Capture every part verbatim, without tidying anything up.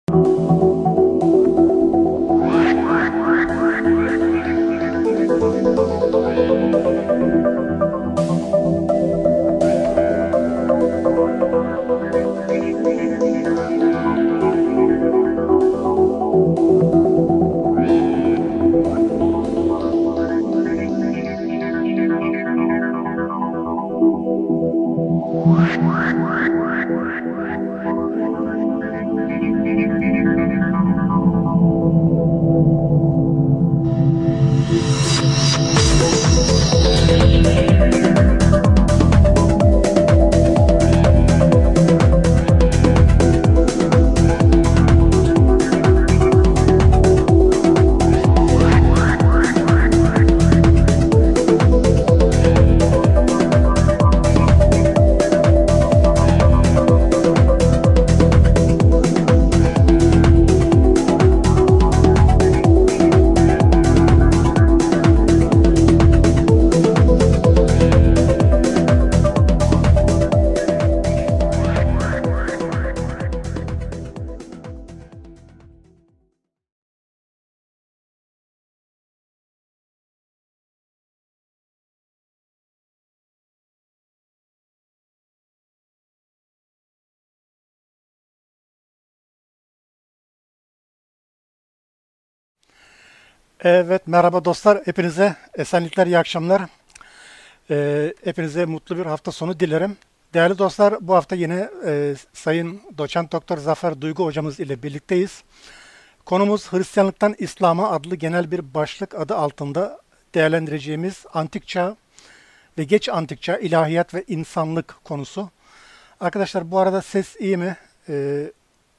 Evet, merhaba dostlar. Hepinize esenlikler, iyi akşamlar. Ee, hepinize mutlu bir hafta sonu dilerim. Değerli dostlar, bu hafta yine e, Sayın Doçent Doktor Zafer Duygu hocamız ile birlikteyiz. Konumuz Hristiyanlıktan İslam'a adlı genel bir başlık adı altında değerlendireceğimiz antik çağ ve geç antik çağ, ilahiyat ve insanlık konusu. Arkadaşlar bu arada ses iyi mi? Ee,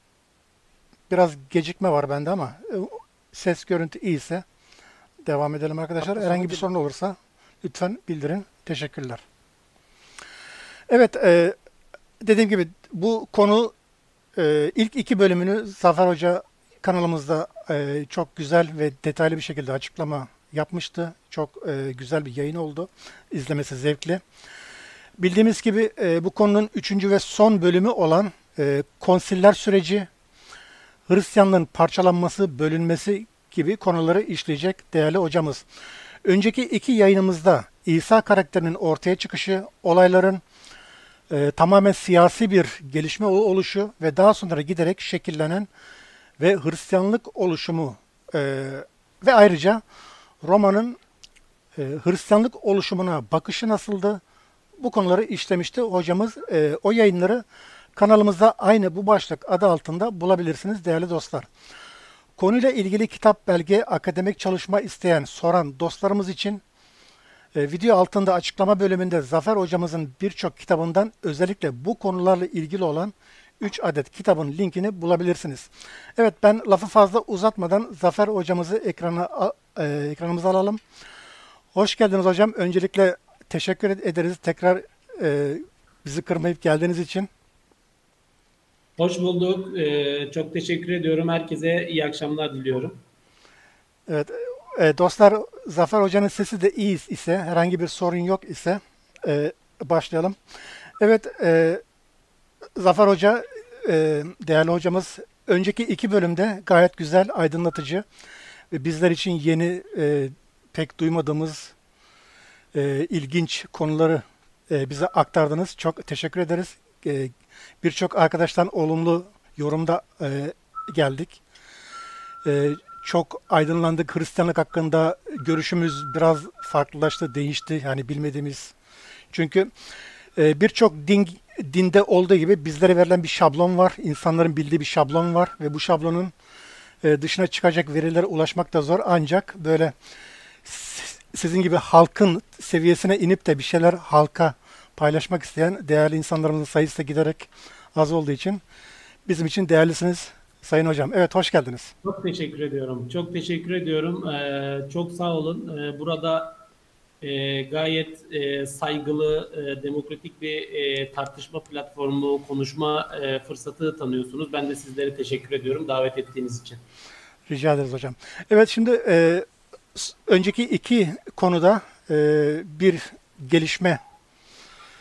biraz gecikme var bende ama e, ses görüntü iyiyse devam edelim arkadaşlar. Hafta Herhangi sonu bir dil sorun olursa lütfen bildirin. Teşekkürler. Evet, e, dediğim gibi bu konu e, ilk iki bölümünü Zafer Hoca kanalımızda e, çok güzel ve detaylı bir şekilde açıklama yapmıştı. Çok e, güzel bir yayın oldu. İzlemesi zevkli. Bildiğimiz gibi e, bu konunun üçüncü ve son bölümü olan e, konsiller süreci, Hristiyanlığın parçalanması, bölünmesi gibi konuları işleyecek değerli hocamız. Önceki iki yayınımızda İsa karakterinin ortaya çıkışı, olayların e, tamamen siyasi bir gelişme oluşu ve daha sonra giderek şekillenen ve Hristiyanlık oluşumu e, ve ayrıca Roma'nın e, Hristiyanlık oluşumuna bakışı nasıldı? Bu konuları işlemişti hocamız. E, o yayınları kanalımızda aynı bu başlık adı altında bulabilirsiniz değerli dostlar. Konuyla ilgili kitap, belge, akademik çalışma isteyen, soran dostlarımız için e, video altında açıklama bölümünde Zafer hocamızın birçok kitabından özellikle bu konularla ilgili olan üç adet kitabın linkini bulabilirsiniz. Evet, ben lafı fazla uzatmadan Zafer hocamızı ekrana a- e, ekranımıza alalım. Hoş geldiniz hocam. Öncelikle teşekkür ederiz tekrar e, bizi kırmayıp geldiğiniz için. Hoş bulduk. Ee, çok teşekkür ediyorum. Herkese iyi akşamlar diliyorum. Evet, e, dostlar, Zafer Hoca'nın sesi de iyi ise, herhangi bir sorun yok ise e, başlayalım. Evet, e, Zafer Hoca, e, değerli hocamız, önceki iki bölümde gayet güzel, aydınlatıcı ve bizler için yeni, e, pek duymadığımız e, ilginç konuları e, bize aktardınız. Çok teşekkür ederiz. E, Birçok arkadaştan olumlu yorumda e, geldik. Ee, çok aydınlandık. Hristiyanlık hakkında görüşümüz biraz farklılaştı, değişti. Yani bilmediğimiz. Çünkü e, birçok din dinde olduğu gibi bizlere verilen bir şablon var. İnsanların bildiği bir şablon var ve bu şablonun e, dışına çıkacak verilere ulaşmak da zor. Ancak böyle sizin gibi halkın seviyesine inip de bir şeyler halka paylaşmak isteyen değerli insanlarımızın sayısı da giderek az olduğu için bizim için değerlisiniz Sayın Hocam. Evet, hoş geldiniz. Çok teşekkür ediyorum. Çok teşekkür ediyorum. Ee, çok sağ olun. Ee, burada e, gayet e, saygılı, e, demokratik bir e, tartışma platformu, konuşma e, fırsatı tanıyorsunuz. Ben de sizlere teşekkür ediyorum davet ettiğiniz için. Rica ederiz hocam. Evet, şimdi e, s- önceki iki konuda e, bir gelişme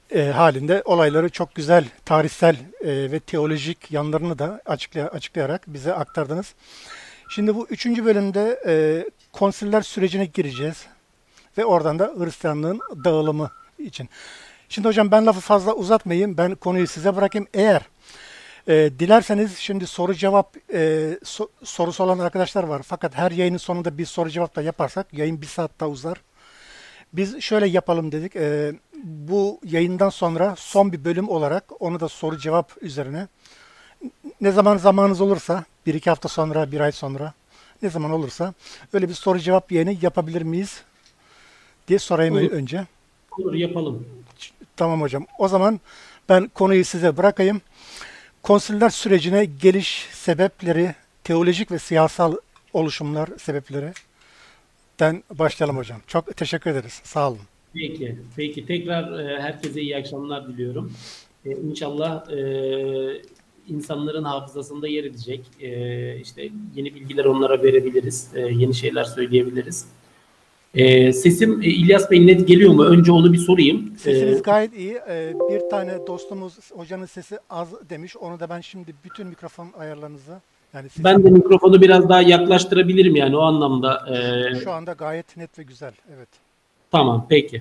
e, halinde olayları çok güzel tarihsel e, ve teolojik yanlarını da açıklay- açıklayarak bize aktardınız. Şimdi bu üçüncü bölümde e, konsiller sürecine gireceğiz ve oradan da Hristiyanlığın dağılımı için. Şimdi hocam ben lafı fazla uzatmayayım. Ben konuyu size bırakayım. Eğer e, dilerseniz şimdi soru cevap e, so- sorusu olan arkadaşlar var. Fakat her yayının sonunda bir soru cevap da yaparsak yayın bir saat daha uzar. Biz şöyle yapalım dedik. E, bu yayından sonra son bir bölüm olarak onu da soru cevap üzerine ne zaman zamanınız olursa bir iki hafta sonra, bir ay sonra ne zaman olursa öyle bir soru cevap yayını yapabilir miyiz diye sorayım ö- Olur, önce. olur yapalım. Tamam hocam. O zaman ben konuyu size bırakayım. Konsiller sürecine geliş sebepleri, teolojik ve siyasal oluşumlar sebeplerinden başlayalım hocam. Çok teşekkür ederiz. Sağ olun. Peki, peki. Tekrar e, herkese iyi akşamlar diliyorum. E, İnşallah e, insanların hafızasında yer edecek. E, işte yeni bilgiler onlara verebiliriz, e, yeni şeyler söyleyebiliriz. E, sesim e, İlyas Bey net geliyor mu? Önce onu bir sorayım. E, Sesiniz gayet iyi. Ee, bir tane dostumuz hocanın sesi az demiş. Onu da ben şimdi bütün mikrofon ayarlarınızı yani ben sesin de mikrofonu biraz daha yaklaştırabilirim yani o anlamda. E, şu anda gayet net ve güzel. Evet. tamam, peki.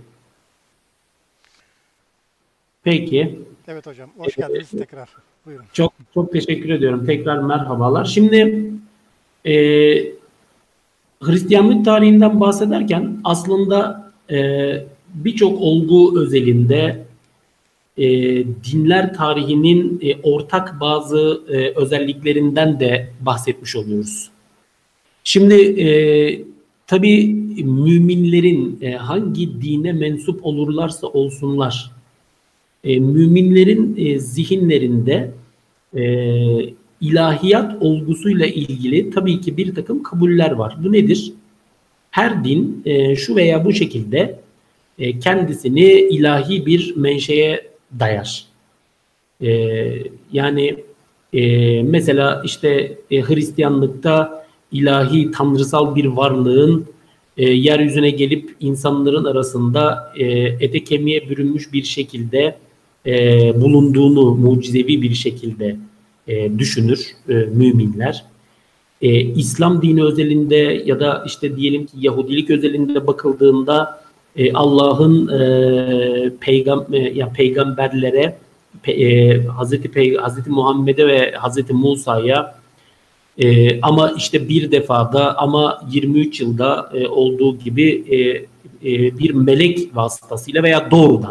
Peki. Evet hocam. Hoş geldiniz tekrar. Buyurun. Çok çok teşekkür ediyorum. Tekrar merhabalar. Şimdi e, Hristiyanlık tarihinden bahsederken aslında e, birçok olgu özelinde e, dinler tarihinin e, ortak bazı e, özelliklerinden de bahsetmiş oluyoruz. Şimdi e, tabii müminlerin e, hangi dine mensup olurlarsa olsunlar, e, müminlerin e, zihinlerinde e, ilahiyat olgusuyla ilgili tabii ki bir takım kabuller var. Bu nedir? Her din e, şu veya bu şekilde e, kendisini ilahi bir menşeye dayar. E, yani e, mesela işte e, Hristiyanlıkta ilahi tanrısal bir varlığın e, yeryüzüne gelip insanların arasında e, ete kemiğe bürünmüş bir şekilde e, bulunduğunu mucizevi bir şekilde e, düşünür e, müminler. E, İslam dini özelinde ya da işte diyelim ki Yahudilik özelinde bakıldığında e, Allah'ın e, peygam e, ya peygamberlere pe, e, Hazreti Pey Hazreti Muhammed'e ve Hazreti Musa'ya e, ama işte bir defada ama yirmi üç yılda e, olduğu gibi e, e, bir melek vasıtasıyla veya doğrudan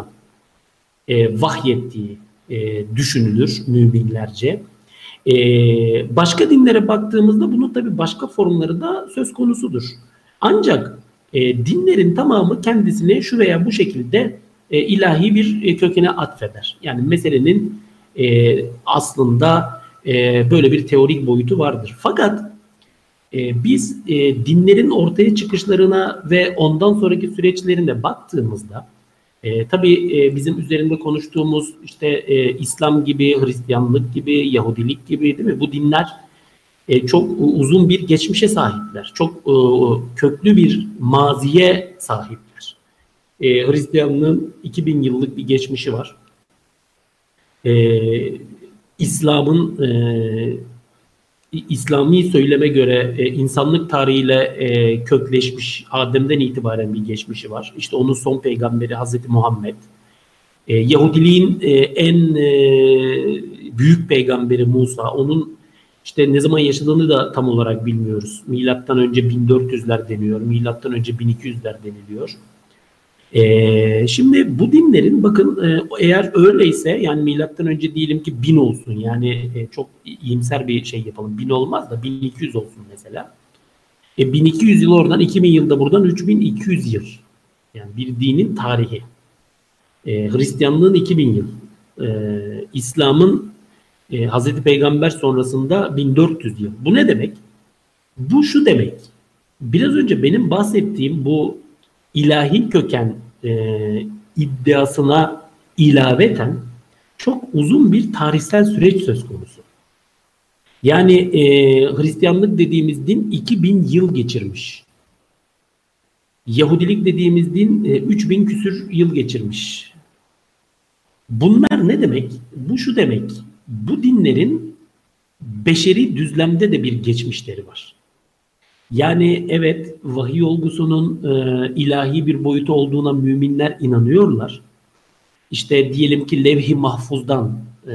e, vahyettiği e, düşünülür müminlerce. E, başka dinlere baktığımızda bunun tabii başka formları da söz konusudur. Ancak e, dinlerin tamamı kendisine şu veya bu şekilde e, ilahi bir e, kökene atfeder. Yani meselenin e, aslında e, böyle bir teorik boyutu vardır. Fakat e, biz e, dinlerin ortaya çıkışlarına ve ondan sonraki süreçlerine baktığımızda e, tabii e, bizim üzerinde konuştuğumuz işte e, İslam gibi, Hristiyanlık gibi, Yahudilik gibi değil mi? Bu dinler e, çok uzun bir geçmişe sahipler. Çok e, köklü bir maziye sahipler. E, Hristiyanlığın iki bin yıllık bir geçmişi var. E, İslam'ın e, İslami söyleme göre e, insanlık tarihiyle e, kökleşmiş Adem'den itibaren bir geçmişi var. İşte onun son peygamberi Hazreti Muhammed. E, Yahudiliğin e, en e, büyük peygamberi Musa. Onun işte ne zaman yaşadığını da tam olarak bilmiyoruz. Milattan önce bin dört yüzler deniyor. Milattan önce bin iki yüzler deniliyor. Ee, şimdi bu dinlerin bakın e, eğer öyleyse yani milattan önce diyelim ki bin olsun yani e, çok iyimser bir şey yapalım bin olmaz da bin iki yüz olsun mesela. E, bin iki yüz yıl oradan iki bin yılda buradan üç bin iki yüz yıl yani bir dinin tarihi. E, Hristiyanlığın iki bin yıl. E, İslam'ın e, Hazreti Peygamber sonrasında bin dört yüz yıl. Bu ne demek? Bu şu demek. Biraz önce benim bahsettiğim bu ilahi köken e, iddiasına ilaveten çok uzun bir tarihsel süreç söz konusu. Yani e, Hristiyanlık dediğimiz din iki bin yıl geçirmiş. Yahudilik dediğimiz din e, üç bin küsür yıl geçirmiş. Bunlar ne demek? Bu şu demek. Bu dinlerin beşeri düzlemde de bir geçmişleri var. Yani evet, vahiy olgusunun e, ilahi bir boyutu olduğuna müminler inanıyorlar. İşte diyelim ki levh-i mahfuzdan e,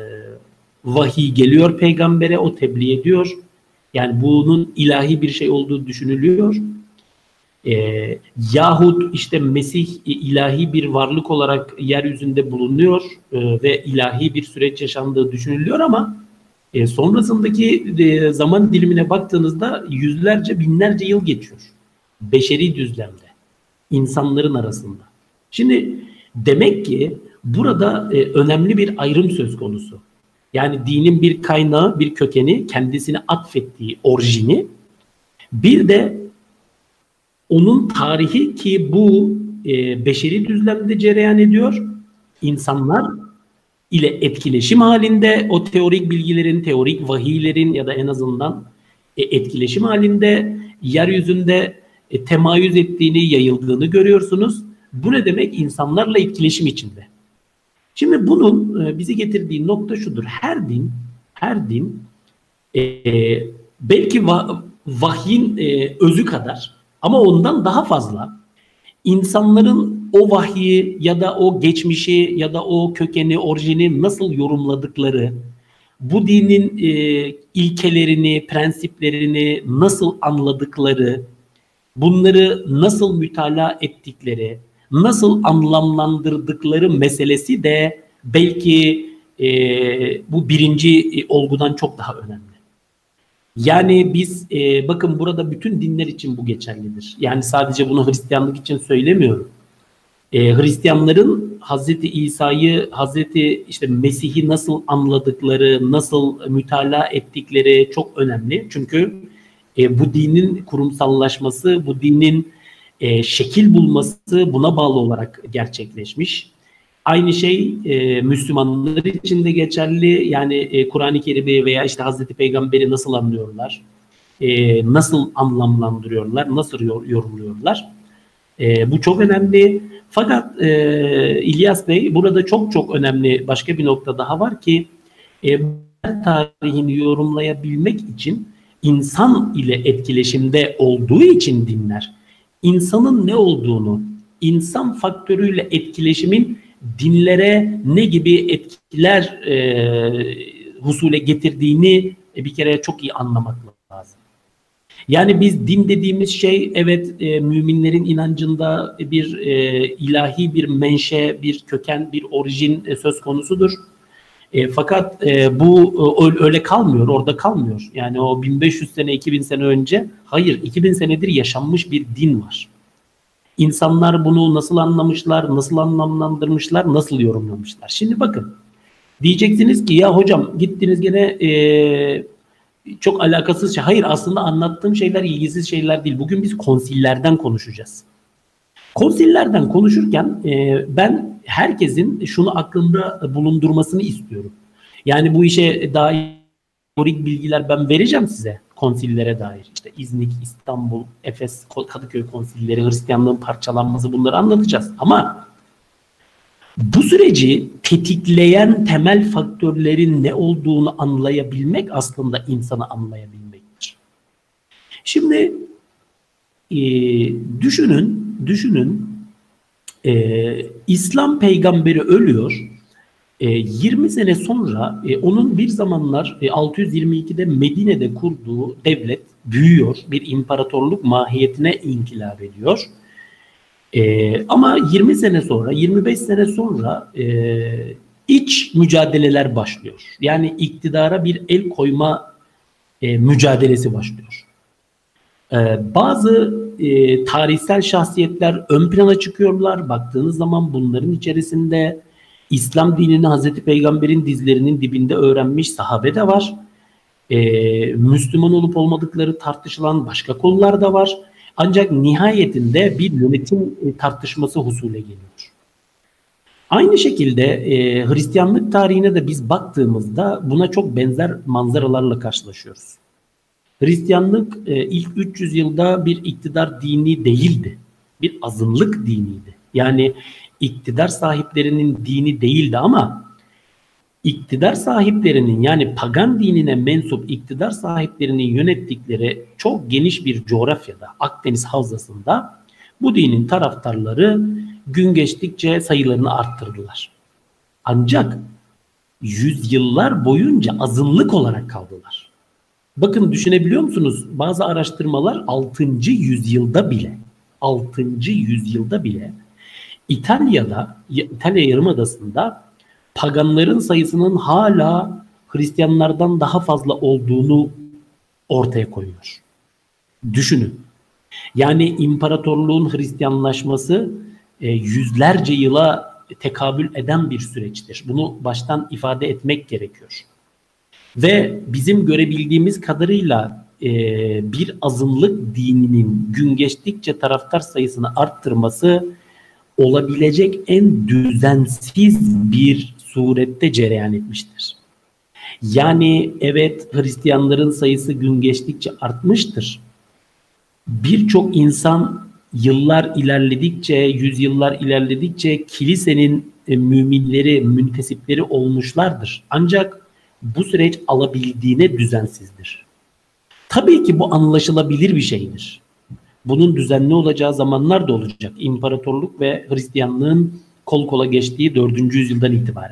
vahiy geliyor peygambere, o tebliğ ediyor. Yani bunun ilahi bir şey olduğu düşünülüyor. E, yahut işte Mesih ilahi bir varlık olarak yeryüzünde bulunuyor e, ve ilahi bir süreç yaşandığı düşünülüyor ama e, sonrasındaki e, zaman dilimine baktığınızda yüzlerce, binlerce yıl geçiyor. Beşeri düzlemde, insanların arasında. Şimdi demek ki burada e, önemli bir ayrım söz konusu. Yani dinin bir kaynağı, bir kökeni, kendisine atfettiği orijini, bir de onun tarihi ki bu e, beşeri düzlemde cereyan ediyor. İnsanlar ile etkileşim halinde o teorik bilgilerin, teorik vahiylerin ya da en azından e, etkileşim halinde yeryüzünde e, temayüz ettiğini, yayıldığını görüyorsunuz. Bu ne demek? İnsanlarla etkileşim içinde. Şimdi bunun e, bizi getirdiği nokta şudur. Her din, her din e, belki va vahyin e, özü kadar ama ondan daha fazla insanların o vahyi ya da o geçmişi ya da o kökeni, orijini nasıl yorumladıkları, bu dinin e, ilkelerini, prensiplerini nasıl anladıkları, bunları nasıl mütalaa ettikleri, nasıl anlamlandırdıkları meselesi de belki e, bu birinci e, olgudan çok daha önemli. Yani biz e, bakın burada bütün dinler için bu geçerlidir. Yani sadece bunu Hristiyanlık için söylemiyorum. E, Hristiyanların Hazreti İsa'yı, Hazreti işte Mesih'i nasıl anladıkları, nasıl mütalaa ettikleri çok önemli. Çünkü e, bu dinin kurumsallaşması, bu dinin e, şekil bulması buna bağlı olarak gerçekleşmiş. Aynı şey e, Müslümanlar için de geçerli. Yani e, Kur'an-ı Kerim'i veya işte Hazreti Peygamber'i nasıl anlıyorlar? E, nasıl anlamlandırıyorlar? Nasıl yorumluyorlar? E, bu çok önemli. Fakat e, İlyas Bey, burada çok çok önemli başka bir nokta daha var ki e, tarihini yorumlayabilmek için insan ile etkileşimde olduğu için dinler, insanın ne olduğunu, insan faktörüyle etkileşimin dinlere ne gibi etkiler e, husule getirdiğini e, bir kere çok iyi anlamak lazım. Yani biz din dediğimiz şey evet e, müminlerin inancında bir e, ilahi bir menşe, bir köken, bir orijin e, söz konusudur. E, fakat e, bu e, öyle kalmıyor, orada kalmıyor. Yani o bin beş yüz sene, iki bin sene önce, hayır iki bin senedir yaşanmış bir din var. İnsanlar bunu nasıl anlamışlar, nasıl anlamlandırmışlar, nasıl yorumlamışlar. Şimdi bakın, diyeceksiniz ki ya hocam gittiniz gene e, çok alakasız şey. Hayır, aslında anlattığım şeyler ilgisiz şeyler değil. Bugün biz konsillerden konuşacağız. Konsillerden konuşurken e, ben herkesin şunu aklında bulundurmasını istiyorum. Yani bu işe dair teorik bilgiler ben vereceğim size konsillere dair. İşte İznik, İstanbul, Efes, Kadıköy konsilleri, Hristiyanlığın parçalanması, bunları anlatacağız. Ama bu süreci tetikleyen temel faktörlerin ne olduğunu anlayabilmek aslında insanı anlayabilmektir. Şimdi e, düşünün, düşünün e, İslam peygamberi ölüyor. E, yirmi sene sonra e, onun bir zamanlar e, altı yüz yirmi ikide Medine'de kurduğu devlet büyüyor. Bir imparatorluk mahiyetine inkılap ediyor. E, ama yirmi sene sonra, yirmi beş sene sonra e, iç mücadeleler başlıyor. Yani iktidara bir el koyma e, mücadelesi başlıyor. E, bazı e, tarihsel şahsiyetler ön plana çıkıyorlar. Baktığınız zaman bunların içerisinde İslam dinini Hazreti Peygamber'in dizlerinin dibinde öğrenmiş sahabe de var. Ee, Müslüman olup olmadıkları tartışılan başka konular da var. Ancak nihayetinde bir yönetim tartışması husule geliyor. Aynı şekilde e, Hristiyanlık tarihine de biz baktığımızda buna çok benzer manzaralarla karşılaşıyoruz. Hristiyanlık e, ilk üç yüz yılda bir iktidar dini değildi. Bir azınlık diniydi. Yani iktidar sahiplerinin dini değildi ama iktidar sahiplerinin, yani pagan dinine mensup iktidar sahiplerinin yönettikleri çok geniş bir coğrafyada, Akdeniz havzasında bu dinin taraftarları gün geçtikçe sayılarını arttırdılar. Ancak yüzyıllar boyunca azınlık olarak kaldılar. Bakın, düşünebiliyor musunuz? Bazı araştırmalar altıncı yüzyılda bile altıncı yüzyılda bile İtalya'da, İtalya Yarımadası'nda paganların sayısının hala Hristiyanlardan daha fazla olduğunu ortaya koyuyor. Düşünün. Yani imparatorluğun Hristiyanlaşması e, yüzlerce yıla tekabül eden bir süreçtir. Bunu baştan ifade etmek gerekiyor. Ve bizim görebildiğimiz kadarıyla e, bir azınlık dininin gün geçtikçe taraftar sayısını arttırması olabilecek en düzensiz bir surette cereyan etmiştir. Yani evet, Hristiyanların sayısı gün geçtikçe artmıştır. Birçok insan yıllar ilerledikçe, yüzyıllar ilerledikçe kilisenin e, müminleri, müntesipleri olmuşlardır. Ancak bu süreç alabildiğine düzensizdir. Tabii ki bu anlaşılabilir bir şeydir. Bunun düzenli olacağı zamanlar da olacak. İmparatorluk ve Hristiyanlığın kol kola geçtiği dördüncü yüzyıldan itibaren.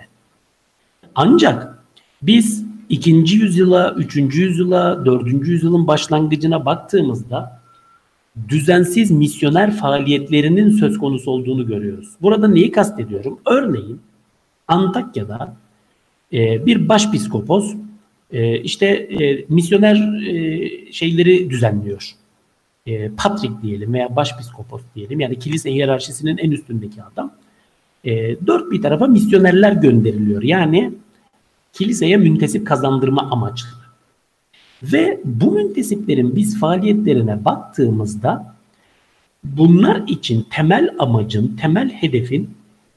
Ancak biz ikinci yüzyıla, üçüncü yüzyıla, dördüncü yüzyılın başlangıcına baktığımızda düzensiz misyoner faaliyetlerinin söz konusu olduğunu görüyoruz. Burada neyi kastediyorum? Örneğin Antakya'da e, bir başpiskopos e, işte e, misyoner e, şeyleri düzenliyor. E, Patrik diyelim veya başpiskopos diyelim, yani kilise hiyerarşisinin en üstündeki adam. E, dört bir tarafa misyonerler gönderiliyor. Yani kiliseye müntesip kazandırma amaçlı. Ve bu müntesiplerin biz faaliyetlerine baktığımızda bunlar için temel amacın, temel hedefin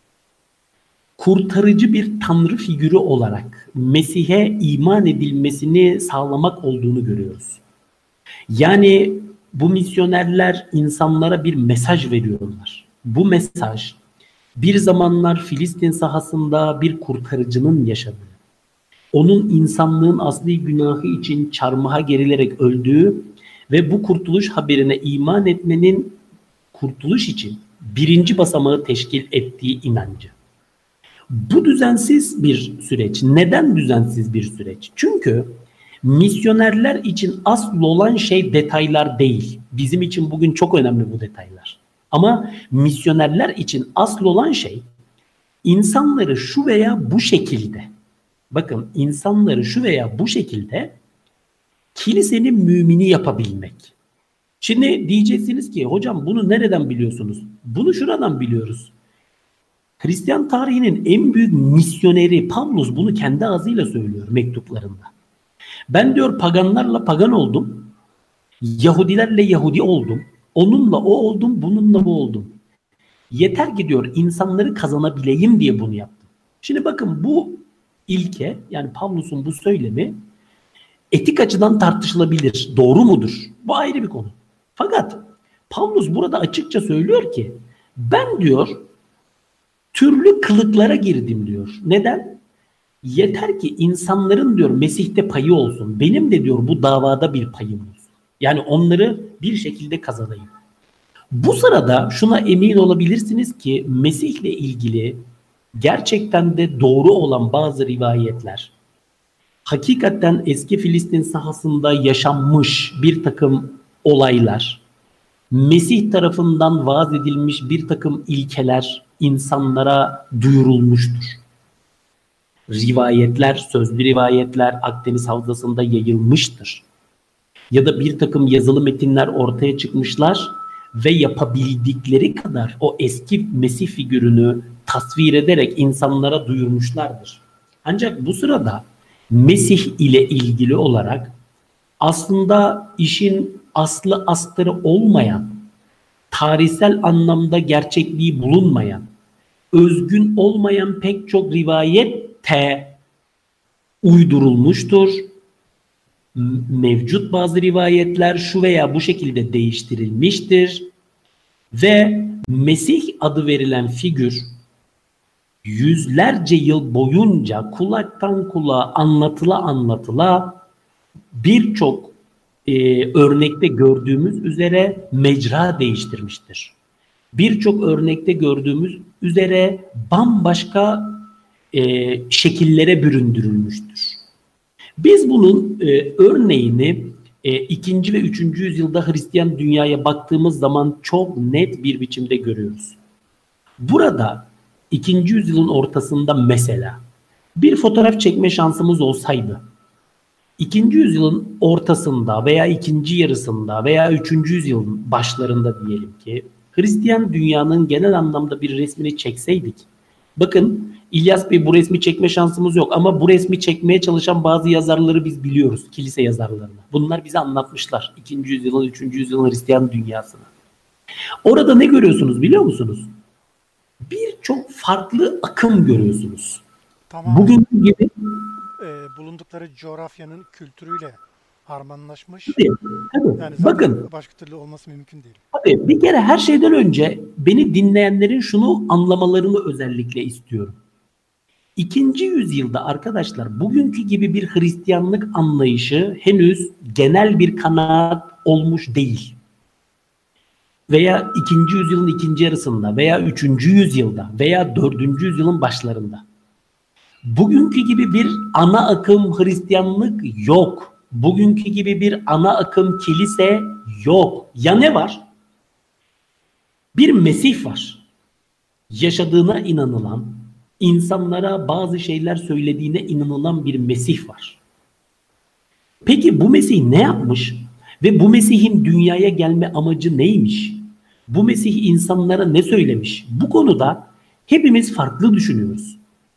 kurtarıcı bir tanrı figürü olarak Mesih'e iman edilmesini sağlamak olduğunu görüyoruz. Yani bu misyonerler insanlara bir mesaj veriyorlar. Bu mesaj bir zamanlar Filistin sahasında bir kurtarıcının yaşadığı, onun insanlığın asli günahı için çarmıha gerilerek öldüğü ve bu kurtuluş haberine iman etmenin kurtuluş için birinci basamağı teşkil ettiği inancı. Bu düzensiz bir süreç. Neden düzensiz bir süreç? Çünkü misyonerler için asıl olan şey detaylar değil. Bizim için bugün çok önemli bu detaylar. Ama misyonerler için asıl olan şey insanları şu veya bu şekilde, bakın insanları şu veya bu şekilde kilisenin mümini yapabilmek. Şimdi diyeceksiniz ki hocam bunu nereden biliyorsunuz? Bunu şuradan biliyoruz. Hristiyan tarihinin en büyük misyoneri Pavlus bunu kendi ağzıyla söylüyor mektuplarında. Ben diyor paganlarla pagan oldum, Yahudilerle Yahudi oldum, onunla o oldum, bununla bu oldum. Yeter ki diyor insanları kazanabileyim diye bunu yaptım. Şimdi bakın bu ilke, yani Pavlus'un bu söylemi etik açıdan tartışılabilir. Doğru mudur? Bu ayrı bir konu. Fakat Pavlus burada açıkça söylüyor ki ben diyor türlü kılıklara girdim diyor. Neden? Yeter ki insanların diyor Mesih'te payı olsun. Benim de diyor bu davada bir payım olsun. Yani onları bir şekilde kazanayım. Bu sırada şuna emin olabilirsiniz ki Mesih'le ilgili gerçekten de doğru olan bazı rivayetler, hakikaten eski Filistin sahasında yaşanmış bir takım olaylar, Mesih tarafından vaaz edilmiş bir takım ilkeler insanlara duyurulmuştur. Rivayetler, sözlü rivayetler Akdeniz havzasında yayılmıştır. Ya da bir takım yazılı metinler ortaya çıkmışlar ve yapabildikleri kadar o eski Mesih figürünü tasvir ederek insanlara duyurmuşlardır. Ancak bu sırada Mesih ile ilgili olarak aslında işin aslı astarı olmayan, tarihsel anlamda gerçekliği bulunmayan, özgün olmayan pek çok rivayette uydurulmuştur. Mevcut bazı rivayetler şu veya bu şekilde değiştirilmiştir ve Mesih adı verilen figür yüzlerce yıl boyunca kulaktan kulağa anlatıla anlatıla birçok e, örnekte gördüğümüz üzere mecra değiştirmiştir. Birçok örnekte gördüğümüz üzere bambaşka e, şekillere büründürülmüştür. Biz bunun e, örneğini e, ikinci ve üçüncü yüzyılda Hristiyan dünyaya baktığımız zaman çok net bir biçimde görüyoruz. Burada ikinci yüzyılın ortasında mesela bir fotoğraf çekme şansımız olsaydı, ikinci yüzyılın ortasında veya ikinci yarısında veya üçüncü yüzyılın başlarında diyelim ki Hristiyan dünyanın genel anlamda bir resmini çekseydik, bakın İlyas Bey bu resmi çekme şansımız yok ama bu resmi çekmeye çalışan bazı yazarları biz biliyoruz, kilise yazarlarını. Bunlar bize anlatmışlar ikinci yüzyılın, üçüncü yüzyılın Hristiyan dünyasını. Orada ne görüyorsunuz biliyor musunuz? Birçok farklı akım görüyorsunuz. Tamamen Bugün gibi e, bulundukları coğrafyanın kültürüyle harmanlaşmış. tabii, tabii. Yani zaten Bakın başka türlü olması mümkün değil. tabii, bir kere her şeyden önce beni dinleyenlerin şunu anlamalarını özellikle istiyorum. İkinci yüzyılda arkadaşlar bugünkü gibi bir Hristiyanlık anlayışı henüz genel bir kanaat olmuş değil. Veya ikinci yüzyılın ikinci yarısında veya üçüncü yüzyılda veya dördüncü yüzyılın başlarında. Bugünkü gibi bir ana akım Hristiyanlık yok. Bugünkü gibi bir ana akım kilise yok. Ya ne var? Bir Mesih var. Yaşadığına inanılan, insanlara bazı şeyler söylediğine inanılan bir Mesih var. Peki bu Mesih ne yapmış? Ve bu Mesih'in dünyaya gelme amacı neymiş? Bu Mesih insanlara ne söylemiş? Bu konuda hepimiz farklı düşünüyoruz.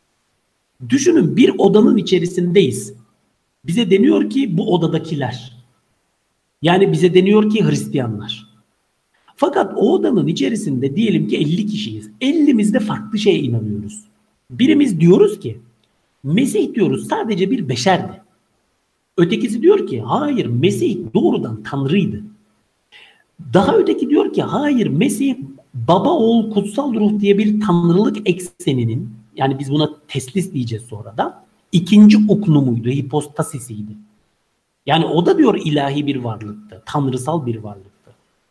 Düşünün, bir odanın içerisindeyiz. Bize deniyor ki bu odadakiler. Yani bize deniyor ki Hristiyanlar. Fakat o odanın içerisinde diyelim ki elli kişiyiz. ellimiz de farklı şeye inanıyoruz. Birimiz diyoruz ki Mesih diyoruz sadece bir beşerdi. Ötekisi diyor ki hayır, Mesih doğrudan Tanrı'ydı. Daha öteki diyor ki hayır, Mesih baba oğul kutsal ruh diye bir tanrılık ekseninin, yani biz buna teslis diyeceğiz sonra da, ikinci uknumuydu, hipostasisiydi. Yani o da diyor ilahi bir varlıktı, tanrısal bir varlıktı.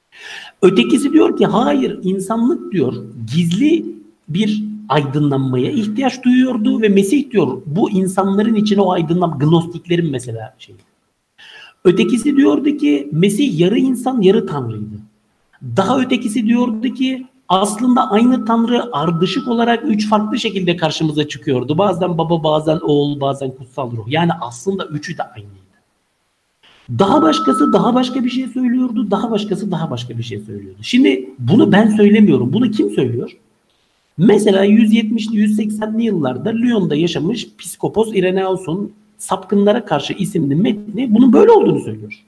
Ötekisi diyor ki hayır, insanlık diyor gizli bir aydınlanmaya ihtiyaç duyuyordu ve Mesih diyor bu insanların içine o aydınlanma, gnostiklerin mesela şeyi. Ötekisi diyordu ki Mesih yarı insan yarı tanrıydı. Daha ötekisi diyordu ki aslında aynı tanrı ardışık olarak üç farklı şekilde karşımıza çıkıyordu. Bazen baba, bazen oğul, bazen kutsal ruh. Yani aslında üçü de aynıydı. Daha başkası daha başka bir şey söylüyordu. Daha başkası daha başka bir şey söylüyordu. Şimdi bunu ben söylemiyorum. Bunu kim söylüyor? Mesela yüz yetmişli yüz seksenli yıllarda Lyon'da yaşamış Piskopos Irenaeus'un Sapkınlara Karşı isimli metni bunun böyle olduğunu söylüyor.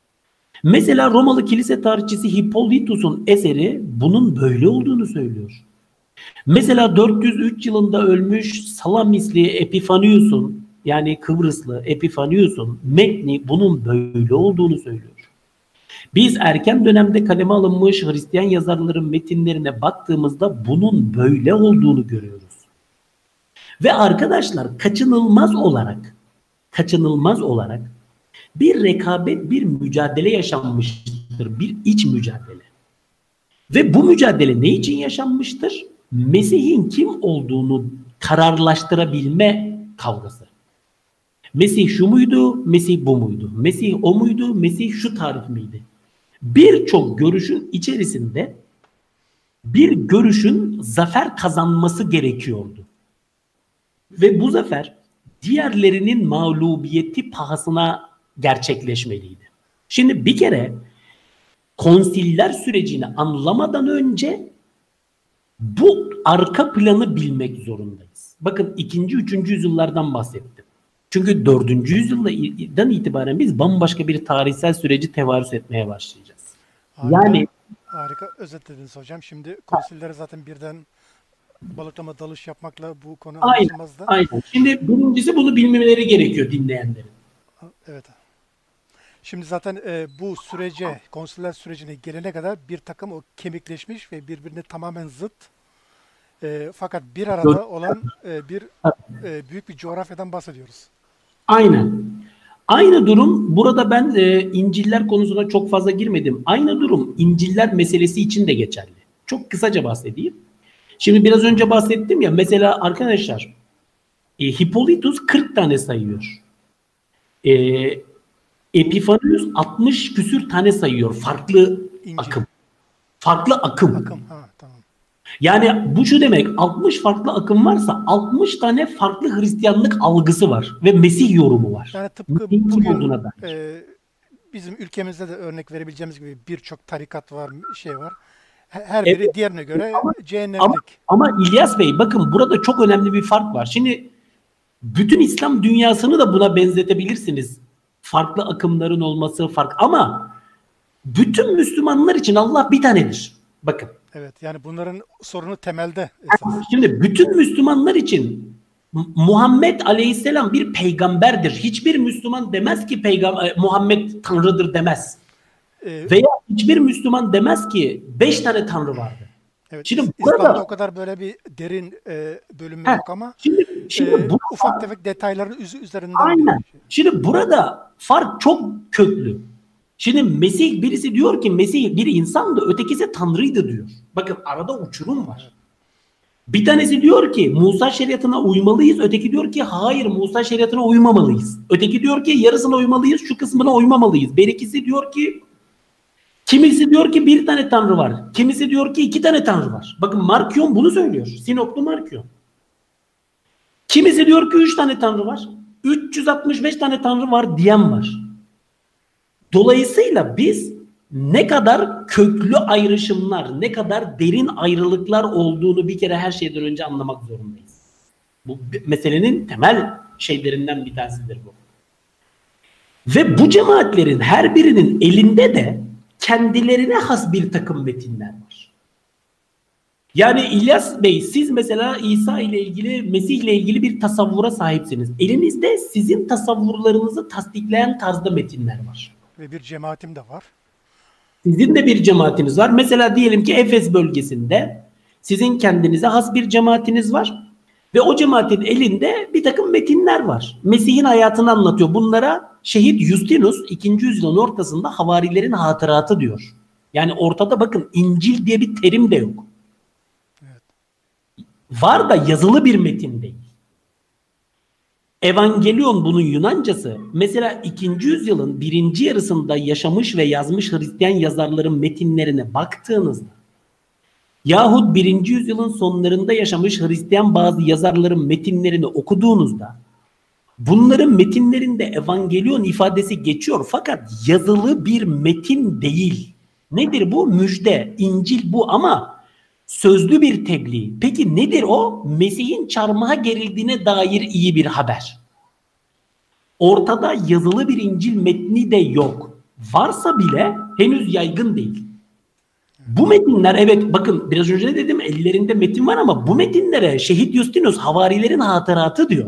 Mesela Romalı kilise tarihçisi Hippolytus'un eseri bunun böyle olduğunu söylüyor. Mesela dört yüz üç yılında ölmüş Salamisli Epifanius'un, yani Kıbrıslı Epifanius'un metni bunun böyle olduğunu söylüyor. Biz erken dönemde kaleme alınmış Hristiyan yazarların metinlerine baktığımızda bunun böyle olduğunu görüyoruz. Ve arkadaşlar kaçınılmaz olarak kaçınılmaz olarak bir rekabet, bir mücadele yaşanmıştır. Bir iç mücadele. Ve bu mücadele ne için yaşanmıştır? Mesih'in kim olduğunu kararlaştırabilme kavgası. Mesih şu muydu? Mesih bu muydu? Mesih o muydu? Mesih şu tarif miydi? Birçok görüşün içerisinde bir görüşün zafer kazanması gerekiyordu. Ve bu zafer diğerlerinin mağlubiyeti pahasına gerçekleşmeliydi. Şimdi bir kere konsiller sürecini anlamadan önce bu arka planı bilmek zorundayız. Bakın ikinci, üçüncü yüzyıllardan bahsettim. Çünkü dördüncü yüzyıldan itibaren biz bambaşka bir tarihsel süreci tevarüs etmeye başlayacağız. Harika, Yani harika özetlediniz hocam. Şimdi konsillere zaten birden balıklama dalış yapmakla bu konu aynen, anlaşılmaz da. aynen. Şimdi birincisi bunu bilmeleri gerekiyor dinleyenlerin. Evet. Şimdi zaten e, bu sürece, konsiller sürecine gelene kadar bir takım o kemikleşmiş ve birbirine tamamen zıt E, fakat bir arada olan e, bir e, büyük bir coğrafyadan bahsediyoruz. Aynen. Aynı durum burada ben e, İncil'ler konusuna çok fazla girmedim. Aynı durum İncil'ler meselesi için de geçerli. Çok kısaca bahsedeyim. Şimdi biraz önce bahsettim ya, mesela arkadaşlar e, Hippolytus kırk tane sayıyor. E, Epifanius altmış küsür tane sayıyor. Farklı İncil. akım. Farklı akım. Akım. Ha, tamam. Yani bu şu demek, altmış farklı akım varsa altmış tane farklı Hristiyanlık algısı var ve Mesih yorumu var. Yani tıpkı Mesih'in kim bugün olduğuna dair. e, bizim ülkemizde de örnek verebileceğimiz gibi birçok tarikat var, şey var. He- Her biri Evet. diğerine göre Ama, ama, cehennemlik. ama İlyas Bey, bakın burada çok önemli bir fark var. Şimdi bütün İslam dünyasını da buna benzetebilirsiniz. Farklı akımların olması fark, ama bütün Müslümanlar için Allah bir tanedir. Bakın. Evet, yani bunların sorunu temelde esas. Şimdi bütün Müslümanlar için Muhammed Aleyhisselam bir peygamberdir. Hiçbir Müslüman demez ki peygamber Muhammed Tanrı'dır demez. Ee, Veya hiçbir Müslüman demez ki beş tane Tanrı vardı. evet, Şimdi İslam'da burada, o kadar böyle bir derin e, bölümü heh, yok ama şimdi, şimdi e, bu, ufak tefek detayların üz- üzerinden aynen. bir şey. Şimdi burada fark çok köklü. Şimdi Mesih, birisi diyor ki Mesih bir insandı, ötekisi Tanrı'ydı diyor. Bakın arada uçurum var. Bir tanesi diyor ki Musa şeriatına uymalıyız. Öteki diyor ki hayır, Musa şeriatına uymamalıyız. Öteki diyor ki yarısına uymalıyız, şu kısmına uymamalıyız. Bir ikisi diyor ki, kimisi diyor ki bir tane tanrı var. Kimisi diyor ki iki tane tanrı var. Bakın Markion bunu söylüyor. Sinoplu Markion. Kimisi diyor ki üç tane tanrı var. üç yüz altmış beş tane tanrı var diyen var. Dolayısıyla biz ne kadar köklü ayrışımlar, ne kadar derin ayrılıklar olduğunu bir kere her şeyden önce anlamak zorundayız. Bu meselenin temel şeylerinden bir tanesidir bu. Ve bu cemaatlerin her birinin elinde de kendilerine has bir takım metinler var. Yani İlyas Bey, siz mesela İsa ile ilgili, Mesih ile ilgili bir tasavvura sahipsiniz. Elinizde sizin tasavvurlarınızı tasdikleyen tarzda metinler var. Ve bir cemaatim de var. Sizin de bir cemaatiniz var. Mesela diyelim ki Efes bölgesinde sizin kendinize has bir cemaatiniz var. Ve o cemaatin elinde bir takım metinler var. Mesih'in hayatını anlatıyor. Bunlara şehit Justinus ikinci yüzyılın ortasında havarilerin hatıratı diyor. Yani ortada bakın İncil diye bir terim de yok. Evet. Var da yazılı bir metin değil. Evangelion bunun Yunancası. Mesela ikinci yüzyılın birinci yarısında yaşamış ve yazmış Hristiyan yazarların metinlerine baktığınızda yahut birinci yüzyılın sonlarında yaşamış Hristiyan bazı yazarların metinlerini okuduğunuzda bunların metinlerinde Evangelion ifadesi geçiyor fakat yazılı bir metin değil. Nedir bu? Müjde, İncil bu ama sözlü bir tebliğ. Peki nedir o? Mesih'in çarmıha gerildiğine dair iyi bir haber. Ortada yazılı bir İncil metni de yok. Varsa bile henüz yaygın değil. Bu metinler, evet bakın biraz önce ne dedim, ellerinde metin var ama bu metinlere şehit Justinus havarilerin hatıratı diyor.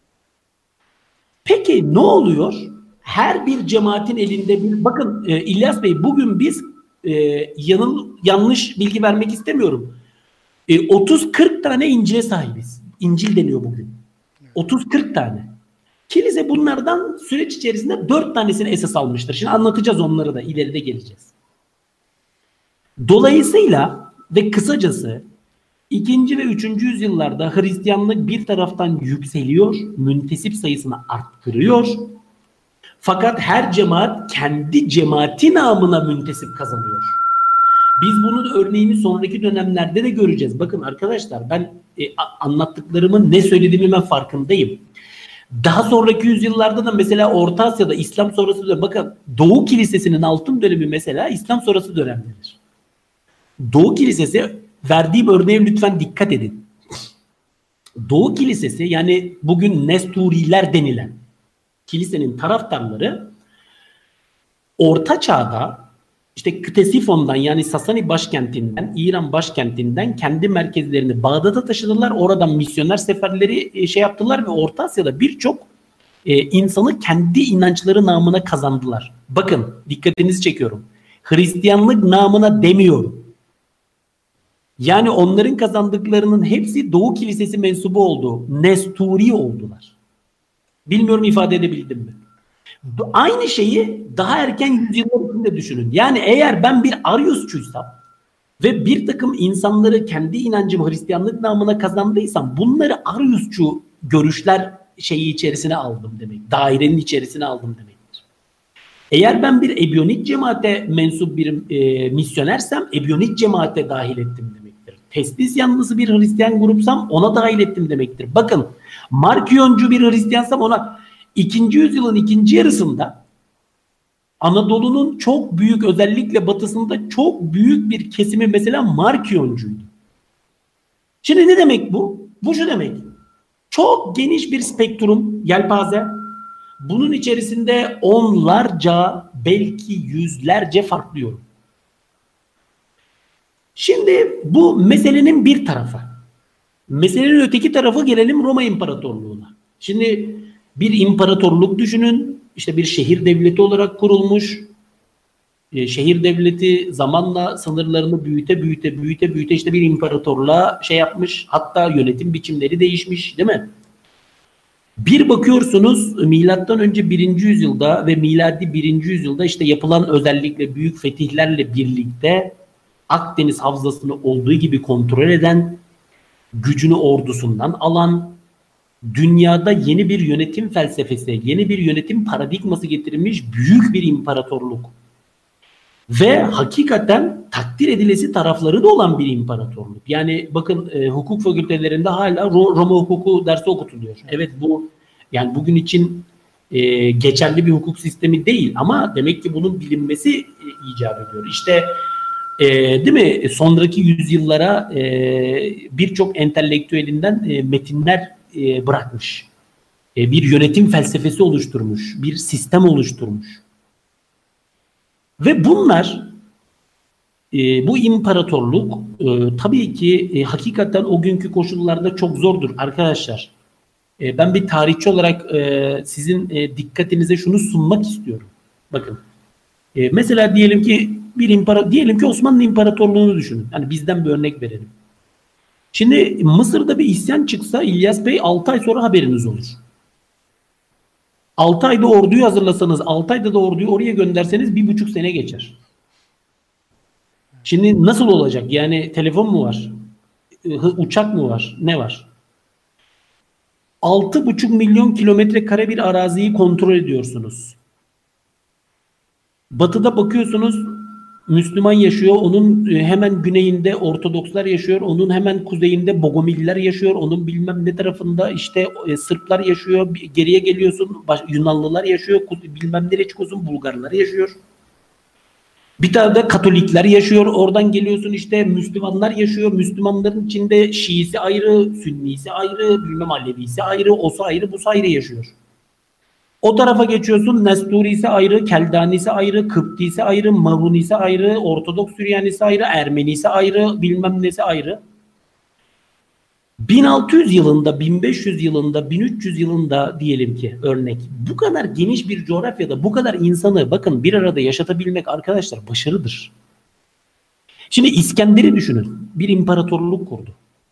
Peki ne oluyor? Her bir cemaatin elinde bir, bakın e, İlyas Bey, bugün biz e, yanıl, yanlış bilgi vermek istemiyorum. E, otuz kırk tane İncil'e sahibiz. İncil deniyor bugün. otuz kırk tane. Kilise bunlardan süreç içerisinde dört tanesini esas almıştır. Şimdi anlatacağız onları da, ileride geleceğiz. Dolayısıyla ve kısacası ikinci ve üçüncü yüzyıllarda Hristiyanlık bir taraftan yükseliyor, müntesip sayısını arttırıyor. Fakat her cemaat kendi cemaati namına müntesip kazanıyor. Biz bunun örneğini sonraki dönemlerde de göreceğiz. Bakın arkadaşlar, ben e, anlattıklarımın ne söylediğimin ben farkındayım. Daha sonraki yüzyıllarda da mesela Orta Asya'da İslam sonrası dönem, bakın Doğu Kilisesi'nin altın dönemi mesela İslam sonrası dönemdedir. Doğu Kilisesi, verdiğim örneğe lütfen dikkat edin. Doğu Kilisesi, yani bugün Nesturiler denilen kilisenin taraftarları Orta Çağ'da işte Ktesifon'dan, yani Sasani başkentinden, İran başkentinden kendi merkezlerini Bağdat'a taşıdılar. Oradan misyoner seferleri şey yaptılar ve Orta Asya'da birçok e, insanı kendi inançları namına kazandılar. Bakın dikkatinizi çekiyorum. Hristiyanlık namına demiyorum. Yani onların kazandıklarının hepsi Doğu Kilisesi mensubu oldu. Nesturi oldular. Bilmiyorum ifade edebildim mi? Aynı şeyi daha erken yüzyıllar içinde düşünün. Yani eğer ben bir Ariusçuysam ve bir takım insanları kendi inancım Hristiyanlık namına kazandıysam bunları Ariusçu görüşler şeyi içerisine aldım demek. Dairenin içerisine aldım demektir. Eğer ben bir Ebionit cemaate mensup bir e, misyonersem Ebionit cemaate dahil ettim demektir. Teslis yanlısı bir Hristiyan grupsam ona dahil ettim demektir. Bakın Markiyoncu bir Hristiyansam ona ikinci yüzyılın ikinci yarısında Anadolu'nun çok büyük özellikle batısında çok büyük bir kesimi mesela Markiyoncuydu. Şimdi ne demek bu? Bu şu demek. Çok geniş bir spektrum, yelpaze. Bunun içerisinde onlarca belki yüzlerce farklı yorum. Şimdi bu meselenin bir tarafı. Meselenin öteki tarafı gelelim Roma İmparatorluğu'na. Şimdi bir imparatorluk düşünün. İşte bir şehir devleti olarak kurulmuş. E, şehir devleti zamanla sınırlarını büyüte büyüte büyüte büyüte işte bir imparatorluğa şey yapmış. Hatta yönetim biçimleri değişmiş, değil mi? Bir bakıyorsunuz milattan önce birinci yüzyılda ve miladi birinci yüzyılda işte yapılan özellikle büyük fetihlerle birlikte Akdeniz havzasını olduğu gibi kontrol eden, gücünü ordusundan alan, dünyada yeni bir yönetim felsefesi, yeni bir yönetim paradigması getirmiş büyük bir imparatorluk. Ve hakikaten takdir edilesi tarafları da olan bir imparatorluk. Yani bakın e, hukuk fakültelerinde hala Ro- Roma hukuku dersi okutuluyor. Evet bu yani bugün için e, geçerli bir hukuk sistemi değil ama demek ki bunun bilinmesi e, icap ediyor. İşte e, değil mi? Sonraki yüzyıllara e, birçok entelektüelinden e, metinler e, bırakmış. E, bir yönetim felsefesi oluşturmuş, bir sistem oluşturmuş. Ve bunlar e, bu imparatorluk e, tabii ki e, hakikaten o günkü koşullarda çok zordur arkadaşlar. E, ben bir tarihçi olarak e, sizin e, dikkatinize şunu sunmak istiyorum. Bakın e, mesela diyelim ki bir impara diyelim ki Osmanlı İmparatorluğu'nu düşünün. Yani bizden bir örnek verelim. Şimdi Mısır'da bir isyan çıksa İlyas Bey altı ay sonra haberiniz olur. altı ayda orduyu hazırlasanız, altı ayda da orduyu oraya gönderseniz bir buçuk sene geçer. Şimdi nasıl olacak? Yani telefon mu var? Uçak mı var? Ne var? altı buçuk milyon kilometre kare bir araziyi kontrol ediyorsunuz. Batıda bakıyorsunuz Müslüman yaşıyor. Onun hemen güneyinde Ortodokslar yaşıyor. Onun hemen kuzeyinde Bogomiller yaşıyor. Onun bilmem ne tarafında işte e, Sırplar yaşıyor. Geriye geliyorsun baş, Yunanlılar yaşıyor. Bilmem nereye çıkıyorsun Bulgarlar yaşıyor. Bir tane de Katolikler yaşıyor. Oradan geliyorsun işte Müslümanlar yaşıyor. Müslümanların içinde Şiisi ayrı, Sünnisi ayrı, bilmem Alevisi ayrı, Osu ayrı, Busu ayrı yaşıyor. O tarafa geçiyorsun Nesturisi ayrı, Keldanisi ayrı, Kıptisi ayrı, Marunisi ayrı, Ortodoks Süryanisi ayrı, Ermenisi ayrı, bilmem nesi ayrı. bin altı yüz yılında, bin beş yüz yılında, bin üç yüz yılında diyelim ki örnek bu kadar geniş bir coğrafyada bu kadar insanı bakın bir arada yaşatabilmek arkadaşlar başarıdır. Şimdi İskender'i düşünün. Bir imparatorluk kurdu.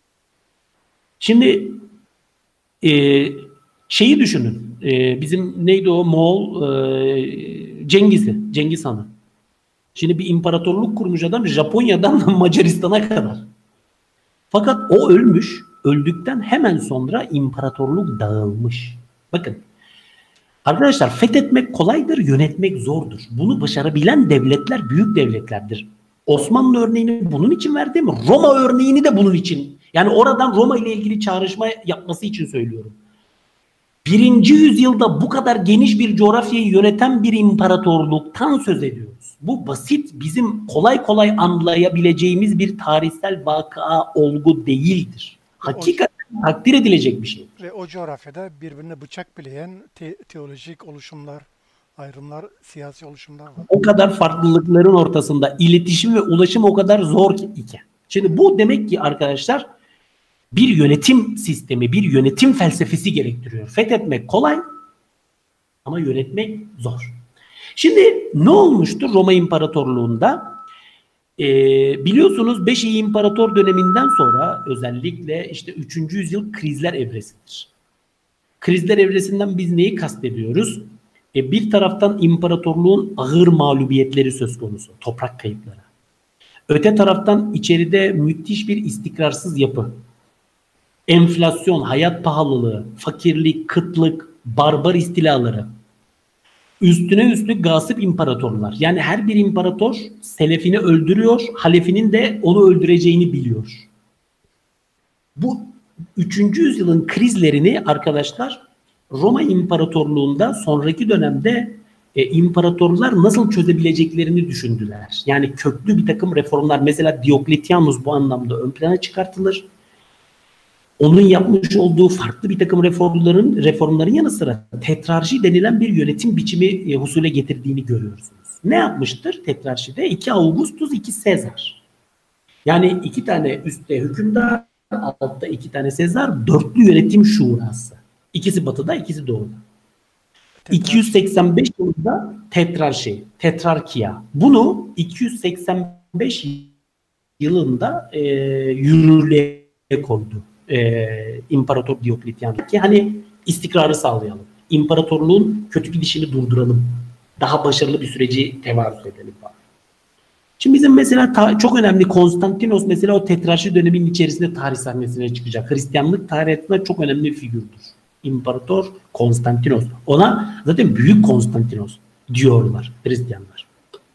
Şimdi e, şeyi düşünün. E, bizim neydi o Moğol e, Cengiz'i, Cengiz Han'ı. Şimdi bir imparatorluk kurmuş adam Japonya'dan Macaristan'a kadar. Fakat o ölmüş. Öldükten hemen sonra imparatorluk dağılmış. Bakın. Arkadaşlar fethetmek kolaydır, yönetmek zordur. Bunu başarabilen devletler büyük devletlerdir. Osmanlı örneğini bunun için verdim. Roma örneğini de bunun için. Yani oradan Roma ile ilgili çağrışma yapması için söylüyorum. Birinci yüzyılda bu kadar geniş bir coğrafyayı yöneten bir imparatorluktan söz ediyoruz. Bu basit, bizim kolay kolay anlayabileceğimiz bir tarihsel vaka olgu değildir. Hakikaten takdir edilecek bir şey. Ve o coğrafyada birbirine bıçak bileyen te- teolojik oluşumlar, ayrımlar, siyasi oluşumlar var. O kadar farklılıkların ortasında iletişim ve ulaşım o kadar zor iken. Şimdi bu demek ki arkadaşlar bir yönetim sistemi, bir yönetim felsefesi gerektiriyor. Fethetmek kolay ama yönetmek zor. Şimdi ne olmuştur Roma İmparatorluğu'nda? E, biliyorsunuz beş iyi imparator döneminden sonra özellikle işte üçüncü yüzyıl krizler evresidir. Krizler evresinden biz neyi kastediyoruz? E, bir taraftan imparatorluğun ağır mağlubiyetleri söz konusu, toprak kayıpları. Öte taraftan içeride müthiş bir istikrarsız yapı. Enflasyon, hayat pahalılığı, fakirlik, kıtlık, barbar istilaları. Üstüne üstlük gasip imparatorlar. Yani her bir imparator selefini öldürüyor, halefinin de onu öldüreceğini biliyor. Bu üçüncü yüzyılın krizlerini arkadaşlar Roma İmparatorluğu'nda sonraki dönemde e, imparatorlar nasıl çözebileceklerini düşündüler. Yani köklü bir takım reformlar, mesela Diokletianus bu anlamda ön plana çıkartılır. Onun yapmış olduğu farklı bir takım reformların reformların yanı sıra tetrarşi denilen bir yönetim biçimi e, husule getirdiğini görüyorsunuz. Ne yapmıştır tetrarşide? iki Augustus, iki Sezar. Yani iki tane üstte hükümdar, altta iki tane Sezar, dörtlü yönetim şurası. İkisi batıda, ikisi doğuda. Tetrarşi. iki yüz seksen beş yılında tetrarşi, tetrarkiya. Bunu iki yüz seksen beş yılında e, yürürlüğe koydu. E, İmparator Diokletian ki hani istikrarı sağlayalım. İmparatorluğun kötü gidişini durduralım. Daha başarılı bir süreci tevarüz edelim falan. Şimdi bizim mesela ta, çok önemli Konstantinos mesela o tetrarşi döneminin içerisinde tarih sahnesine çıkacak. Hristiyanlık tarihinde çok önemli bir figürdür. İmparator Konstantinos. Ona zaten Büyük Konstantinos diyorlar Hristiyanlar.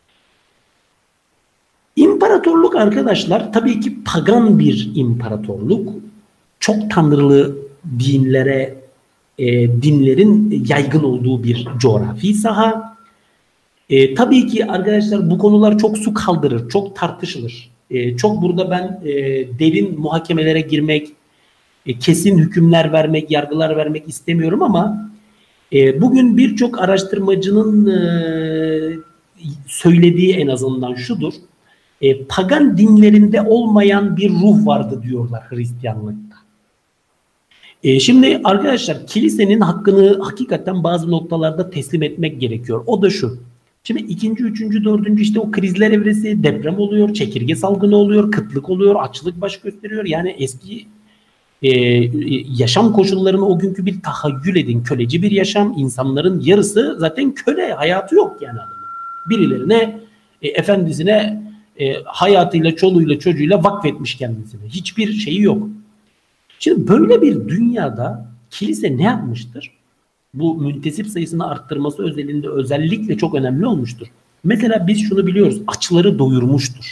İmparatorluk arkadaşlar tabii ki pagan bir imparatorluk. Çok tanrılı dinlere, e, dinlerin yaygın olduğu bir coğrafi saha. E, tabii ki arkadaşlar bu konular çok su kaldırır, çok tartışılır. E, çok burada ben e, derin muhakemelere girmek, e, kesin hükümler vermek, yargılar vermek istemiyorum ama e, bugün birçok araştırmacının e, söylediği en azından şudur. E, pagan dinlerinde olmayan bir ruh vardı diyorlar Hristiyanlıkta. E, şimdi arkadaşlar kilisenin hakkını hakikaten bazı noktalarda teslim etmek gerekiyor. O da şu. Şimdi ikinci, üçüncü, dördüncü işte o krizler evresi, deprem oluyor, çekirge salgını oluyor, kıtlık oluyor, açlık baş gösteriyor. Yani eski e, yaşam koşullarını o günkü bir tahayyül edin. Köleci bir yaşam, insanların yarısı zaten köle, hayatı yok yani adamın. Birilerine, e, efendisine e, hayatıyla, çoluğuyla, çocuğuyla vakfetmiş kendisine. Hiçbir şeyi yok. Şimdi böyle bir dünyada kilise ne yapmıştır? Bu müntesip sayısını arttırması özelinde özellikle çok önemli olmuştur. Mesela biz şunu biliyoruz. Açları doyurmuştur.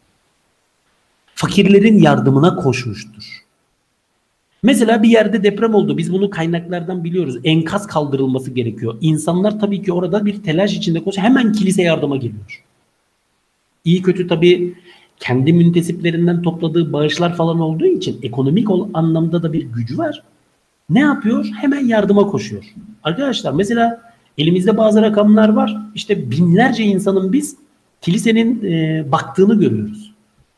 Fakirlerin yardımına koşmuştur. Mesela bir yerde deprem oldu. Biz bunu kaynaklardan biliyoruz. Enkaz kaldırılması gerekiyor. İnsanlar tabii ki orada bir telaş içinde koşuyor. Hemen kilise yardıma geliyor. İyi kötü tabii kendi müntesiplerinden topladığı bağışlar falan olduğu için ekonomik anlamda da bir gücü var. Ne yapıyor? Hemen yardıma koşuyor. Arkadaşlar mesela elimizde bazı rakamlar var. İşte binlerce insanın biz kilisenin e, baktığını görüyoruz.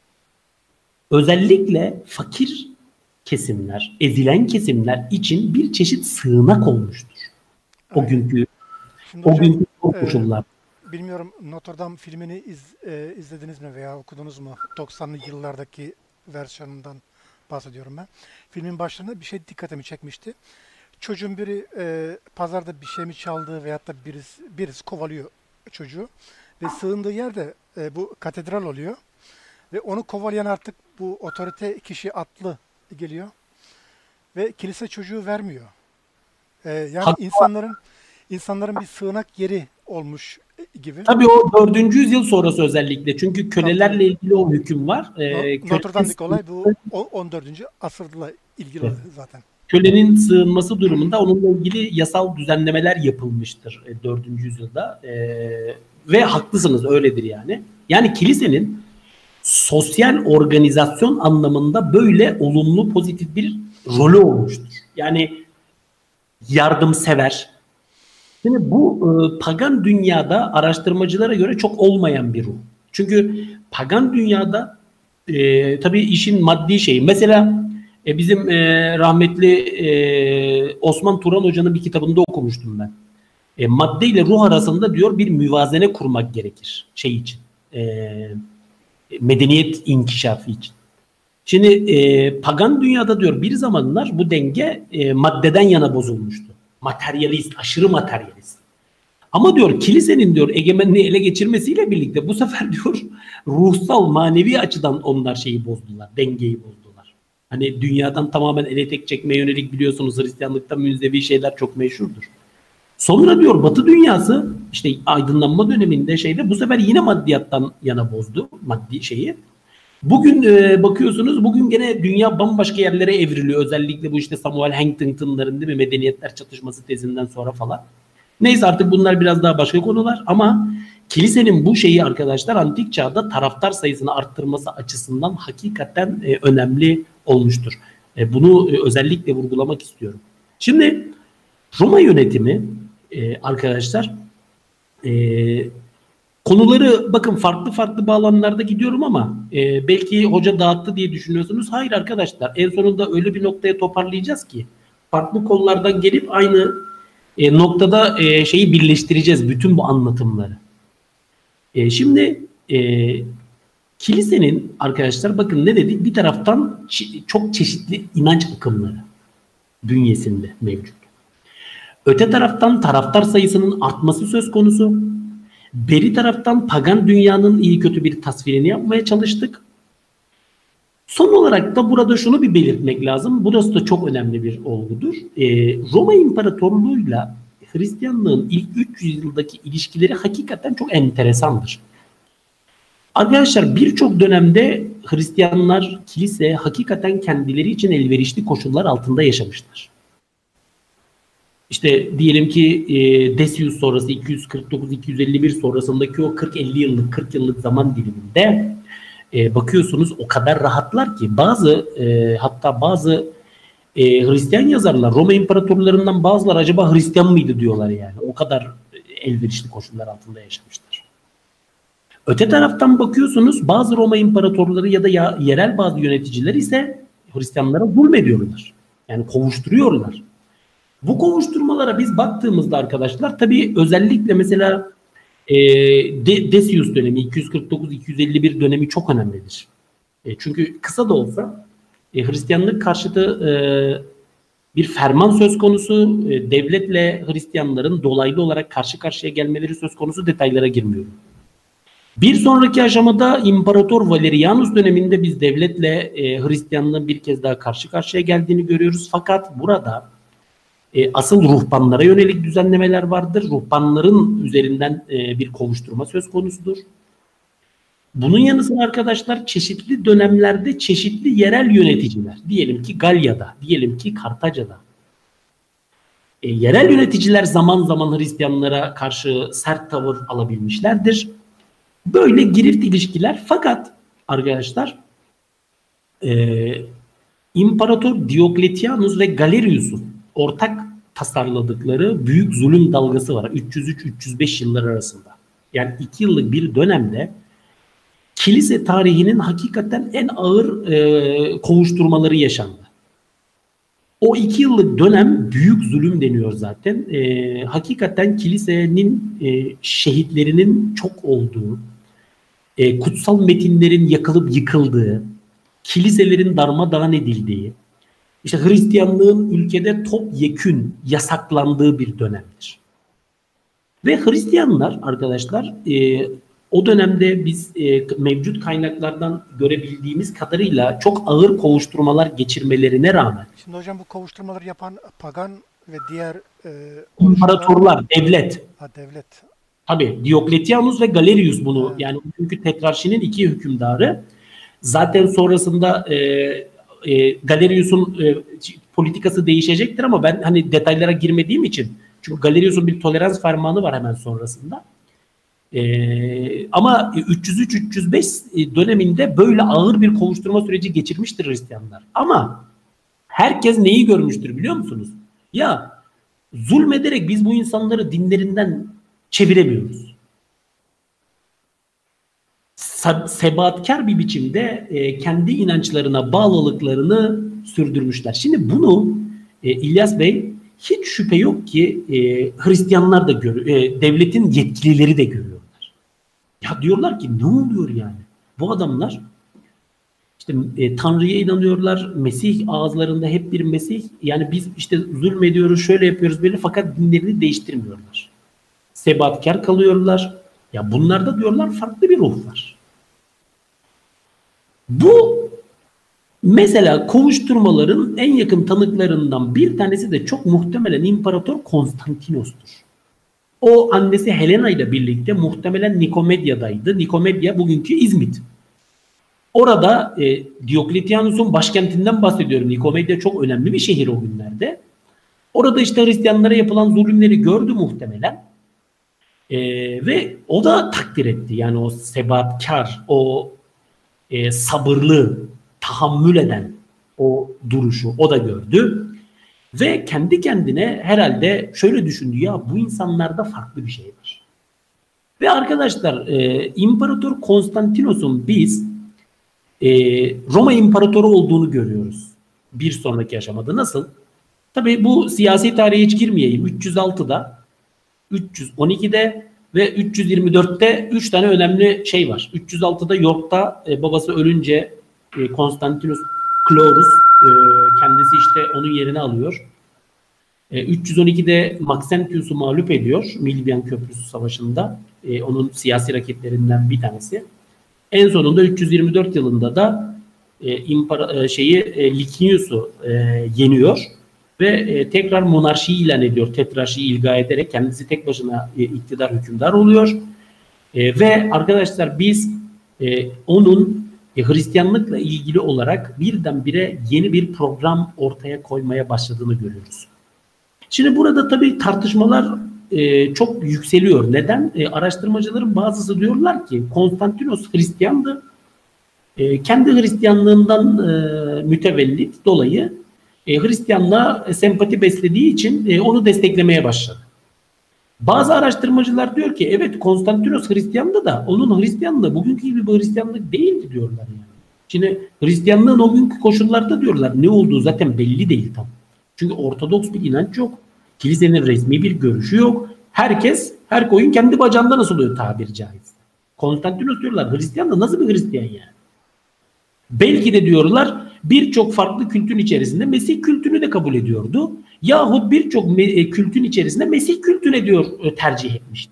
Özellikle fakir kesimler, ezilen kesimler için bir çeşit sığınak olmuştur. O Aynen. günkü Şimdi o hocam, günkü koşullar. E, bilmiyorum Notre Dame filmini iz, e, izlediniz mi veya okudunuz mu? doksanlı yıllardaki versiyonundan bahsediyorum ben. Filmin başlarında bir şey dikkatimi çekmişti. Çocuğun biri e, pazarda bir şey mi çaldığı veyahut da birisi, birisi kovalıyor çocuğu. Ve sığındığı yerde e, bu katedral oluyor. Ve onu kovalayan artık bu otorite kişi atlı geliyor. Ve kilise çocuğu vermiyor. E, yani Hatta, insanların insanların bir sığınak yeri olmuş gibi. Tabii o dördüncü yüzyıl sonrası özellikle. Çünkü kölelerle tabii. ilgili o hüküm var. Ee, Notre Dame'deki olay bu on dördüncü asırla ilgili evet. zaten. Kölenin sığınması durumunda onunla ilgili yasal düzenlemeler yapılmıştır dördüncü yüzyılda. Ee, ve haklısınız öyledir yani. Yani kilisenin sosyal organizasyon anlamında böyle olumlu pozitif bir rolü olmuştur. Yani yardımsever. Şimdi bu e, pagan dünyada araştırmacılara göre çok olmayan bir ruh. Çünkü pagan dünyada e, tabii işin maddi şeyi. Mesela e, bizim e, rahmetli e, Osman Turan Hoca'nın bir kitabında okumuştum ben. E, madde ile ruh arasında diyor bir müvazene kurmak gerekir şey için. E, Medeniyet inkişafı için. Şimdi e, pagan dünyada diyor bir zamanlar bu denge e, maddeden yana bozulmuştu. Materyalist, aşırı materyalist. Ama diyor kilisenin diyor egemenliği ele geçirmesiyle birlikte bu sefer diyor ruhsal, manevi açıdan onlar şeyi bozdular, dengeyi bozdular. Hani dünyadan tamamen ele tek çekmeye yönelik biliyorsunuz Hristiyanlıkta münzevi şeyler çok meşhurdur. Sonra diyor Batı dünyası işte aydınlanma döneminde şeyde bu sefer yine maddiyattan yana bozdu maddi şeyi. Bugün e, bakıyorsunuz bugün gene dünya bambaşka yerlere evriliyor. Özellikle bu işte Samuel Huntington'ların değil mi medeniyetler çatışması tezinden sonra falan. Neyse artık bunlar biraz daha başka konular ama kilisenin bu şeyi arkadaşlar antik çağda taraftar sayısını arttırması açısından hakikaten e, önemli olmuştur. E, bunu e, özellikle vurgulamak istiyorum. Şimdi Roma yönetimi e, arkadaşlar e, konuları bakın farklı farklı bağlamlarda gidiyorum ama e, belki hoca dağıttı diye düşünüyorsunuz. Hayır arkadaşlar en sonunda öyle bir noktaya toparlayacağız ki farklı kollardan gelip aynı e, noktada e, şeyi birleştireceğiz bütün bu anlatımları. E, şimdi e, kilisenin arkadaşlar bakın ne dedik bir taraftan ç- çok çeşitli inanç akımları bünyesinde mevcut. Öte taraftan taraftar sayısının artması söz konusu. Beri taraftan pagan dünyanın iyi kötü bir tasvirini yapmaya çalıştık. Son olarak da burada şunu bir belirtmek lazım. Burası da çok önemli bir olgudur. Ee, Roma İmparatorluğu'yla Hristiyanlığın ilk üç yüz yıldaki ilişkileri hakikaten çok enteresandır. Arkadaşlar birçok dönemde Hristiyanlar, kilise hakikaten kendileri için elverişli koşullar altında yaşamışlar. İşte diyelim ki e, Decius sonrası iki yüz kırk dokuz iki yüz elli bir sonrasındaki o kırk elli yıllık kırk yıllık zaman diliminde e, bakıyorsunuz o kadar rahatlar ki bazı e, hatta bazı e, Hristiyan yazarlar Roma imparatorlarından bazıları acaba Hristiyan mıydı diyorlar yani. O kadar elverişli koşullar altında yaşamışlar. Öte taraftan bakıyorsunuz bazı Roma imparatorları ya da ya, yerel bazı yöneticiler ise Hristiyanlara zulmediyorlar. Yani kovuşturuyorlar. Bu kovuşturmalara biz baktığımızda arkadaşlar tabii özellikle mesela e, De- Decius dönemi iki yüz kırk dokuz iki yüz elli bir dönemi çok önemlidir. E, çünkü kısa da olsa e, Hristiyanlık karşıtı e, bir ferman söz konusu. E, devletle Hristiyanların dolaylı olarak karşı karşıya gelmeleri söz konusu detaylara girmiyorum. Bir sonraki aşamada İmparator Valerianus döneminde biz devletle e, Hristiyanlığın bir kez daha karşı karşıya geldiğini görüyoruz. Fakat burada E, asıl ruhbanlara yönelik düzenlemeler vardır. Ruhbanların üzerinden e, bir kovuşturma söz konusudur. Bunun yanı sıra arkadaşlar çeşitli dönemlerde çeşitli yerel yöneticiler, diyelim ki Galya'da, diyelim ki Kartaca'da. E, yerel yöneticiler zaman zaman Hristiyanlara karşı sert tavır alabilmişlerdir. Böyle girift ilişkiler fakat arkadaşlar e, İmparator Diokletianus ve Galerius'un ortak tasarladıkları büyük zulüm dalgası var. üç yüz üç üç yüz beş yıllar arasında. Yani iki yıllık bir dönemde kilise tarihinin hakikaten en ağır e, kovuşturmaları yaşandı. O iki yıllık dönem büyük zulüm deniyor zaten. E, hakikaten kilisenin e, şehitlerinin çok olduğu, e, kutsal metinlerin yakılıp yıkıldığı, kiliselerin darmadağın edildiği, İşte Hristiyanlığın ülkede topyekün yasaklandığı bir dönemdir. Ve Hristiyanlar arkadaşlar e, o dönemde biz e, mevcut kaynaklardan görebildiğimiz kadarıyla çok ağır kovuşturmalar geçirmelerine rağmen Şimdi hocam bu kovuşturmaları yapan pagan ve diğer e, imparatorlar, devlet, ha, devlet. tabii Diokletianus ve Galerius bunu Evet. yani bugünkü tekrarşinin iki hükümdarı zaten sonrasında e, e, Galerius'un e, politikası değişecektir ama ben hani detaylara girmediğim için çünkü Galerius'un bir tolerans fermanı var hemen sonrasında. E, ama üç yüz üç üç yüz beş döneminde böyle ağır bir kovuşturma süreci geçirmiştir Hristiyanlar. Ama herkes neyi görmüştür biliyor musunuz? Ya zulmederek biz bu insanları dinlerinden çeviremiyoruz. Sebatkar bir biçimde e, kendi inançlarına bağlılıklarını sürdürmüşler. Şimdi bunu e, İlyas Bey hiç şüphe yok ki e, Hristiyanlar da görüyor, e, devletin yetkilileri de görüyorlar. Ya diyorlar ki ne oluyor yani? Bu adamlar işte e, Tanrı'ya inanıyorlar. Mesih ağızlarında hep bir Mesih. Yani biz işte zulmediyoruz, şöyle yapıyoruz böyle, fakat dinlerini değiştirmiyorlar. Sebatkar kalıyorlar. Ya bunlarda diyorlar farklı bir ruh var. Bu mesela kovuşturmaların en yakın tanıklarından bir tanesi de çok muhtemelen İmparator Konstantinos'tur. O annesi Helena ile birlikte muhtemelen Nikomedia'daydı. Nikomedia bugünkü İzmit. Orada e, Diokletianus'un başkentinden bahsediyorum. Nikomedia çok önemli bir şehir o günlerde. Orada işte Hristiyanlara yapılan zulümleri gördü muhtemelen. E, ve o da takdir etti. Yani o sebatkar, o e, sabırlı, tahammül eden o duruşu o da gördü. Ve kendi kendine herhalde şöyle düşündü, ya bu insanlarda farklı bir şey var. Ve arkadaşlar e, İmparator Konstantinos'un biz e, Roma İmparatoru olduğunu görüyoruz. Bir sonraki aşamada nasıl? Tabii bu siyasi tarihe hiç girmeyeyim. üç yüz altıda, üç yüz on ikide ve üç yüz yirmi dörtte üç tane önemli şey var. üç yüz altıda York'ta e, babası ölünce e, Konstantinus Chlorus e, kendisi işte onun yerini alıyor. E, üç yüz on ikide Maxentius'u mağlup ediyor Milvian Köprüsü Savaşı'nda. E, onun siyasi raketlerinden bir tanesi. En sonunda üç yüz yirmi dört yılında da e, impara, e, şeyi e, Licinius'u e, yeniyor ve e, tekrar monarşiyi ilan ediyor. Tetrarşiyi ilga ederek kendisi tek başına e, iktidar hükümdar oluyor. E, ve arkadaşlar biz e, onun e, Hristiyanlıkla ilgili olarak birdenbire yeni bir program ortaya koymaya başladığını görüyoruz. Şimdi burada tabii tartışmalar e, çok yükseliyor. Neden? E, araştırmacıların bazısı diyorlar ki Konstantinos Hristiyandı. E, kendi Hristiyanlığından e, mütevellit dolayı e, Hristiyanlığa sempati beslediği için e, onu desteklemeye başladı. Bazı araştırmacılar diyor ki evet Konstantinos Hristiyandı da onun Hristiyanlığı bugünkü gibi bir Hristiyanlık değildi diyorlar yani. Şimdi Hristiyanlığın o günkü koşullarda diyorlar ne olduğu zaten belli değil tam. Çünkü Ortodoks bir inanç yok. Kilisenin resmi bir görüşü yok. Herkes, her koyun kendi bacağından asılıyor tabiri caizse. Konstantinos diyorlar Hristiyan da nasıl bir Hristiyan yani? Belki de diyorlar birçok farklı kültün içerisinde Mesih kültünü de kabul ediyordu. Yahut birçok kültün içerisinde Mesih kültüne diyor tercih etmişti.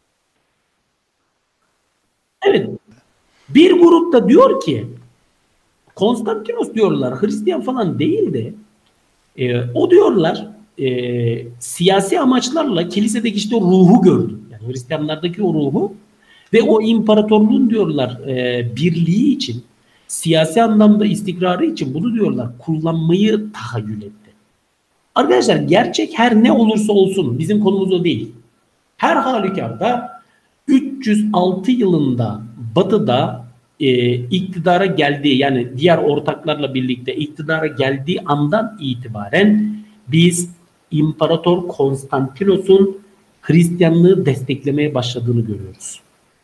Evet. Bir grupta diyor ki Konstantinos diyorlar Hristiyan falan değil de e, o diyorlar e, siyasi amaçlarla kilisedeki işte o ruhu gördü. Yani Hristiyanlardaki o ruhu ve o imparatorluğun diyorlar e, birliği için siyasi anlamda istikrarı için bunu diyorlar kullanmayı tahayyül etti. Arkadaşlar gerçek her ne olursa olsun bizim konumuz o değil. Her halükarda üç yüz altı yılında Batı'da e, iktidara geldiği yani diğer ortaklarla birlikte iktidara geldiği andan itibaren biz İmparator Konstantinos'un Hristiyanlığı desteklemeye başladığını görüyoruz.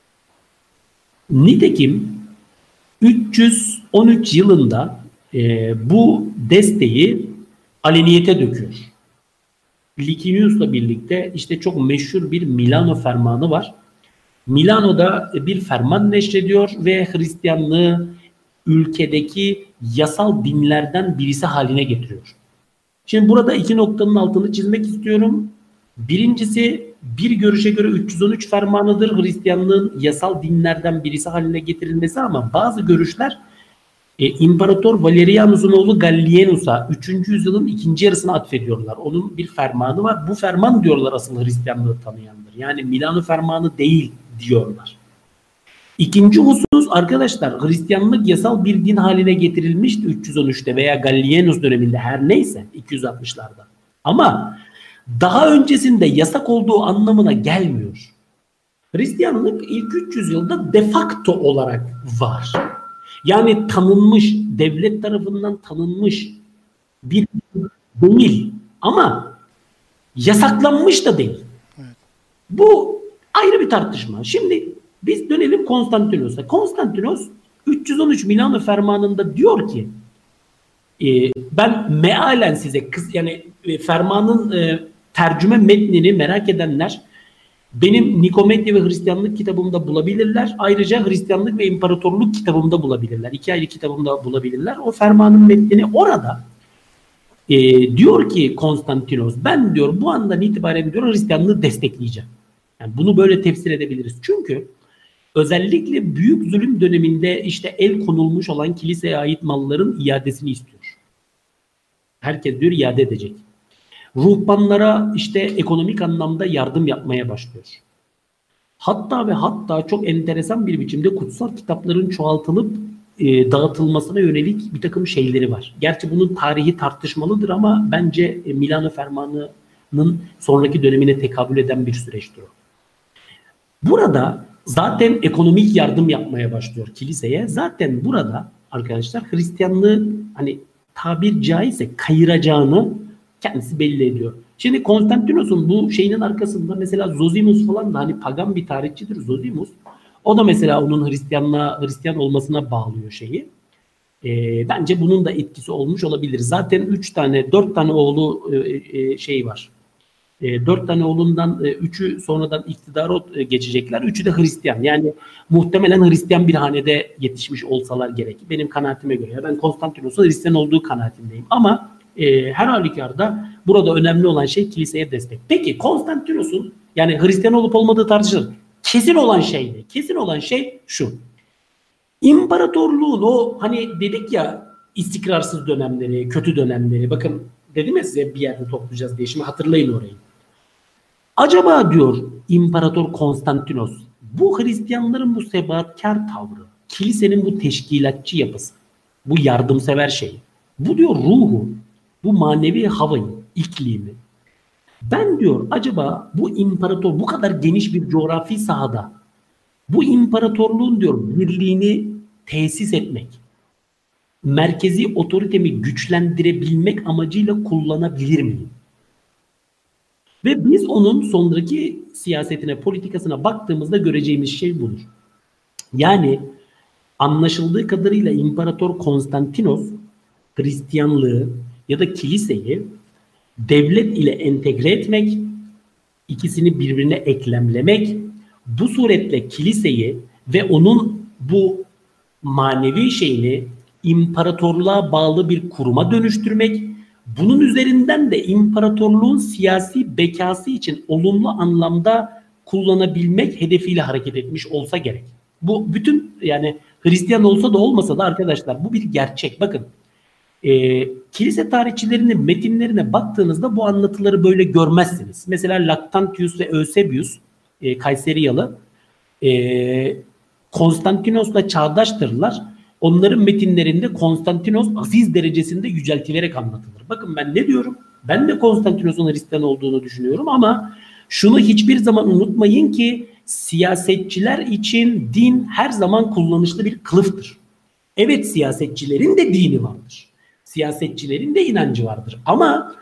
Nitekim üç yüz on üç yılında e, bu desteği aleniyete döküyor. Licinius'la birlikte işte çok meşhur bir Milano fermanı var. Milano'da bir ferman neşrediyor ve Hristiyanlığı ülkedeki yasal dinlerden birisi haline getiriyor. Şimdi burada iki noktanın altını çizmek istiyorum. Birincisi bir görüşe göre üç yüz on üç fermanıdır Hristiyanlığın yasal dinlerden birisi haline getirilmesi ama bazı görüşler e, İmparator Valerianus'un oğlu Gallienus'a üçüncü yüzyılın ikinci yarısına atfediyorlar. Onun bir fermanı var. Bu ferman diyorlar asıl Hristiyanlığı tanıyanlar. Yani Milano fermanı değil diyorlar. İkinci husus arkadaşlar Hristiyanlık yasal bir din haline getirilmişti üç yüz on üçte veya Gallienus döneminde her neyse iki yüz altmışlarda. Ama daha öncesinde yasak olduğu anlamına gelmiyor. Hristiyanlık ilk üç yüz yılda de facto olarak var. Yani tanınmış, devlet tarafından tanınmış bir değil ama yasaklanmış da değil. Evet. Bu ayrı bir tartışma. Şimdi biz dönelim Konstantinos'a. Konstantinos üç yüz on üç Milano fermanında diyor ki e, ben mealen size kız yani e, fermanın e, tercüme metnini merak edenler Benim Nikomedya ve Hristiyanlık kitabımda bulabilirler. Ayrıca Hristiyanlık ve İmparatorluk kitabımda bulabilirler. İki ayrı kitabımda bulabilirler. O fermanın metnini orada e, diyor ki Konstantinos, ben diyor bu andan itibaren diyor Hristiyanlığı destekleyeceğim. Yani bunu böyle tefsir edebiliriz. Çünkü özellikle büyük zulüm döneminde işte el konulmuş olan kiliseye ait malların iadesini istiyor. Herkes diyor iade edecek. Ruhbanlara işte ekonomik anlamda yardım yapmaya başlıyor. Hatta ve hatta çok enteresan bir biçimde kutsal kitapların çoğaltılıp e, dağıtılmasına yönelik bir takım şeyleri var. Gerçi bunun tarihi tartışmalıdır ama bence e, Milano Fermanı'nın sonraki dönemine tekabül eden bir süreçtir o. Burada zaten ekonomik yardım yapmaya başlıyor kiliseye. Zaten burada arkadaşlar Hristiyanlığı hani tabir caizse kayıracağını kendisi belli ediyor. Şimdi Konstantinos'un bu şeyinin arkasında mesela Zosimus falan da hani pagan bir tarihçidir Zosimus. O da mesela onun Hristiyanlığa, Hristiyan olmasına bağlıyor şeyi. E, bence bunun da etkisi olmuş olabilir. Zaten üç tane, dört tane oğlu e, e, şey var. E, dört tane oğlundan e, üçü sonradan iktidara e, geçecekler. Üçü de Hristiyan. Yani muhtemelen Hristiyan bir hanede yetişmiş olsalar gerek. Benim kanaatime göre. Ben Konstantinos'un Hristiyan olduğu kanaatindeyim. Ama e, her halükarda burada önemli olan şey kiliseye destek. Peki Konstantinos'un yani Hristiyan olup olmadığı tartışılır. Kesin olan şey ne? Kesin olan şey şu. İmparatorluğun o hani dedik ya istikrarsız dönemleri, kötü dönemleri. Bakın dedim ya size bir yerde toplayacağız diye. Şimdi hatırlayın orayı. Acaba diyor İmparator Konstantinos bu Hristiyanların bu sebatkar tavrı, kilisenin bu teşkilatçı yapısı, bu yardımsever şey, bu diyor ruhu, bu manevi havayı, iklimi. Ben diyor acaba bu imparator bu kadar geniş bir coğrafi sahada bu imparatorluğun diyor birliğini tesis etmek, merkezi otoritemi güçlendirebilmek amacıyla kullanabilir miyim? Ve biz onun sonraki siyasetine, politikasına baktığımızda göreceğimiz şey budur. Yani anlaşıldığı kadarıyla İmparator Konstantinos Hristiyanlığı ya da kiliseyi devlet ile entegre etmek, ikisini birbirine eklemlemek, bu suretle kiliseyi ve onun bu manevi şeyini imparatorluğa bağlı bir kuruma dönüştürmek, bunun üzerinden de imparatorluğun siyasi bekası için olumlu anlamda kullanabilmek hedefiyle hareket etmiş olsa gerek. Bu bütün yani Hristiyan olsa da olmasa da arkadaşlar bu bir gerçek. Bakın e, kilise tarihçilerinin metinlerine baktığınızda bu anlatıları böyle görmezsiniz. Mesela Lactantius ve Eusebius e, Kayseriyalı e, Konstantinos'la çağdaştırlar. Onların metinlerinde Konstantinos aziz derecesinde yüceltilerek anlatılır. Bakın ben ne diyorum? Ben de Konstantinos'un Hristiyan olduğunu düşünüyorum ama şunu hiçbir zaman unutmayın ki siyasetçiler için din her zaman kullanışlı bir kılıftır. Evet siyasetçilerin de dini vardır. Siyasetçilerin de inancı vardır. Ama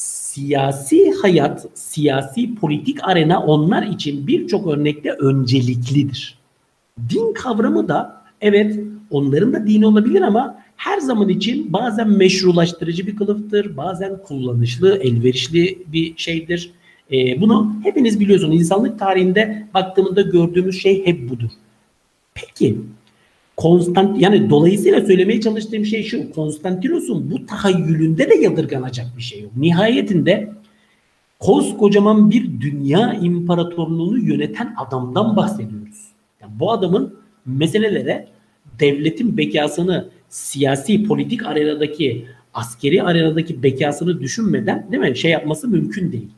siyasi hayat, siyasi politik arena onlar için birçok örnekte önceliklidir. Din kavramı da evet onların da dini olabilir ama her zaman için bazen meşrulaştırıcı bir kılıftır, bazen kullanışlı, elverişli bir şeydir. Ee, bunu hepiniz biliyorsunuz. İnsanlık tarihinde baktığımızda gördüğümüz şey hep budur. Peki Konstant yani dolayısıyla söylemeye çalıştığım şey şu. Konstantinos'un bu tahayyülünde de yadırganacak bir şey yok. Nihayetinde koskocaman bir dünya imparatorluğunu yöneten adamdan bahsediyoruz. Yani bu adamın meselelere devletin bekasını, siyasi politik arenadaki, askeri arenadaki bekasını düşünmeden değil mi şey yapması mümkün değil.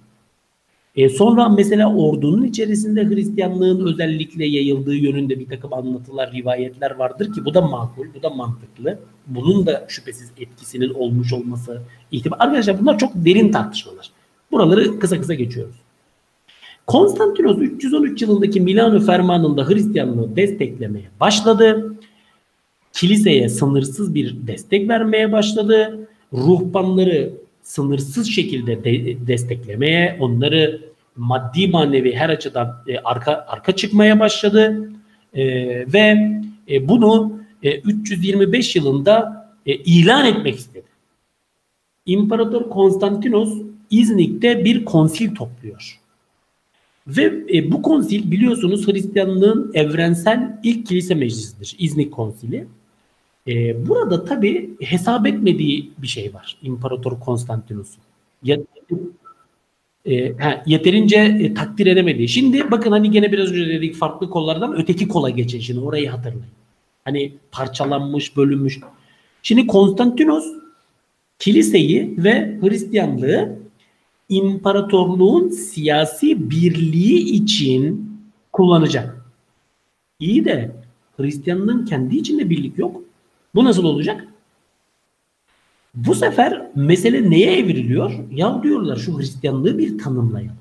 E sonra mesela ordunun içerisinde Hristiyanlığın özellikle yayıldığı yönünde bir takım anlatılar, rivayetler vardır ki bu da makul, bu da mantıklı. Bunun da şüphesiz etkisinin olmuş olması ihtimal. Arkadaşlar bunlar çok derin tartışmalar. Buraları kısa kısa geçiyoruz. Konstantinos üç yüz on üç yılındaki Milano Fermanı'nda Hristiyanlığı desteklemeye başladı. Kiliseye sınırsız bir destek vermeye başladı. Ruhbanları sınırsız şekilde de desteklemeye, onları maddi manevi her açıdan e, arka arka çıkmaya başladı. E, ve e, bunu e, üç yüz yirmi beş yılında e, ilan etmek istedi. İmparator Konstantinos İznik'te bir konsil topluyor. Ve e, bu konsil biliyorsunuz Hristiyanlığın evrensel ilk kilise meclisidir. İznik Konsili. E, burada tabii hesap etmediği bir şey var İmparator Konstantinus'un. Ya, e, ha, yeterince e, takdir edemediği. Şimdi bakın hani gene biraz önce dedik farklı kollardan öteki kola geçin. Şimdi orayı hatırlayın. Hani parçalanmış, bölünmüş. Şimdi Konstantinos kiliseyi ve Hristiyanlığı imparatorluğun siyasi birliği için kullanacak. İyi de Hristiyanlığın kendi içinde birlik yok. Bu nasıl olacak? Bu sefer mesele neye evriliyor? Ya diyorlar şu Hristiyanlığı bir tanımlayalım.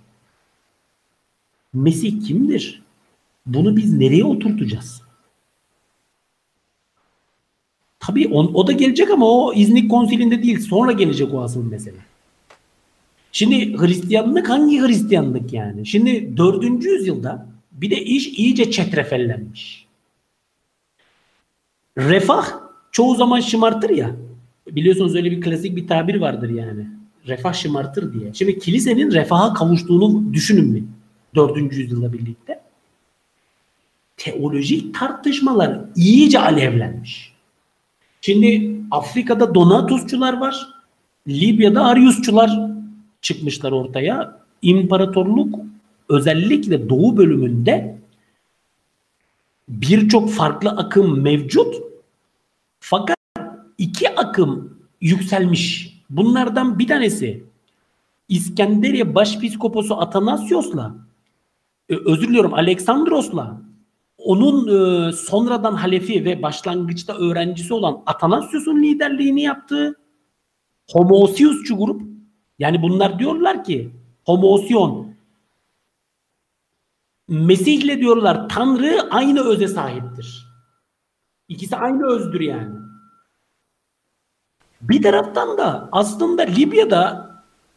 Mesih kimdir? Bunu biz nereye oturtacağız? Tabii on, o da gelecek ama o İznik Konsili'nde değil. Sonra gelecek o asıl mesele. Şimdi Hristiyanlık hangi Hristiyanlık yani? Şimdi dördüncü yüzyılda bir de iş iyice çetrefellenmiş. Refah çoğu zaman şımartır ya. Biliyorsunuz öyle bir klasik bir tabir vardır yani. Refah şımartır diye. Şimdi kilisenin refaha kavuştuğunu düşünün mü? Dördüncü yüzyılla birlikte. Teolojik tartışmalar iyice alevlenmiş. Şimdi Afrika'da Donatusçular var. Libya'da Ariusçular çıkmışlar ortaya. İmparatorluk özellikle doğu bölümünde birçok farklı akım mevcut. Fakat iki akım yükselmiş. Bunlardan bir tanesi İskenderiye Başpiskoposu Atanasios'la e, özür diliyorum Aleksandros'la onun e, sonradan halefi ve başlangıçta öğrencisi olan Atanasios'un liderliğini yaptığı Homoousiusçu grup. Yani bunlar diyorlar ki Homoousion Mesih'le diyorlar Tanrı aynı öze sahiptir. İkisi aynı özdür yani. Bir taraftan da aslında Libya'da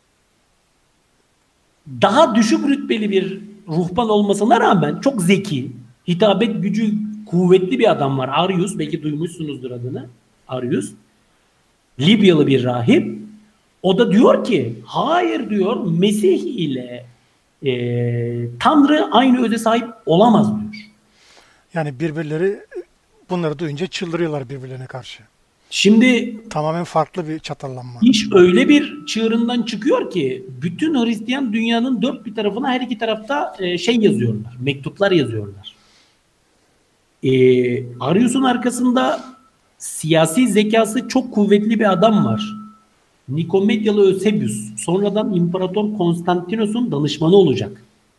daha düşük rütbeli bir ruhban olmasına rağmen çok zeki, hitabet gücü kuvvetli bir adam var. Arius, belki duymuşsunuzdur adını. Arius. Libyalı bir rahip. O da diyor ki hayır diyor Mesih ile e, Tanrı aynı öze sahip olamaz diyor. Yani birbirleri bunları duyunca çıldırıyorlar birbirlerine karşı. Şimdi Tamamen farklı bir çatallanma. iş öyle bir çığırından çıkıyor ki bütün Hristiyan dünyanın dört bir tarafına her iki tarafta e, şey yazıyorlar. Mektuplar yazıyorlar. E, Arius'un arkasında siyasi zekası çok kuvvetli bir adam var. Nikomedyalı Eusebius. Sonradan İmparator Konstantinos'un danışmanı olacak.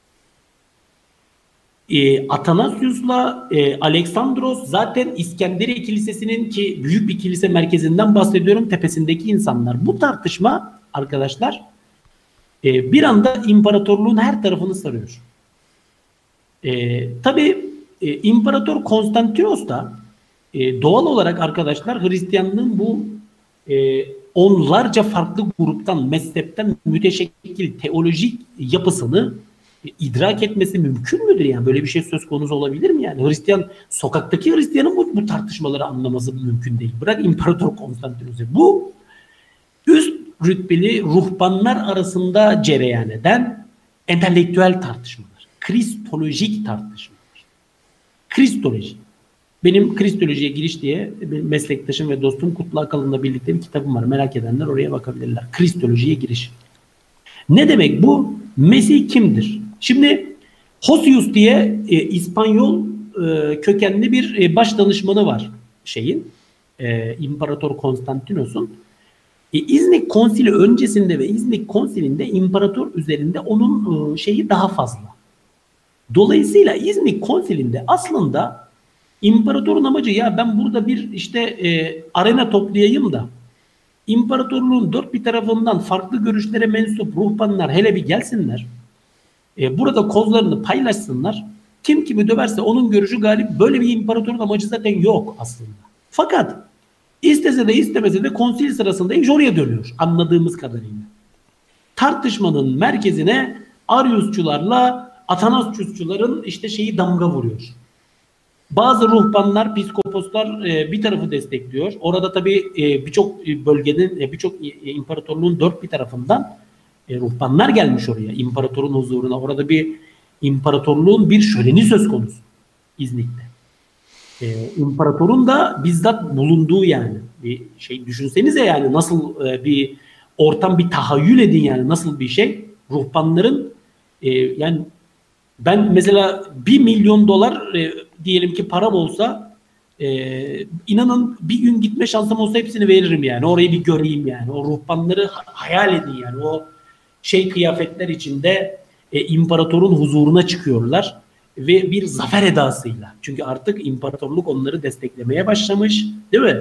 E, Atanasius'la e, Aleksandros zaten İskenderiye Kilisesi'nin ki büyük bir kilise merkezinden bahsediyorum tepesindeki insanlar. Bu tartışma arkadaşlar e, bir anda imparatorluğun her tarafını sarıyor. E, tabii e, İmparator Konstantinos da e, doğal olarak arkadaşlar Hristiyanlığın bu e, onlarca farklı gruptan, mezhepten müteşekkil teolojik yapısını idrak etmesi mümkün müdür yani? Böyle bir şey söz konusu olabilir mi yani? Hristiyan, sokaktaki Hristiyanın bu, bu tartışmaları anlaması mümkün değil. Bırak İmparator Konstantinus'u. Bu üst rütbeli ruhbanlar arasında cereyan eden entelektüel tartışmalar. Kristolojik tartışmalar. Kristoloji. Benim Kristolojiye giriş diye benim meslektaşım ve dostum Kutlu Akalın'la birlikte bir kitabım var. Merak edenler oraya bakabilirler. Kristolojiye giriş. Ne demek bu? Mesih kimdir? Şimdi Hosius diye e, İspanyol e, kökenli bir e, baş danışmanı var şeyin e, İmparator Konstantinos'un. E, İznik Konsili öncesinde ve İznik Konsili'nde imparator üzerinde onun e, şeyi daha fazla. Dolayısıyla İznik Konsili'nde aslında imparatorun amacı ya ben burada bir işte e, arena toplayayım da İmparatorluğun dört bir tarafından farklı görüşlere mensup ruhbanlar hele bir gelsinler. E, burada kozlarını paylaşsınlar. Kim kimi döverse onun görüşü galip. Böyle bir imparatorun amacı zaten yok aslında. Fakat istese de istemese de konsil sırasında iş oraya dönüyor anladığımız kadarıyla. Tartışmanın merkezine Ariusçularla Atanasiusçuların işte şeyi damga vuruyor. Bazı ruhbanlar, piskoposlar e, bir tarafı destekliyor. Orada tabii e, birçok bölgenin, e, birçok e, imparatorluğun dört bir tarafından e, ruhbanlar gelmiş oraya, imparatorun huzuruna. Orada bir İmparatorluğun bir şöleni söz konusu İznik'te. Ee, imparatorun da bizzat bulunduğu yani bir şey düşünsenize yani nasıl e, bir ortam, bir tahayyül edin yani nasıl bir şey. Ruhbanların e, yani ben mesela bir milyon dolar e, diyelim ki param olsa e, inanın bir gün gitme şansım olsa hepsini veririm yani. Orayı bir göreyim yani. O ruhbanları hayal edin yani. O şey kıyafetler içinde e, imparatorun huzuruna çıkıyorlar ve bir zafer edasıyla. Çünkü artık imparatorluk onları desteklemeye başlamış, değil mi?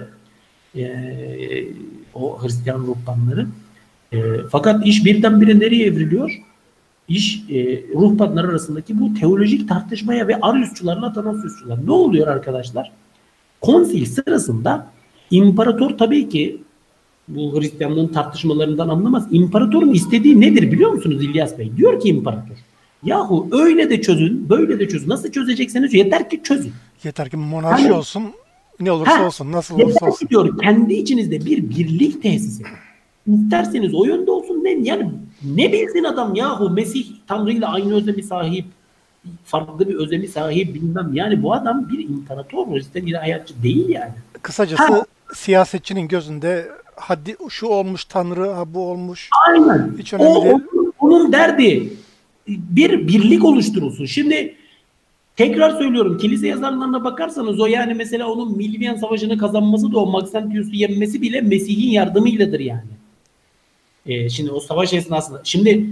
E, o Hristiyan ruhbanları. E, fakat iş birdenbire nereye evriliyor? İş e, ruhbanlar arasındaki bu teolojik tartışmaya ve Ariusçularla Atanasiusçular. Ne oluyor arkadaşlar? Konsil sırasında imparator tabii ki bu Hristiyanlığın tartışmalarından anlamaz. İmparatorun istediği nedir biliyor musunuz İlyas Bey? Diyor ki imparator, yahu öyle de çözün, böyle de çözün. Nasıl çözecekseniz yeter ki çözün. Yeter ki monarşi Hani, olsun, ne olursa ha, olsun, nasıl yeter olursa ki olsun. diyor kendi içinizde bir birlik tesis edin. İsterseniz o yönde olsun. Ne, yani ne bilsin adam yahu Mesih Tanrı'yla aynı özlemi sahip, farklı bir özlemi sahip bilmem. Yani bu adam bir imparator, Hristiyan ilahiyatçı değil yani. Kısacası Ha, siyasetçinin gözünde hadi şu olmuş Tanrı, ha bu olmuş. aynen. Hiç önemli O, değil. onun, onun derdi bir birlik oluşturulsun. Şimdi tekrar söylüyorum, kilise yazarlarına bakarsanız o yani mesela onun Milvian Savaşı'nı kazanması da o Maxentius'u yenmesi bile Mesih'in yardımıyladır yani. Ee, şimdi o savaş esnasında. Şimdi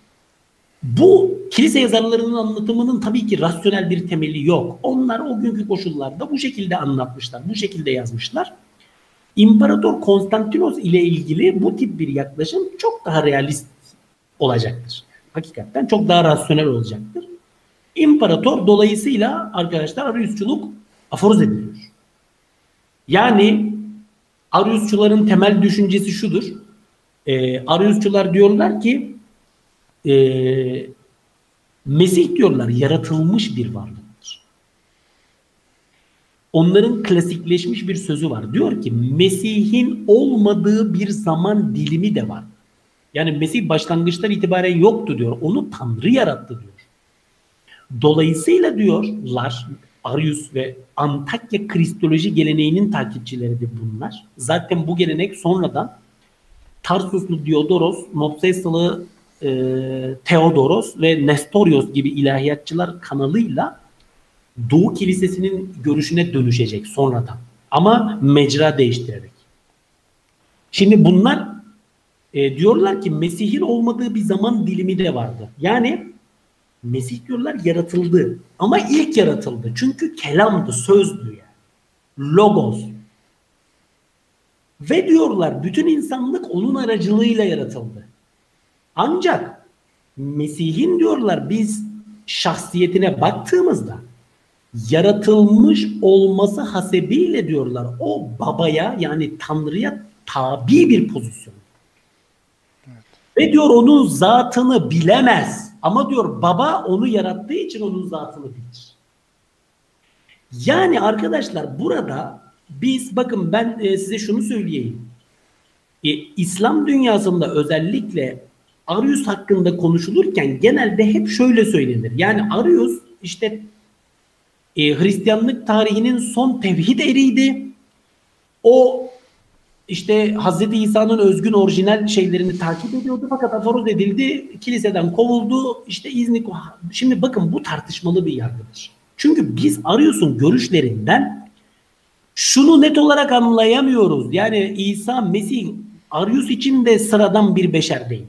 bu kilise yazarlarının anlatımının tabii ki rasyonel bir temeli yok. Onlar o günkü koşullarda bu şekilde anlatmışlar, bu şekilde yazmışlar. İmparator Konstantinos ile ilgili bu tip bir yaklaşım çok daha realist olacaktır. Hakikaten çok daha rasyonel olacaktır. İmparator dolayısıyla arkadaşlar Ariusçuluk aforoz ediliyor. Yani Ariusçuların temel düşüncesi şudur. E, Ariusçular diyorlar ki e, Mesih diyorlar yaratılmış bir varlıktır. Onların klasikleşmiş bir sözü var. Diyor ki Mesih'in olmadığı bir zaman dilimi de var. Yani Mesih başlangıçtan itibaren yoktu diyor. Onu Tanrı yarattı diyor. Dolayısıyla diyorlar Arius ve Antakya Kristoloji geleneğinin takipçileridir bunlar. Zaten bu gelenek sonradan Tarsuslu Diodoros, Mopsesalı e, Theodoros ve Nestorios gibi ilahiyatçılar kanalıyla Doğu Kilisesi'nin görüşüne dönüşecek sonradan. Ama mecra değiştirerek. Şimdi bunlar e, diyorlar ki Mesih'in olmadığı bir zaman dilimi de vardı. Yani Mesih diyorlar yaratıldı. Ama ilk yaratıldı. Çünkü kelamdı, sözdü yani. Logos. Ve diyorlar bütün insanlık onun aracılığıyla yaratıldı. Ancak Mesih'in diyorlar biz şahsiyetine baktığımızda yaratılmış olması hasebiyle diyorlar o babaya yani Tanrı'ya tabi bir pozisyon. Evet. Ve diyor onun zatını bilemez. Ama diyor baba onu yarattığı için onun zatını bilir. Yani arkadaşlar burada biz bakın ben e, size şunu söyleyeyim. E, İslam dünyasında özellikle Arius hakkında konuşulurken genelde hep şöyle söylenir. Yani Arius işte e, Hristiyanlık tarihinin son tevhid eriydi. O işte Hazreti İsa'nın özgün orijinal şeylerini takip ediyordu fakat aforoz edildi, kiliseden kovuldu. İşte İznik. Şimdi bakın bu tartışmalı bir yargıdır. Çünkü biz Arius'un görüşlerinden şunu net olarak anlayamıyoruz. Yani İsa, Mesih, Arius için de sıradan bir beşer değil.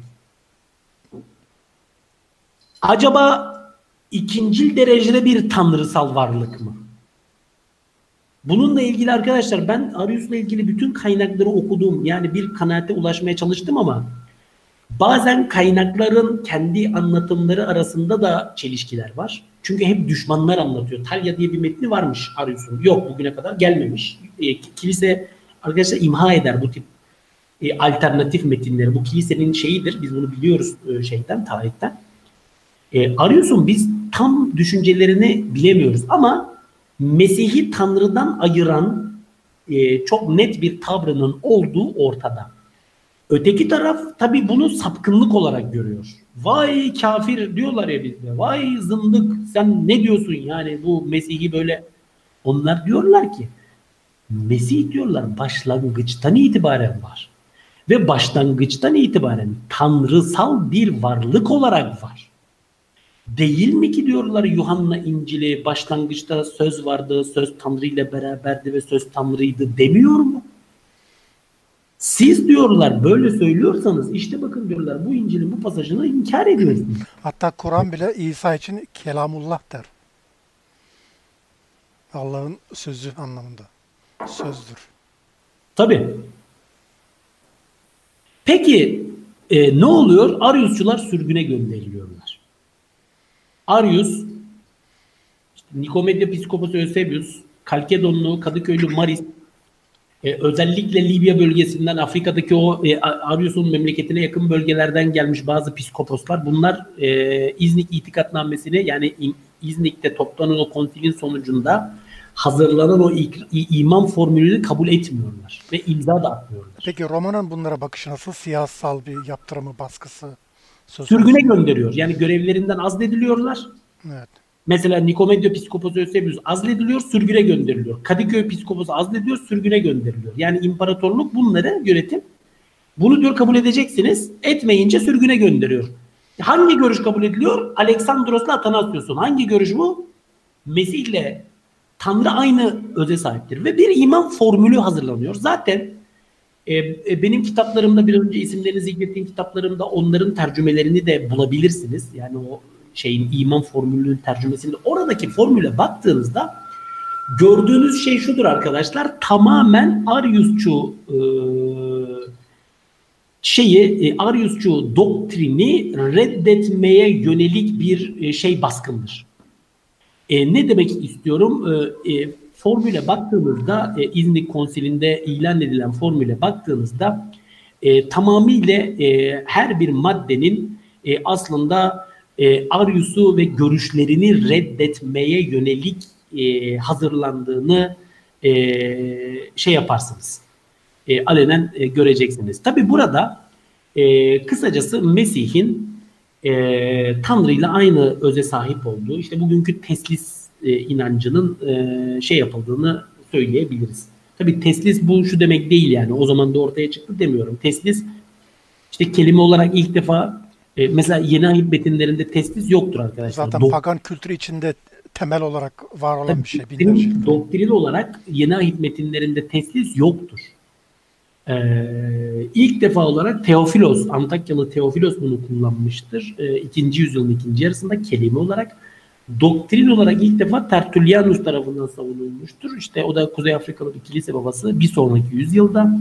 Acaba ikincil derecede bir tanrısal varlık mı? Bununla ilgili arkadaşlar ben Arius'la ilgili bütün kaynakları okudum. Yani bir kanaate ulaşmaya çalıştım ama bazen kaynakların kendi anlatımları arasında da çelişkiler var. Çünkü hep düşmanlar anlatıyor. Talya diye bir metni varmış Arius'un. Yok bugüne kadar gelmemiş. E, kilise arkadaşlar imha eder bu tip e, alternatif metinleri. Bu kilisenin şeyidir. Biz bunu biliyoruz e, şeyden, tarihten. E, Arius'un biz tam düşüncelerini bilemiyoruz ama Mesih'i Tanrı'dan ayıran e, çok net bir tavrının olduğu ortada. Öteki taraf tabii bunu sapkınlık olarak görüyor. Vay kafir diyorlar ya bizde. Vay zındık sen ne diyorsun yani bu Mesih'i böyle. Onlar diyorlar ki Mesih diyorlar başlangıçtan itibaren var. Ve başlangıçtan itibaren tanrısal bir varlık olarak var. Değil mi ki diyorlar Yuhanna İncil'i başlangıçta söz vardı, söz Tanrı ile beraberdi ve söz Tanrı'ydı demiyor mu? Siz diyorlar böyle söylüyorsanız işte bakın diyorlar bu İncil'in bu pasajını inkar ediyorsunuz. Hatta Kur'an bile İsa için kelamullah der. Allah'ın sözü anlamında. Sözdür. Tabii. Peki e, ne oluyor? Ariusçular sürgüne gönderiliyorlar. Arius, işte Nikomedya Piskoposu Eusebius, Kalkedonlu, Kadıköylü Maris, e, özellikle Libya bölgesinden Afrika'daki o e, Arius'un memleketine yakın bölgelerden gelmiş bazı piskoposlar, bunlar e, İznik itikadnamesini yani İznik'te toplanan o konsilin sonucunda hazırlanan o iman formülünü kabul etmiyorlar ve imza da atmıyorlar. Peki Roma'nın bunlara bakışı nasıl? Siyasal bir yaptırımı, baskısı söz Sürgüne konusu. gönderiyor. Yani görevlerinden azlediliyorlar. Evet. Mesela Nikomedya Piskoposu Eusebius azlediliyor, sürgüne gönderiliyor. Kadıköy Piskoposu azlediliyor, sürgüne gönderiliyor. Yani imparatorluk bunları yönetim. Bunu diyor kabul edeceksiniz. Etmeyince sürgüne gönderiyor. Hangi görüş kabul ediliyor? Aleksandros'la Atanasios'un. Hangi görüş bu? Mesih'le Tanrı aynı öze sahiptir. Ve bir iman formülü hazırlanıyor. Zaten e, e, benim kitaplarımda bir önce isimlerini zikrettiğim kitaplarımda onların tercümelerini de bulabilirsiniz. Yani o şeyin iman formülünün tercümesinde oradaki formüle baktığınızda gördüğünüz şey şudur arkadaşlar. Tamamen Ariusçu e, şeyi e, Ariusçu doktrini reddetmeye yönelik bir e, şey baskındır. E, ne demek istiyorum? E, e, formüle baktığınızda e, İznik Konsili'nde ilan edilen formüle baktığınızda e, tamamıyla e, her bir maddenin e, aslında e, Arius'u ve görüşlerini reddetmeye yönelik e, hazırlandığını e, şey yaparsınız. E, alenen e, göreceksiniz. Tabi burada e, kısacası Mesih'in e, Tanrı ile aynı öze sahip olduğu, işte bugünkü teslis e, inancının e, şey yapıldığını söyleyebiliriz. Tabi teslis bu şu demek değil yani o zaman da ortaya çıktı demiyorum. Teslis işte kelime olarak ilk defa e, mesela yeni ahit metinlerinde teslis yoktur arkadaşlar. Zaten Dok- pagan kültürü içinde temel olarak var olan Tabii bir şey. doktrin, Binlerce. doktrin olarak yeni ahit metinlerinde teslis yoktur. Ee, ilk defa olarak Teofilos, Antakyalı Teofilos bunu kullanmıştır. Ee, ikinci yüzyılın ikinci yarısında kelime olarak. Doktrin olarak ilk defa Tertullianus tarafından savunulmuştur. İşte o da Kuzey Afrikalı bir kilise babası bir sonraki yüzyılda.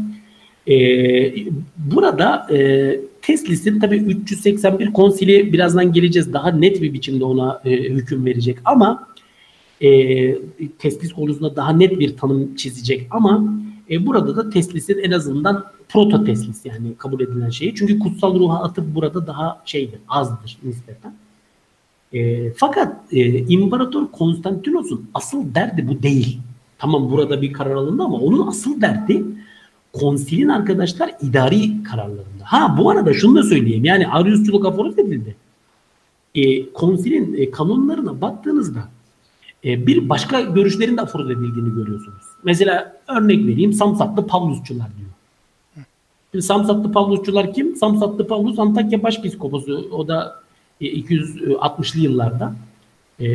Ee, burada e, Teslis'in tabii üç yüz seksen bir konsili birazdan geleceğiz. Daha net bir biçimde ona e, hüküm verecek ama e, teslis konusunda daha net bir tanım çizecek ama e, burada da teslisin en azından proto teslis yani kabul edilen şeyi. Çünkü kutsal ruha atıp burada daha şeydir, azdır nispeten. E, fakat e, İmparator Konstantinos'un asıl derdi bu değil. Tamam burada bir karar alındı ama onun asıl derdi konsilin arkadaşlar idari kararlarında. Ha bu arada şunu da söyleyeyim. Yani Ariusçuluk aforoz edildi. E, konsilin e, kanunlarına baktığınızda e, bir başka görüşlerin de aforoz edildiğini görüyorsunuz. Mesela örnek vereyim. Samsatlı Pavlusçular diyor. Şimdi Samsatlı Pavlusçular kim? Samsatlı Pavlus Antakya Başpiskoposu. O da e, iki yüz altmışlı yıllarda e,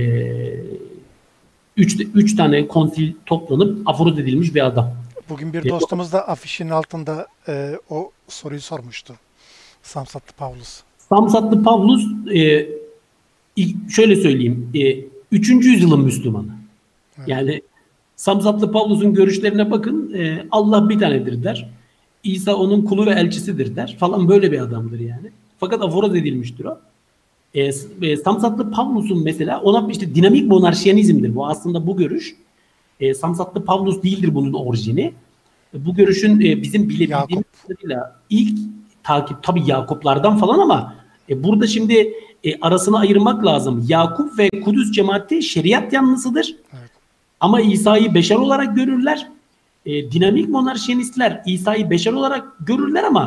üç, üç tane konsil toplanıp aforoz edilmiş bir adam. Bugün bir dostumuz da afişin altında e, o soruyu sormuştu. Samsatlı Pavlus. Samsatlı Pavlus e, şöyle söyleyeyim. E, üçüncü yüzyılın Müslümanı. Evet. Yani Samsatlı Pavlus'un görüşlerine bakın. E, Allah bir tanedir der. İsa onun kulu ve elçisidir der. Falan böyle bir adamdır yani. Fakat aforoz edilmiştir o. E, e, Samsatlı Pavlus'un mesela ona işte dinamik monarşiyanizmdir. Bu aslında bu görüş. E, Samsatlı Pavlus değildir bunun orijini. E, bu görüşün e, bizim bilebildiğimiz kadarıyla ilk takip tabii Yakuplardan falan ama e, burada şimdi e, arasını ayırmak lazım. Yakup ve Kudüs cemaati şeriat yanlısıdır. Evet. Ama İsa'yı beşer olarak görürler. E, dinamik monarşiyonistler İsa'yı beşer olarak görürler ama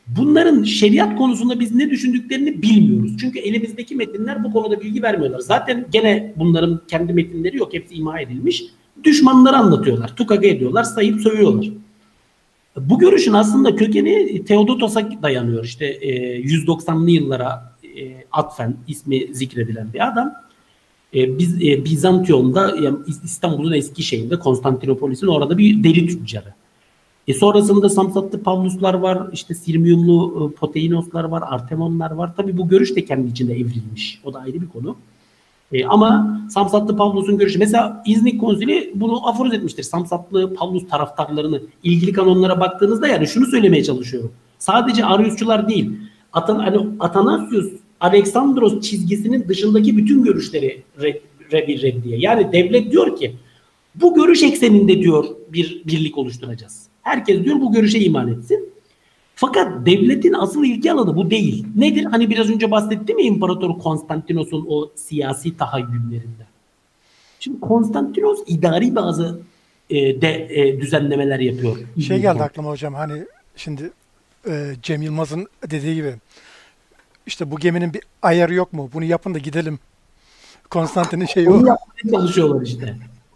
Bunların şeriat konusunda biz ne düşündüklerini bilmiyoruz. Çünkü elimizdeki metinler bu konuda bilgi vermiyorlar. Zaten gene bunların kendi metinleri yok. Hepsi imha edilmiş. Düşmanları anlatıyorlar. Tukaka ediyorlar, sayıp sövüyorlar. Bu görüşün aslında kökeni Theodotos'a dayanıyor. İşte e, yüz doksanlı yıllara e, atfen ismi zikredilen bir adam. E, biz e, Bizantiyon'da, yani İstanbul'un eski şeyinde, Konstantinopolis'in orada bir deri tüccarı. E sonrasında Samsatlı Pavluslar var, işte Sirmiumlu e, Poteinoslar var, Artemonlar var. Tabii bu görüş de kendi içinde evrilmiş. O da ayrı bir konu. E, ama Samsatlı Pavlus'un görüşü, mesela İznik Konsili bunu aforoz etmiştir. Samsatlı Pavlus taraftarlarını, ilgili kanonlara baktığınızda yani şunu söylemeye çalışıyorum. Sadece Ariusçular değil, Atan, hani Atanasius, Aleksandros çizgisinin dışındaki bütün görüşleri red, red, reddiye. Yani devlet diyor ki bu görüş ekseninde diyor bir birlik oluşturacağız. Herkes diyor bu görüşe iman etsin. Fakat devletin asıl ilgi alanı bu değil. Nedir? Hani biraz önce bahsettim ya İmparator Konstantinos'un o siyasi tahayyüllerinde. Şimdi Konstantinos idari bazı e, de e, düzenlemeler yapıyor. Şey geldi aklıma hocam, hani şimdi e, Cem Yılmaz'ın dediği gibi işte bu geminin bir ayarı yok mu? Bunu yapın da gidelim. Konstantin'in şeyi o. Onu yapmaya çalışıyorlar işte.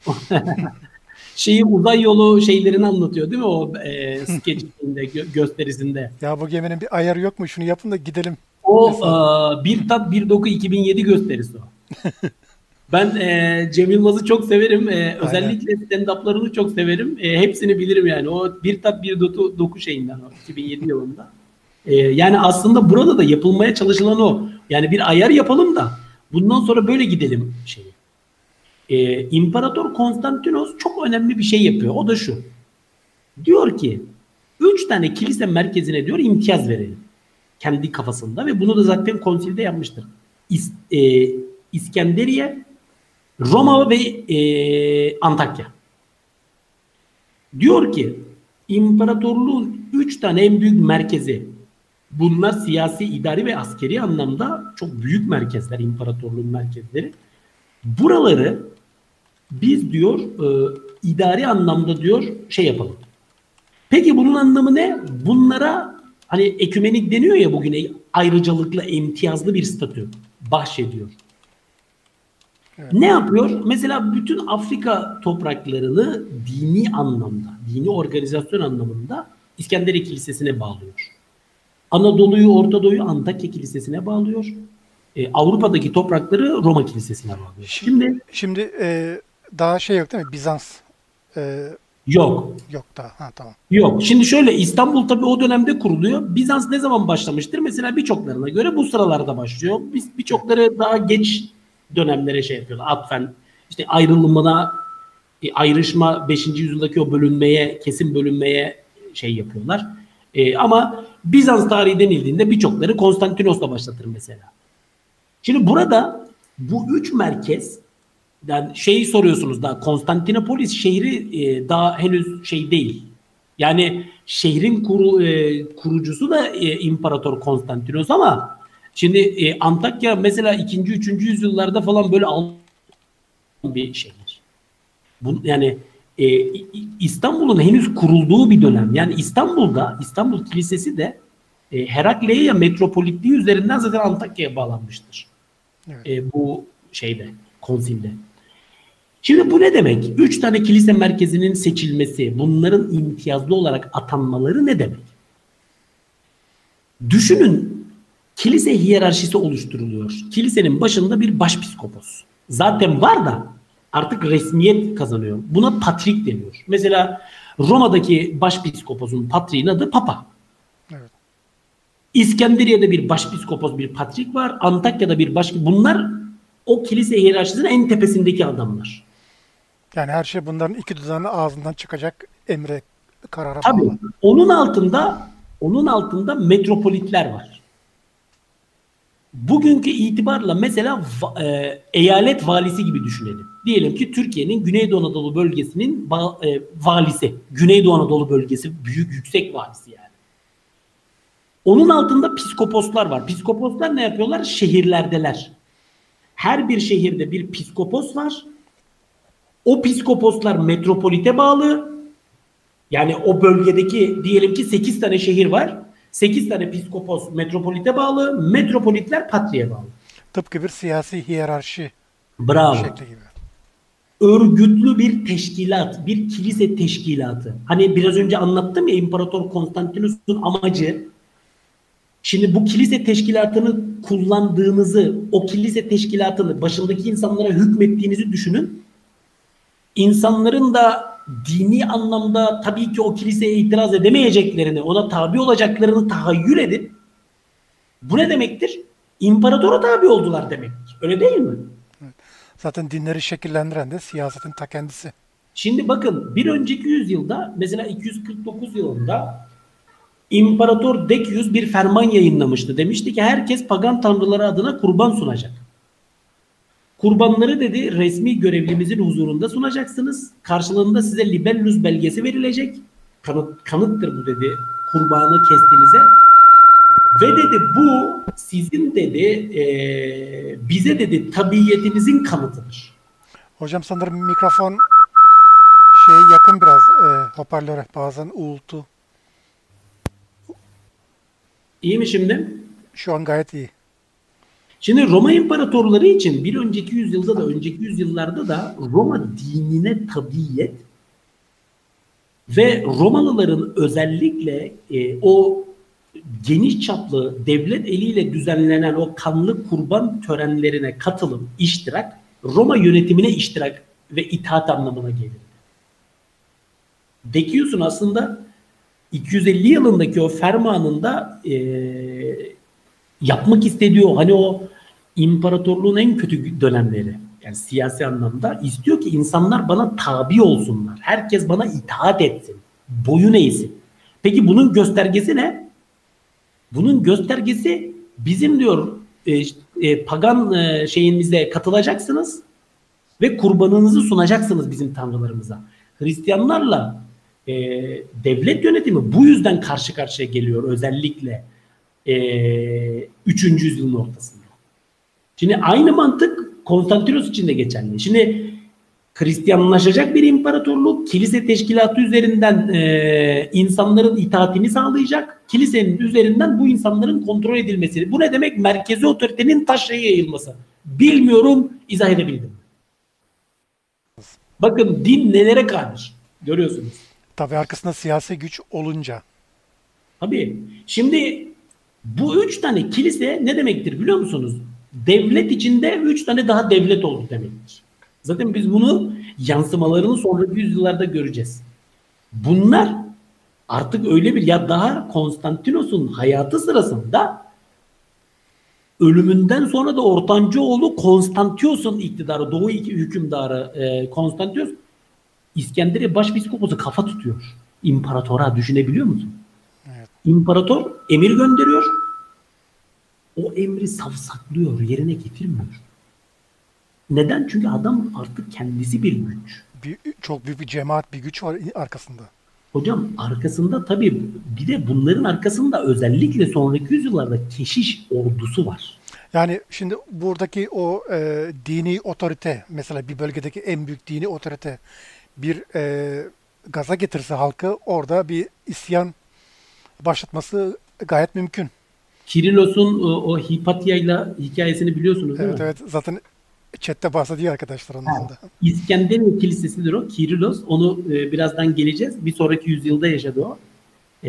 Şeyi uzay yolu şeylerini anlatıyor değil mi o e, skeçinde, gö- gösterisinde. Ya bu geminin bir ayarı yok mu? Şunu yapın da gidelim. O e, bir tat bir doku iki bin yedi gösterisi o. Ben e, Cem Yılmaz'ı çok severim. E, özellikle stand-up'larını çok severim. E, hepsini bilirim yani. O bir tat bir doku, doku şeyinden o iki bin yedi yılında. E, yani aslında burada da yapılmaya çalışılan o. Yani bir ayar yapalım da bundan sonra böyle gidelim şeyi. E, İmparator Konstantinos çok önemli bir şey yapıyor. O da şu. Diyor ki üç tane kilise merkezine diyor imtiyaz verelim. Kendi kafasında ve bunu da zaten konsilde yapmıştır. İs, e, İskenderiye, Roma ve e, Antakya. Diyor ki imparatorluğun üç tane en büyük merkezi, bunlar siyasi, idari ve askeri anlamda çok büyük merkezler, imparatorluğun merkezleri. Buraları biz diyor e, idari anlamda diyor şey yapalım. Peki bunun anlamı ne? Bunlara hani ekümenik deniyor ya bugüne, ayrıcalıklı, imtiyazlı bir statü bahşediyor. Evet. Ne yapıyor? Mesela bütün Afrika topraklarını dini anlamda, dini organizasyon anlamında İskenderiye Kilisesi'ne bağlıyor. Anadolu'yu, Orta Doğu'yu Antakya Kilisesi'ne bağlıyor. Ee, Avrupa'daki toprakları Roma Kilisesi'ne bağlıyor. Şimdi şimdi e, daha şey yok değil mi? Bizans e, yok. Yok daha. Ha, tamam. Yok. Şimdi şöyle, İstanbul tabii o dönemde kuruluyor. Bizans ne zaman başlamıştır? Mesela birçoklarına göre bu sıralarda başlıyor. Biz birçokları daha geç dönemlere şey yapıyorlar. Atfen işte ayrılımına, e, ayrışma beşinci yüzyıldaki o bölünmeye, kesin bölünmeye şey yapıyorlar. E, ama Bizans tarihi denildiğinde birçokları Konstantinos'la başlatır mesela. Şimdi burada bu üç merkez, yani şeyi soruyorsunuz, daha Konstantinopolis şehri e, daha henüz şey değil. Yani şehrin kuru, e, kurucusu da e, İmparator Konstantinos ama şimdi e, Antakya mesela ikinci üçüncü yüzyıllarda falan böyle bir şehir. Bu, yani e, İstanbul'un henüz kurulduğu bir dönem. Yani İstanbul'da, İstanbul Kilisesi de e, Herakleia metropolitliği üzerinden zaten Antakya'ya bağlanmıştır. Evet. E, bu şeyde, konsilde. Şimdi bu ne demek? Üç tane kilise merkezinin seçilmesi, bunların imtiyazlı olarak atanmaları ne demek? Düşünün, kilise hiyerarşisi oluşturuluyor. Kilisenin başında bir başpiskopos. Zaten var da artık resmiyet kazanıyor. Buna patrik deniyor. Mesela Roma'daki başpiskoposun patriğin adı Papa. Evet. İskenderiye'de bir başpiskopos, bir patrik var. Antakya'da bir baş... Bunlar o kilise hiyerarşisinin en tepesindeki adamlar. Yani her şey bunların iki dudağının ağzından çıkacak emre, karara Tabii, bağlı. Onun altında onun altında metropolitler var. Bugünkü itibarla mesela e, eyalet valisi gibi düşünelim. Diyelim ki Türkiye'nin Güneydoğu Anadolu bölgesinin e, valisi. Güneydoğu Anadolu bölgesi büyük, yüksek valisi yani. Onun altında piskoposlar var. Piskoposlar ne yapıyorlar? Şehirlerdeler. Her bir şehirde bir piskopos var. O piskoposlar metropolite bağlı. Yani o bölgedeki diyelim ki sekiz tane şehir var. sekiz tane piskopos metropolite bağlı, metropolitler patriğe bağlı. Tıpkı bir siyasi hiyerarşi Bravo. şekli gibi. Örgütlü bir teşkilat, bir kilise teşkilatı. Hani biraz önce anlattım ya, İmparator Konstantinus'un amacı. Şimdi bu kilise teşkilatını kullandığınızı, o kilise teşkilatını başındaki insanlara hükmettiğinizi düşünün. İnsanların da dini anlamda tabii ki o kiliseye itiraz edemeyeceklerini, ona tabi olacaklarını tahayyül edin. Bu ne demektir? İmparatora tabi oldular demektir. Öyle değil mi? Zaten dinleri şekillendiren de siyasetin ta kendisi. Şimdi bakın, bir önceki yüzyılda, mesela iki yüz kırk dokuz yılında İmparator Decius bir ferman yayınlamıştı. Demişti ki herkes pagan tanrıları adına kurban sunacak. Kurbanları dedi resmi görevlimizin huzurunda sunacaksınız. Karşılığında size libellus belgesi verilecek. Kanıt, kanıttır bu dedi kurbanı kestiğinize. Ve dedi bu sizin dedi e, bize dedi tabiiyetinizin kanıtıdır. Hocam sanırım mikrofon şey yakın biraz e, hoparlöre, bazen uğultu. İyi mi şimdi? Şu an gayet iyi. Şimdi Roma imparatorları için bir önceki yüzyılda da önceki yüzyıllarda da Roma dinine tabiyet ve Romalıların özellikle e, o geniş çaplı devlet eliyle düzenlenen o kanlı kurban törenlerine katılım, iştirak, Roma yönetimine iştirak ve itaat anlamına gelir. Decius'un aslında iki yüz elli yılındaki o fermanında e, yapmak istediği o, hani o imparatorluğun en kötü dönemleri, yani siyasi anlamda istiyor ki insanlar bana tabi olsunlar. Herkes bana itaat etsin. Boyun eğsin. Peki bunun göstergesi ne? Bunun göstergesi bizim diyor e, e, pagan e, şeyimize katılacaksınız ve kurbanınızı sunacaksınız bizim tanrılarımıza. Hristiyanlarla e, devlet yönetimi bu yüzden karşı karşıya geliyor özellikle e, üçüncü yüzyılın ortasında. Şimdi aynı mantık Konstantinos için de geçerli. Şimdi Hristiyanlaşacak bir imparatorluk kilise teşkilatı üzerinden e, insanların itaatini sağlayacak. Kilisenin üzerinden bu insanların kontrol edilmesi. Bu ne demek? Merkezi otoritenin taşraya yayılması. Bilmiyorum, izah edebildim. Bakın din nelere kadir. Görüyorsunuz. Tabii arkasında siyasi güç olunca. Tabii. Şimdi bu üç tane kilise ne demektir biliyor musunuz? Devlet içinde üç tane daha devlet oldu demektir. Zaten biz bunu yansımalarını sonraki yüzyıllarda göreceğiz. Bunlar artık öyle bir, ya daha Konstantinos'un hayatı sırasında ölümünden sonra da ortanca oğlu Konstantios'un iktidarı, Doğu hükümdarı e, Konstantios İskenderiye başpiskoposu kafa tutuyor. İmparatora, düşünebiliyor musun? Evet. İmparator emir gönderiyor. O emri savsaklıyor, yerine getirmiyor. Neden? Çünkü adam artık kendisi bir güç. Bir, çok büyük bir cemaat, bir güç var arkasında. Hocam arkasında tabii bir de bunların arkasında özellikle sonraki yüzyıllarda keşiş ordusu var. Yani şimdi buradaki o e, dini otorite, mesela bir bölgedeki en büyük dini otorite bir e, gaza getirse halkı, orada bir isyan başlatması gayet mümkün. Kirilos'un o, o Hipatya'yla hikayesini biliyorsunuz değil Evet mi? evet, zaten chatte bahsediyor arkadaşlar ondan da. İskenderiye Kilisesi'dir o. Kirilos. Onu e, birazdan geleceğiz. Bir sonraki yüzyılda yaşadı o. E,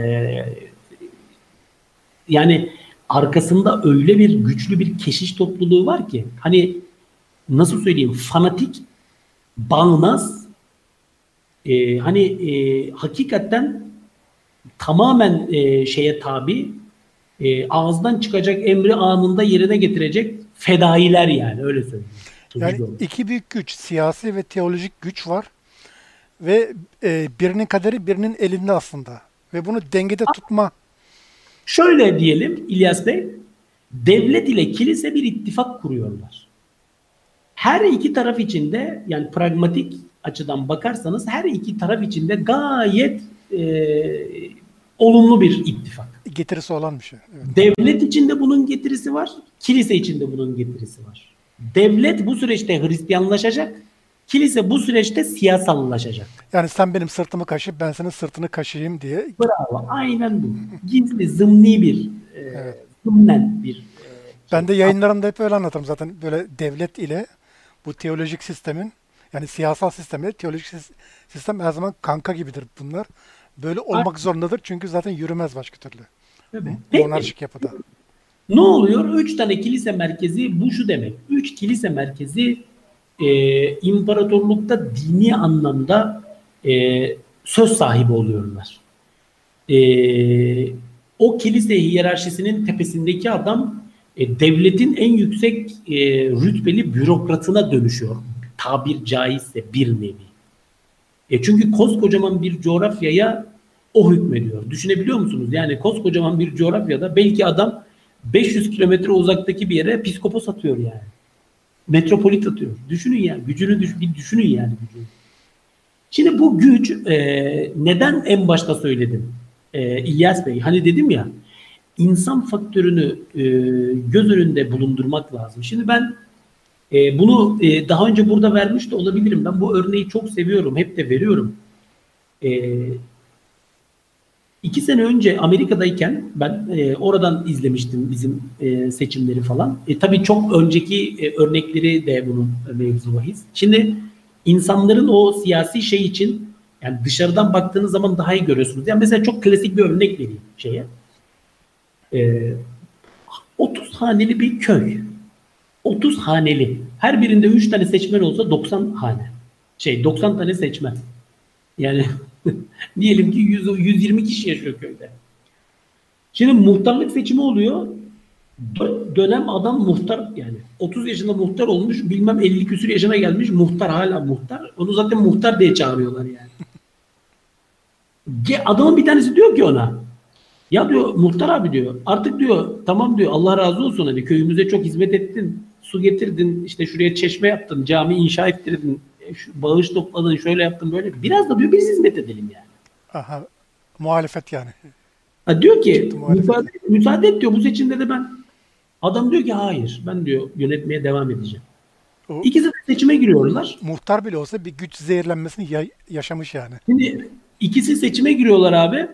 yani arkasında öyle bir güçlü bir keşiş topluluğu var ki, hani nasıl söyleyeyim, fanatik, bağnaz, e, hani e, hakikaten tamamen e, şeye tabi, e, ağızdan çıkacak emri anında yerine getirecek fedailer, yani öyle söyleyeyim. Yani iki büyük güç, siyasi ve teolojik güç var ve e, birinin kaderi birinin elinde aslında ve bunu dengede tutma. Şöyle diyelim İlyas Bey, devlet ile kilise bir ittifak kuruyorlar. Her iki taraf içinde, yani pragmatik açıdan bakarsanız her iki taraf içinde gayet e, olumlu bir ittifak. Getirisi olan bir şey. Evet. Devlet içinde bunun getirisi var, kilise içinde bunun getirisi var. Devlet bu süreçte Hristiyanlaşacak, Kilise bu süreçte siyasallaşacak. Yani sen benim sırtımı kaşı, ben senin sırtını kaşıyayım diye. Bravo. Aynen bu. Gizli, zımni bir, e, Evet. zımnen bir e, Ben şey. de yayınlarımda hep öyle anlatırım zaten. Böyle devlet ile bu teolojik sistemin, yani siyasal sistemle teolojik sis- sistem her zaman kanka gibidir bunlar. Böyle olmak zorundadır çünkü zaten yürümez başka türlü. Tabii. M- Peki, Monarşik yapıda. ne oluyor? Üç tane kilise merkezi, bu şu demek. Üç kilise merkezi e, imparatorlukta dini anlamda e, söz sahibi oluyorlar. E, O kilise hiyerarşisinin tepesindeki adam e, devletin en yüksek e, rütbeli bürokratına dönüşüyor. Tabir caizse bir nevi. E çünkü koskocaman bir coğrafyaya o hükmediyor. Düşünebiliyor musunuz? Yani koskocaman bir coğrafyada belki adam beş yüz kilometre uzaktaki bir yere piskopos atıyor yani. Metropolit atıyor. Düşünün yani. Gücünü düş bir düşünün yani gücünü. Şimdi bu güç e, neden en başta söyledim? E, İlyas Bey hani dedim ya insan faktörünü e, göz önünde bulundurmak lazım. Şimdi ben e, bunu e, daha önce burada vermiş de olabilirim. Ben bu örneği çok seviyorum. Hep de veriyorum. E, iki sene önce Amerika'dayken ben e, oradan izlemiştim bizim e, seçimleri falan. E, tabii çok önceki e, örnekleri de bunun mevzu bahis. Şimdi insanların o siyasi şey için yani dışarıdan baktığınız zaman daha iyi görüyorsunuz. Yani mesela çok klasik bir örnek vereyim şeye. E, otuz haneli bir köy. otuz haneli. Her birinde üç tane seçmen olsa doksan hane. Şey doksan tane seçmen. Yani diyelim ki yüz, yüz yirmi kişi yaşıyor köyde. Şimdi muhtarlık seçimi oluyor. Dö- dönem adam muhtar yani. otuz yaşında muhtar olmuş, bilmem elli küsur yaşına gelmiş muhtar hala muhtar. Onu zaten muhtar diye çağırıyorlar yani. Ge- Adamın bir tanesi diyor ki ona ya diyor muhtar abi diyor artık diyor tamam diyor Allah razı olsun hani köyümüze çok hizmet ettin. Su getirdin işte şuraya çeşme yaptın cami inşa ettirdin e, şu bağış topladın şöyle yaptın böyle. Biraz da diyor biz hizmet edelim yani. Aha, muhalefet yani. Ha diyor Çıktı ki muhalefete. müsaade, müsaade et diyor bu seçimde de ben. Adam diyor ki hayır ben diyor yönetmeye devam edeceğim. O İkisi de seçime giriyorlar. muhtar bile olsa bir güç zehirlenmesini ya- yaşamış yani. Şimdi ikisi seçime giriyorlar abi.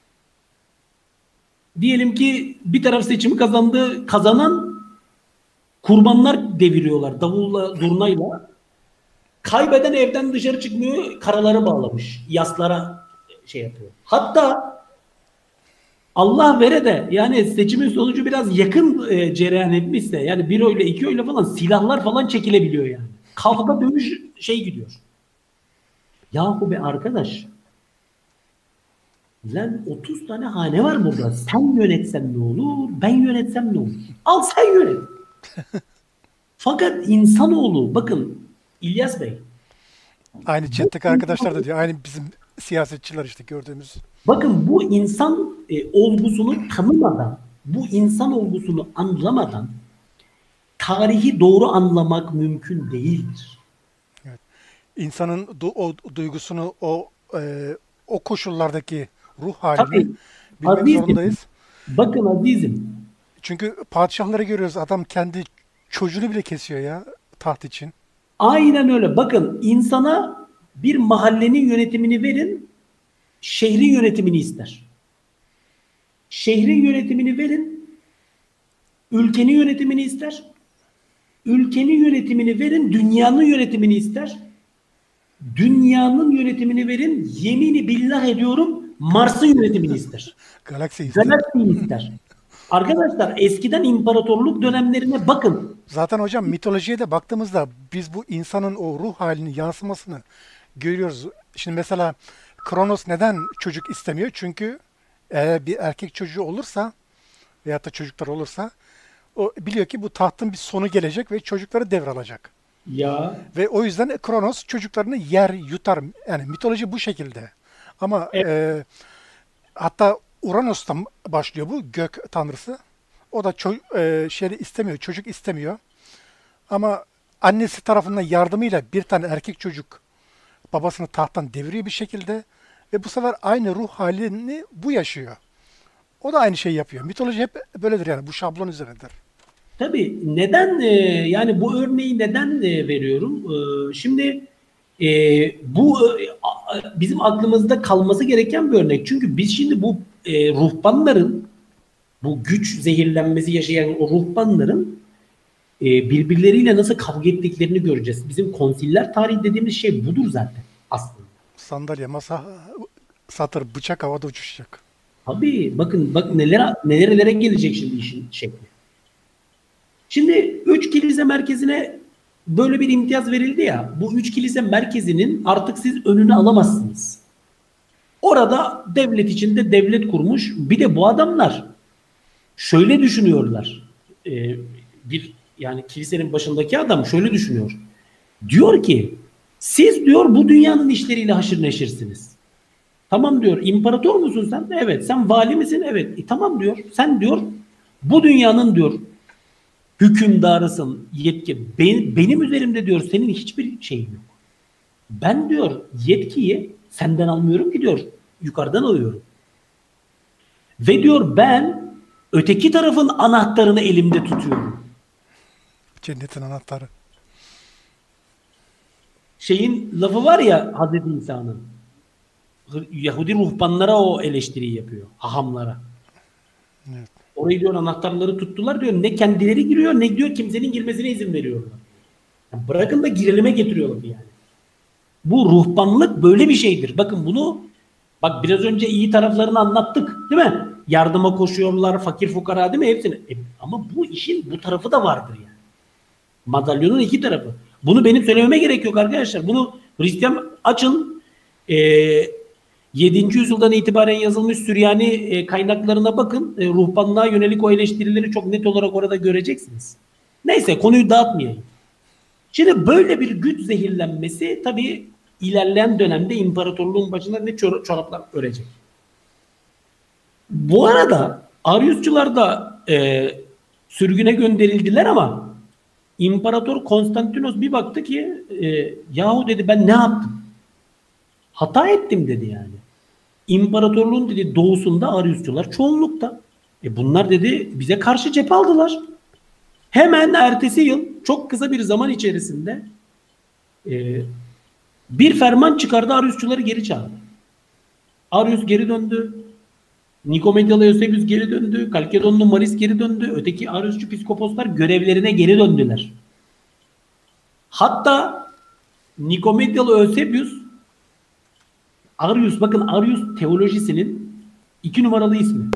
Diyelim ki bir taraf seçimi kazandı. Kazanan kurbanlar deviriyorlar davulla zurnayla. Kaybeden evden dışarı çıkmıyor. Karaları bağlamış. Yaslara şey yapıyor. Hatta Allah vere de yani seçimin sonucu biraz yakın e, cereyan etmişse yani bir oyla iki oyla falan silahlar falan çekilebiliyor yani. Kavga dövüş şey gidiyor. Yahu be arkadaş lan otuz tane hane var burada. Sen yönetsen ne olur? Ben yönetsem ne olur? Al sen yönet. Fakat insanoğlu bakın İlyas Bey Aynı bu chat'teki arkadaşlar da diyor. Aynı bizim siyasetçiler işte gördüğümüz. bakın bu insan e, olgusunu tanımadan bu insan olgusunu anlamadan tarihi doğru anlamak mümkün değildir. Evet. İnsanın du- o duygusunu, o e, o koşullardaki ruh halini Tabii bilmek azizim, zorundayız. bakın azizim, Çünkü padişahları görüyoruz. Adam kendi çocuğunu bile kesiyor ya taht için. aynen öyle. Bakın insana bir mahallenin yönetimini verin, şehrin yönetimini ister. Şehrin yönetimini verin, ülkenin yönetimini ister. Ülkenin yönetimini verin, dünyanın yönetimini ister. Dünyanın yönetimini verin, yemini billah ediyorum, Mars'ın yönetimini ister. Galaksi ister. Galaksiyi ister. Arkadaşlar eskiden imparatorluk dönemlerine bakın. Zaten hocam mitolojiye de baktığımızda biz bu insanın o ruh halini yansımasını görüyoruz. Şimdi mesela Kronos neden çocuk istemiyor? Çünkü eğer bir erkek çocuğu olursa veyahut da çocuklar olursa o biliyor ki bu tahtın bir sonu gelecek ve çocukları devralacak. Ya Ve o yüzden Kronos çocuklarını yer, yutar. Yani mitoloji bu şekilde. Ama evet, e, hatta Uranos'tan başlıyor bu gök tanrısı. O da ço- e, şeyi istemiyor, çocuk istemiyor. Ama annesi tarafından yardımıyla bir tane erkek çocuk babasını tahttan deviriyor bir şekilde ve bu sefer aynı ruh halini bu yaşıyor. O da aynı şeyi yapıyor. Mitoloji hep böyledir yani bu şablon üzerindedir. tabii neden e, yani bu örneği neden e, veriyorum? E, şimdi e, bu e, a- bizim aklımızda kalması gereken bir örnek. Çünkü biz şimdi bu e, ruhbanların, bu güç zehirlenmesi yaşayan o ruhbanların e, birbirleriyle nasıl kavga ettiklerini göreceğiz. Bizim konsiller tarihi dediğimiz şey budur zaten aslında. Sandalye, masa, satır, bıçak havada uçuşacak. Tabii bakın bak neler nerelere gelecek şimdi işin şekli. Şimdi üç kilise merkezine böyle bir imtiyaz verildi ya. Bu üç kilise merkezinin artık siz önünü alamazsınız. Orada devlet içinde devlet kurmuş. Bir de bu adamlar şöyle düşünüyorlar. Ee, bir yani kilisenin başındaki adam şöyle düşünüyor. Diyor ki siz diyor bu dünyanın işleriyle haşır neşirsiniz. Tamam diyor. İmparator musun sen? Evet. Sen vali misin? Evet. E, tamam diyor. Sen diyor bu dünyanın diyor hükümdarısın, yetki. Ben, benim üzerimde diyor senin hiçbir şeyin yok. Ben diyor yetkiyi senden almıyorum ki diyor. Yukarıdan alıyorum. Ve diyor ben öteki tarafın anahtarını elimde tutuyorum. Cennetin anahtarı. Şeyin lafı var ya Hazreti İsa'nın. Yahudi ruhbanlara o eleştiriyi yapıyor. Hahamlara. Evet. Orayı diyor anahtarları tuttular diyor. Ne kendileri giriyor ne diyor kimsenin girmesine izin veriyorlar. Yani bırakın da girilime getiriyorlar yani. Bu ruhbanlık böyle bir şeydir. Bakın bunu bak biraz önce iyi taraflarını anlattık değil mi? Yardıma koşuyorlar, fakir fukara değil mi? Hepsini. E, ama bu işin bu tarafı da vardır yani. Madalyonun iki tarafı. Bunu benim söylememe gerek yok arkadaşlar. Bunu Hristiyan açın. E, yedinci yüzyıldan itibaren yazılmış Süryani e, kaynaklarına bakın. E, ruhbanlığa yönelik o eleştirileri çok net olarak orada göreceksiniz. Neyse konuyu dağıtmayayım. Şimdi böyle bir güç zehirlenmesi tabii ilerleyen dönemde imparatorluğun başına ne çor- çoraplar örecek. Bu arada Aryusçular da e, sürgüne gönderildiler ama İmparator Konstantinos bir baktı ki e, yahu dedi ben ne yaptım? Hata ettim dedi yani. İmparatorluğun dedi doğusunda Aryusçular çoğunlukta. E bunlar dedi bize karşı cephe aldılar. Hemen ertesi yıl çok kısa bir zaman içerisinde e, bir ferman çıkardı Aryusçuları geri çağırdı. Aryus geri döndü. Nikomedyalı Eusebius geri döndü. Kalkedonlu Maris geri döndü. Öteki Aryusçu piskoposlar görevlerine geri döndüler. Hatta Nikomedyalı Eusebius Arius bakın Arius teolojisinin iki numaralı ismi.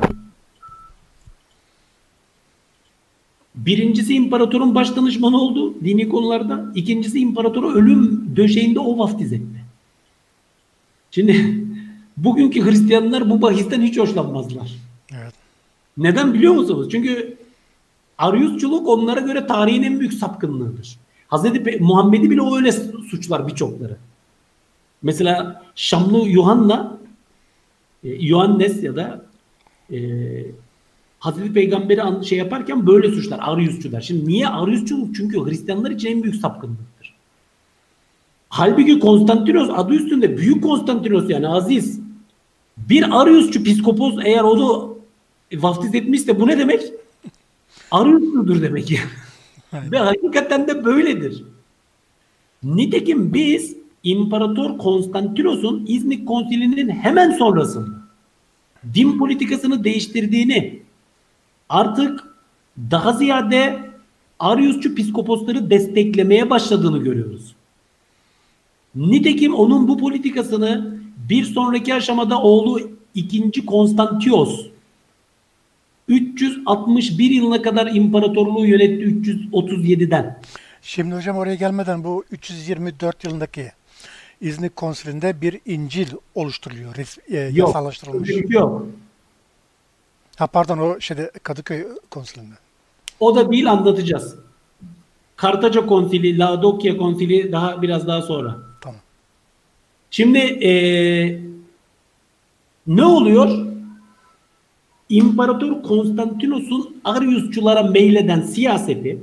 Birincisi imparatorun baş danışmanı oldu dini konularda. İkincisi imparatoru ölüm döşeğinde o vaftiz etti. Şimdi bugünkü Hristiyanlar bu bahisten hiç hoşlanmazlar. Evet. Neden biliyor musunuz? Çünkü Ariusçuluk onlara göre tarihin en büyük sapkınlığıdır. Hazreti Muhammed'i bile o öyle suçlar birçokları. Mesela Şamlı Yuhanna, e, Yohannes ya da e, Hazreti Peygamber'i şey yaparken böyle suçlar. Ariusçu der. Şimdi niye Ariusçuluk? Çünkü Hristiyanlar için en büyük sapkınlıktır. Halbuki Konstantinos adı üstünde büyük Konstantinos yani aziz. Bir Ariusçu piskopos eğer onu vaftiz etmişse bu ne demek? Ariusçudur demek yani. Ve hakikaten de böyledir. Nitekim biz İmparator Konstantinos'un İznik Konsili'nin hemen sonrasında din politikasını değiştirdiğini artık daha ziyade Ariusçu piskoposları desteklemeye başladığını görüyoruz. Nitekim onun bu politikasını bir sonraki aşamada oğlu ikinci Konstantios üç yüz altmış bir yılına kadar imparatorluğu yönetti üç yüz otuz yediden. Şimdi hocam oraya gelmeden bu üç yüz yirmi dört yılındaki İznik Konsili'nde bir İncil oluşturuluyor. Res- e, Yok. yasallaştırılmış. Yok. Ha pardon o şeyde Kadıköy Konsili'nde. O da değil anlatacağız. Kartaca Konsili, Laodikya Konsili daha biraz daha sonra. Tamam. Şimdi ee, ne oluyor? İmparator Konstantinos'un Ariusçulara meyleden siyaseti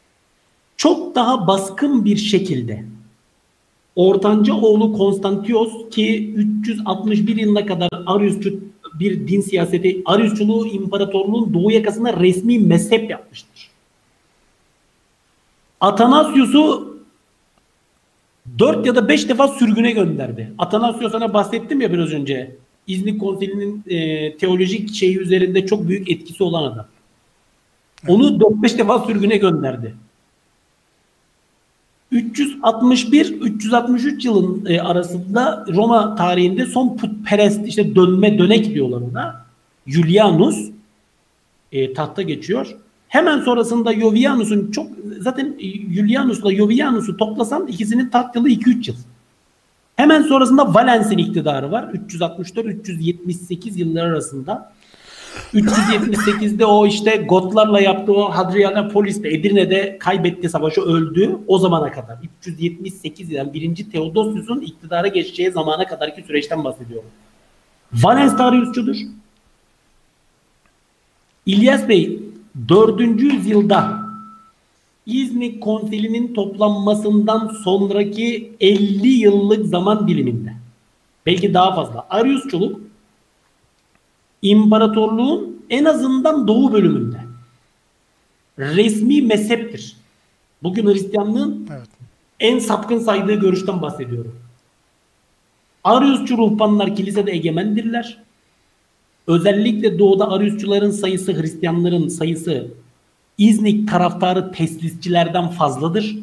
çok daha baskın bir şekilde ortanca oğlu Konstantios ki üç yüz altmış bir yılına kadar Ariusçu bir din siyaseti, Ariusçuluğu imparatorluğun doğu yakasında resmi mezhep yapmıştır. Atanasius'u Dört ya da beş defa sürgüne gönderdi. Atanasio sana bahsettim ya biraz önce. İznik Konsili'nin e, teolojik şeyi üzerinde çok büyük etkisi olan adam. Onu dört beş defa sürgüne gönderdi. üç yüz altmış bir üç yüz altmış üç yılın e, arasında Roma tarihinde son putperest, işte dönme dönek diyorlar ona, Julianus e, tahta geçiyor. Hemen sonrasında Jovianus'un çok zaten Julianus'la Jovianus'u toplasan ikisinin taht yılı iki üç yıl. Hemen sonrasında Valens'in iktidarı var. üç yüz altmış dört üç yüz yetmiş sekiz yılları arasında. üç yüz yetmiş sekizde o işte Gotlarla yaptığı o Hadrianopolis'te, Edirne'de kaybetti savaşı, öldü. O zamana kadar üç yüz yetmiş sekiz yani birinci Theodosius'un iktidara geçeceği zamana kadarki süreçten bahsediyorum. Valens Dariusçudur. İlyas Bey dördüncü yüzyılda İznik Konsili'nin toplanmasından sonraki elli yıllık zaman diliminde, belki daha fazla, Ariusçuluk imparatorluğun en azından doğu bölümünde resmi mezheptir. Bugün Hristiyanlığın evet. en sapkın saydığı görüşten bahsediyorum. Ariusçu ruhbanlar kilisede egemendirler. Özellikle doğuda Ariusçuların sayısı, Hristiyanların sayısı İznik taraftarı teslisçilerden fazladır.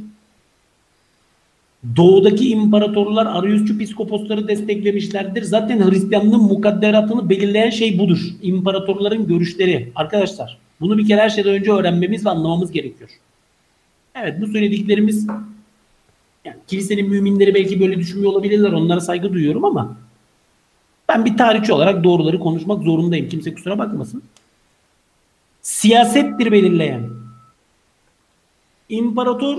Doğudaki imparatorlar Ariusçu piskoposları desteklemişlerdir. Zaten Hristiyanlığın mukadderatını belirleyen şey budur. İmparatorların görüşleri. Arkadaşlar, bunu bir kere her şeyden önce öğrenmemiz ve anlamamız gerekiyor. Evet, bu söylediklerimiz, yani kilisenin müminleri belki böyle düşünmüyor olabilirler. Onlara saygı duyuyorum ama ben bir tarihçi olarak doğruları konuşmak zorundayım. Kimse kusura bakmasın. Siyasettir belirleyen. İmparator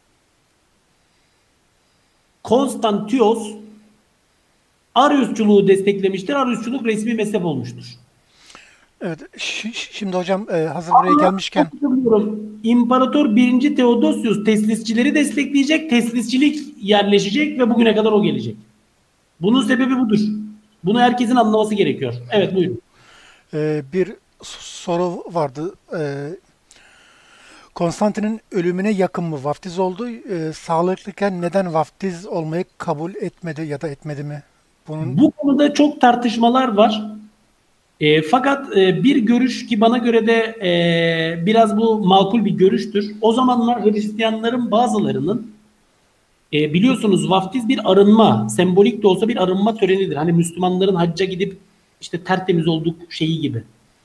Konstantios Ariusçuluğu desteklemiştir. Ariusçuluk resmi mezhep olmuştur. Evet. Şimdi hocam hazır buraya Ama gelmişken İmparator birinci Theodosius teslisçileri destekleyecek. Teslisçilik yerleşecek ve bugüne kadar o gelecek. Bunun sebebi budur. Bunu herkesin anlaması gerekiyor. Evet, buyurun. Ee, bir soru vardı. Ee, Konstantin'in ölümüne yakın mı vaftiz oldu? Ee, sağlıklıyken neden vaftiz olmayı kabul etmedi ya da etmedi mi? Bunun... Bu konuda çok tartışmalar var. E, fakat e, bir görüş ki bana göre de e, biraz bu makul bir görüştür. O zamanlar Hristiyanların bazılarının e, biliyorsunuz vaftiz bir arınma, sembolik de olsa bir arınma törenidir. Hani Müslümanların hacca gidip işte tertemiz olduk şeyi gibi.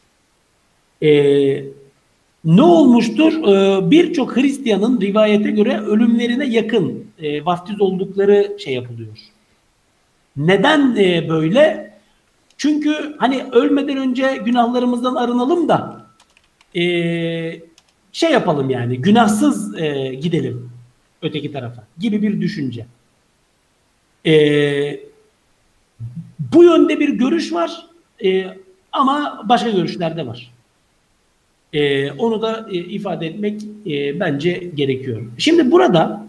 Eee Ne olmuştur? Ee, Birçok Hristiyanın rivayete göre ölümlerine yakın e, vaftiz oldukları şey yapılıyor. Neden e, böyle? Çünkü hani ölmeden önce günahlarımızdan arınalım da e, şey yapalım, yani günahsız e, gidelim öteki tarafa gibi bir düşünce. E, bu yönde bir görüş var e, ama başka görüşler de var. Ee, onu da e, ifade etmek e, bence gerekiyor. Şimdi burada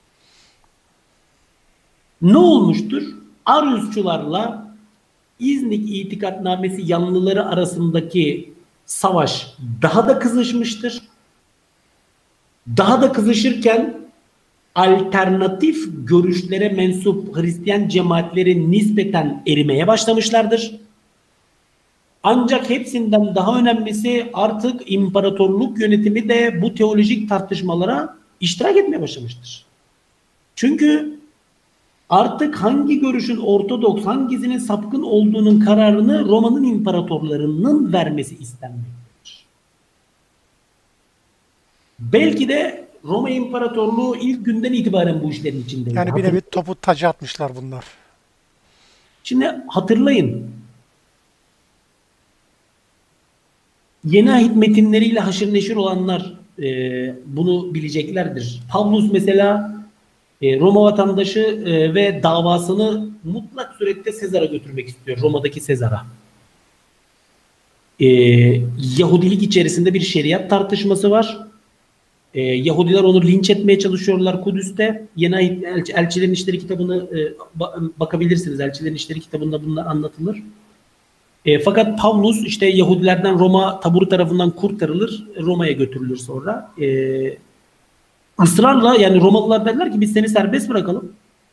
ne olmuştur? Ariusçularla İznik İtikadnamesi yanlıları arasındaki savaş daha da kızışmıştır. Daha da kızışırken alternatif görüşlere mensup Hristiyan cemaatleri nispeten erimeye başlamışlardır. Ancak hepsinden daha önemlisi, artık imparatorluk yönetimi de bu teolojik tartışmalara iştirak etmeye başlamıştır. Çünkü artık hangi görüşün ortodoks, hangisinin sapkın olduğunun kararını Roma'nın imparatorlarının vermesi istenmektedir. Belki de Roma İmparatorluğu ilk günden itibaren bu işlerin içindeydi. Yani bir nevi topu taca atmışlar bunlar. Şimdi hatırlayın. Yeni ahit metinleriyle haşır neşir olanlar e, bunu bileceklerdir. Pavlus mesela e, Roma vatandaşı e, ve davasını mutlak surette Sezar'a götürmek istiyor. Roma'daki Sezar'a. E, Yahudilik içerisinde bir şeriat tartışması var. E, Yahudiler onu linç etmeye çalışıyorlar Kudüs'te. Yeni ahit elçi, Elçilerin İşleri kitabını e, bakabilirsiniz. Elçilerin İşleri kitabında bunlar anlatılır. E, fakat Pavlus işte Yahudilerden Roma taburu tarafından kurtarılır, Roma'ya götürülür sonra. E, ısrarla, yani Romalılar derler ki biz seni serbest bırakalım.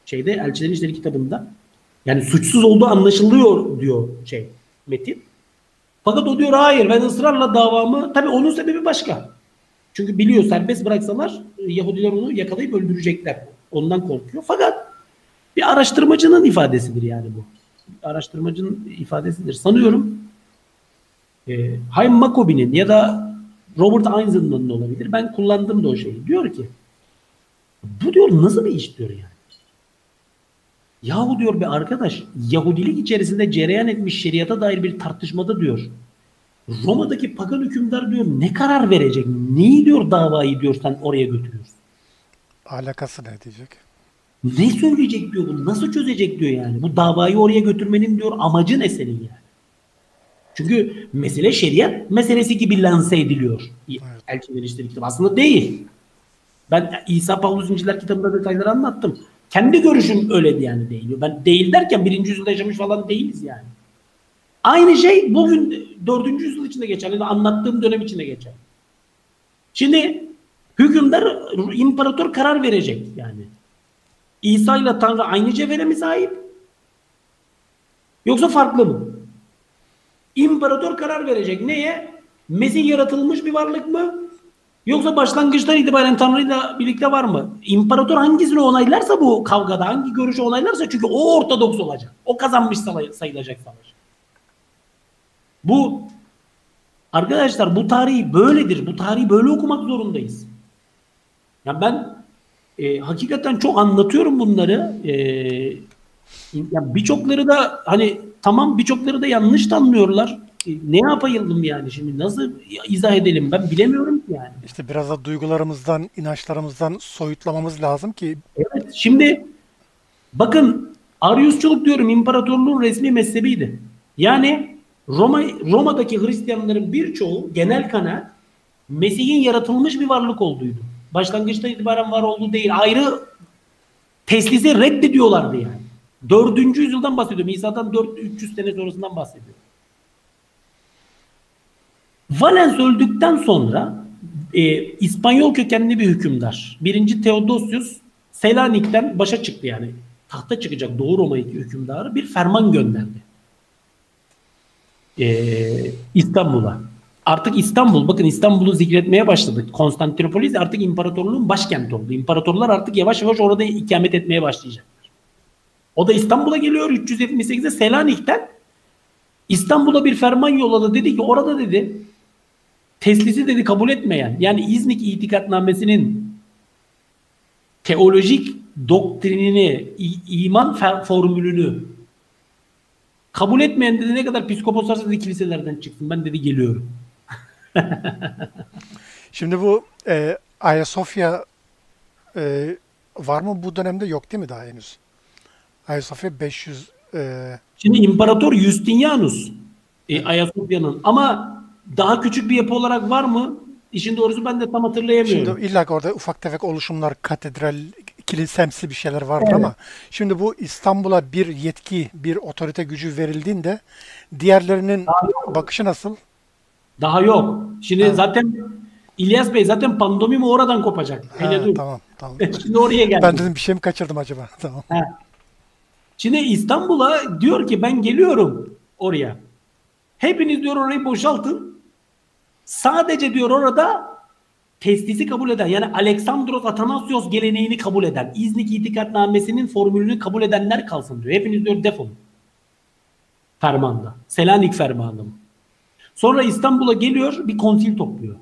Şeyde Elçilerin İşleri kitabında. Yani suçsuz olduğu anlaşılıyor diyor şey Metin. Fakat o diyor hayır ben ısrarla davamı, tabii onun sebebi başka. Çünkü biliyor serbest bıraksalar Yahudiler onu yakalayıp öldürecekler. Ondan korkuyor. Fakat bir araştırmacının ifadesidir yani bu. Araştırmacının ifadesidir. Sanıyorum e, Haim Maccoby'nin ya da Robert Eisenman'ın olabilir. Ben kullandım da o şeyi. Diyor ki bu diyor nasıl bir iş diyor yani. Yahu diyor bir arkadaş Yahudilik içerisinde cereyan etmiş şeriata dair bir tartışmada diyor. Roma'daki pagan hükümdar diyor ne karar verecek? Neyi diyor davayı diyor sen oraya götürüyorsun? Alakası ne diyecek? Ne söyleyecek diyor bunu? Nasıl çözecek diyor yani. Bu davayı oraya götürmenin diyor amacı ne senin yani? Çünkü mesele şeriat meselesi gibi lanse ediliyor. Evet. Elçilerin İşleri kitabı aslında değil. Ben İsa Pavlus İnciler kitabında detayları anlattım. Kendi görüşüm öyle yani değil. Ben değil derken birinci yüzyılda yaşamış falan değiliz yani. Aynı şey bugün dördüncü yüzyıl içinde geçerli. Anlattığım dönem içinde geçerli. Şimdi hükümdar, imparator karar verecek yani. İsa ile Tanrı aynı cevhere mi sahip? Yoksa farklı mı? İmparator karar verecek. Neye? Mesih yaratılmış bir varlık mı? Yoksa başlangıçtan itibaren Tanrı'yla birlikte var mı? İmparator hangisini onaylarsa bu kavgada, hangi görüşü onaylarsa çünkü o ortodoks olacak. O kazanmış sayılacak savaş. Bu arkadaşlar bu tarihi böyledir. Bu tarihi böyle okumak zorundayız. Ya ben e, hakikaten çok anlatıyorum bunları. E, ya birçokları da hani tamam birçokları da yanlış anlıyorlar. E, ne yapayım yani şimdi nasıl izah edelim ben bilemiyorum ki yani. İşte biraz da duygularımızdan, inançlarımızdan soyutlamamız lazım ki. Evet şimdi bakın Ariusçuluk diyorum imparatorluğun resmi mezhebiydi. Yani Roma Roma'daki Hristiyanların birçoğu genel kanaat Mesih'in yaratılmış bir varlık olduğuydu. Başlangıçta itibaren var olduğu değil. Ayrı teslisi reddediyorlardı yani. Dördüncü yüzyıldan bahsediyorum. İsa'dan dört üç yüz sene sonrasından bahsediyorum. Valens öldükten sonra e, İspanyol kökenli bir hükümdar. Birinci Theodosius Selanik'ten başa çıktı yani. Tahta çıkacak Doğu Roma hükümdarı bir ferman gönderdi. Ee, İstanbul'a. Artık İstanbul, bakın İstanbul'u zikretmeye başladık. Konstantinopolis artık imparatorluğun başkenti oldu. İmparatorlar artık yavaş yavaş orada ikamet etmeye başlayacaklar. O da İstanbul'a geliyor üç yüz yetmiş sekizde Selanik'ten İstanbul'a bir ferman yolladı. Dedi ki orada dedi teslisi dedi kabul etmeyen yani İznik itikadnamesinin teolojik doktrinini, iman formülünü kabul etmeyen dedi ne kadar psikopos varsa dedi kiliselerden çıksın. Ben dedi geliyorum. Şimdi bu e, Ayasofya e, var mı bu dönemde? Yok değil mi daha henüz? Ayasofya beş yüz e, Şimdi İmparator Justinianus e, Ayasofya'nın ama daha küçük bir yapı olarak var mı? İşin doğrusu ben de tam hatırlayamıyorum. Şimdi illa ki orada ufak tefek oluşumlar, katedral, kilisemsi bir şeyler vardır Evet. ama şimdi bu İstanbul'a bir yetki, bir otorite gücü verildiğinde diğerlerinin bakışı nasıl? Daha yok. Şimdi Ha. zaten İlyas Bey zaten pandomimi oradan kopacak. Ha, Hele dur. tamam, tamam. Şimdi oraya geldim. Ben dedim bir şey mi kaçırdım acaba? Tamam. Ha. Şimdi İstanbul'a diyor ki ben geliyorum oraya. Hepiniz diyor orayı boşaltın. Sadece diyor orada teslisi kabul eden yani Aleksandros Atanasios geleneğini kabul eden İznik itikadnamesinin formülünü kabul edenler kalsın diyor. Hepiniz diyor defolun. Fermanda. Selanik fermanı mı? Sonra İstanbul'a geliyor bir konsil topluyor.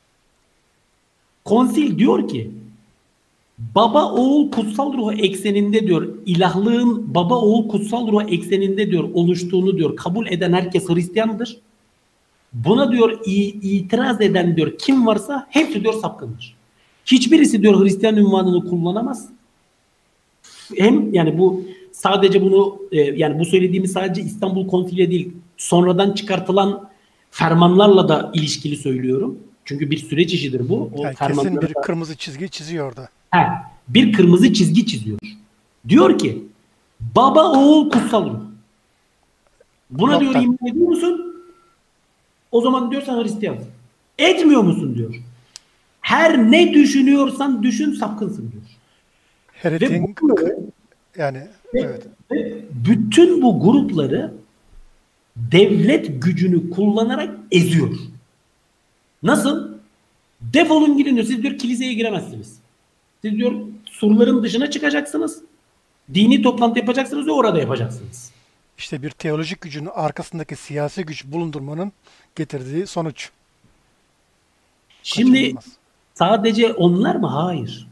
Konsil diyor ki baba oğul kutsal ruh ekseninde diyor ilahlığın baba oğul kutsal ruh ekseninde diyor oluştuğunu diyor kabul eden herkes Hristiyandır. Buna diyor itiraz eden diyor kim varsa hepsi diyor sapkındır. Hiçbirisi diyor Hristiyan ünvanını kullanamaz. Hem yani bu sadece bunu e, yani bu söylediğimiz sadece İstanbul Konsili değil sonradan çıkartılan fermanlarla da ilişkili söylüyorum. Çünkü bir süreç işidir bu. O Yani kesin bir da, kırmızı çizgi çiziyor orada. he, bir kırmızı çizgi çiziyor. Diyor ki baba oğul kutsal ruh. Buna Nokta. diyor iman ediyor musun? O zaman diyor sen Hristiyansın. Etmiyor musun diyor. Her ne düşünüyorsan düşün sapkınsın diyor. Heretiğin Ve bunları, Yani Ve, evet. ve bütün bu grupları devlet gücünü kullanarak eziyor. Nasıl? Defolun gidin diyor. Siz diyor kiliseye giremezsiniz. Siz diyor surların dışına çıkacaksınız. Dini toplantı yapacaksınız ve orada yapacaksınız. İşte bir teolojik gücün arkasındaki siyasi güç bulundurmanın getirdiği sonuç Şimdi kaçınılmaz. sadece onlar mı? Hayır.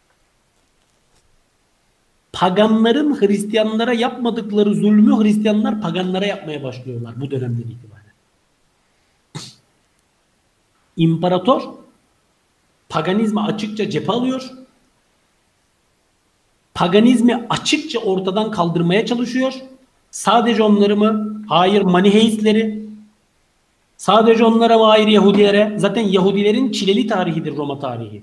Paganların Hristiyanlara yapmadıkları zulmü Hristiyanlar paganlara yapmaya başlıyorlar bu dönemden itibaren. İmparator paganizmi açıkça cephe alıyor. Paganizmi açıkça ortadan kaldırmaya çalışıyor. Sadece onları mı? Hayır, Maniheistleri. Sadece onlara mı? Hayır, Yahudilere. Zaten Yahudilerin çileli tarihidir Roma tarihi.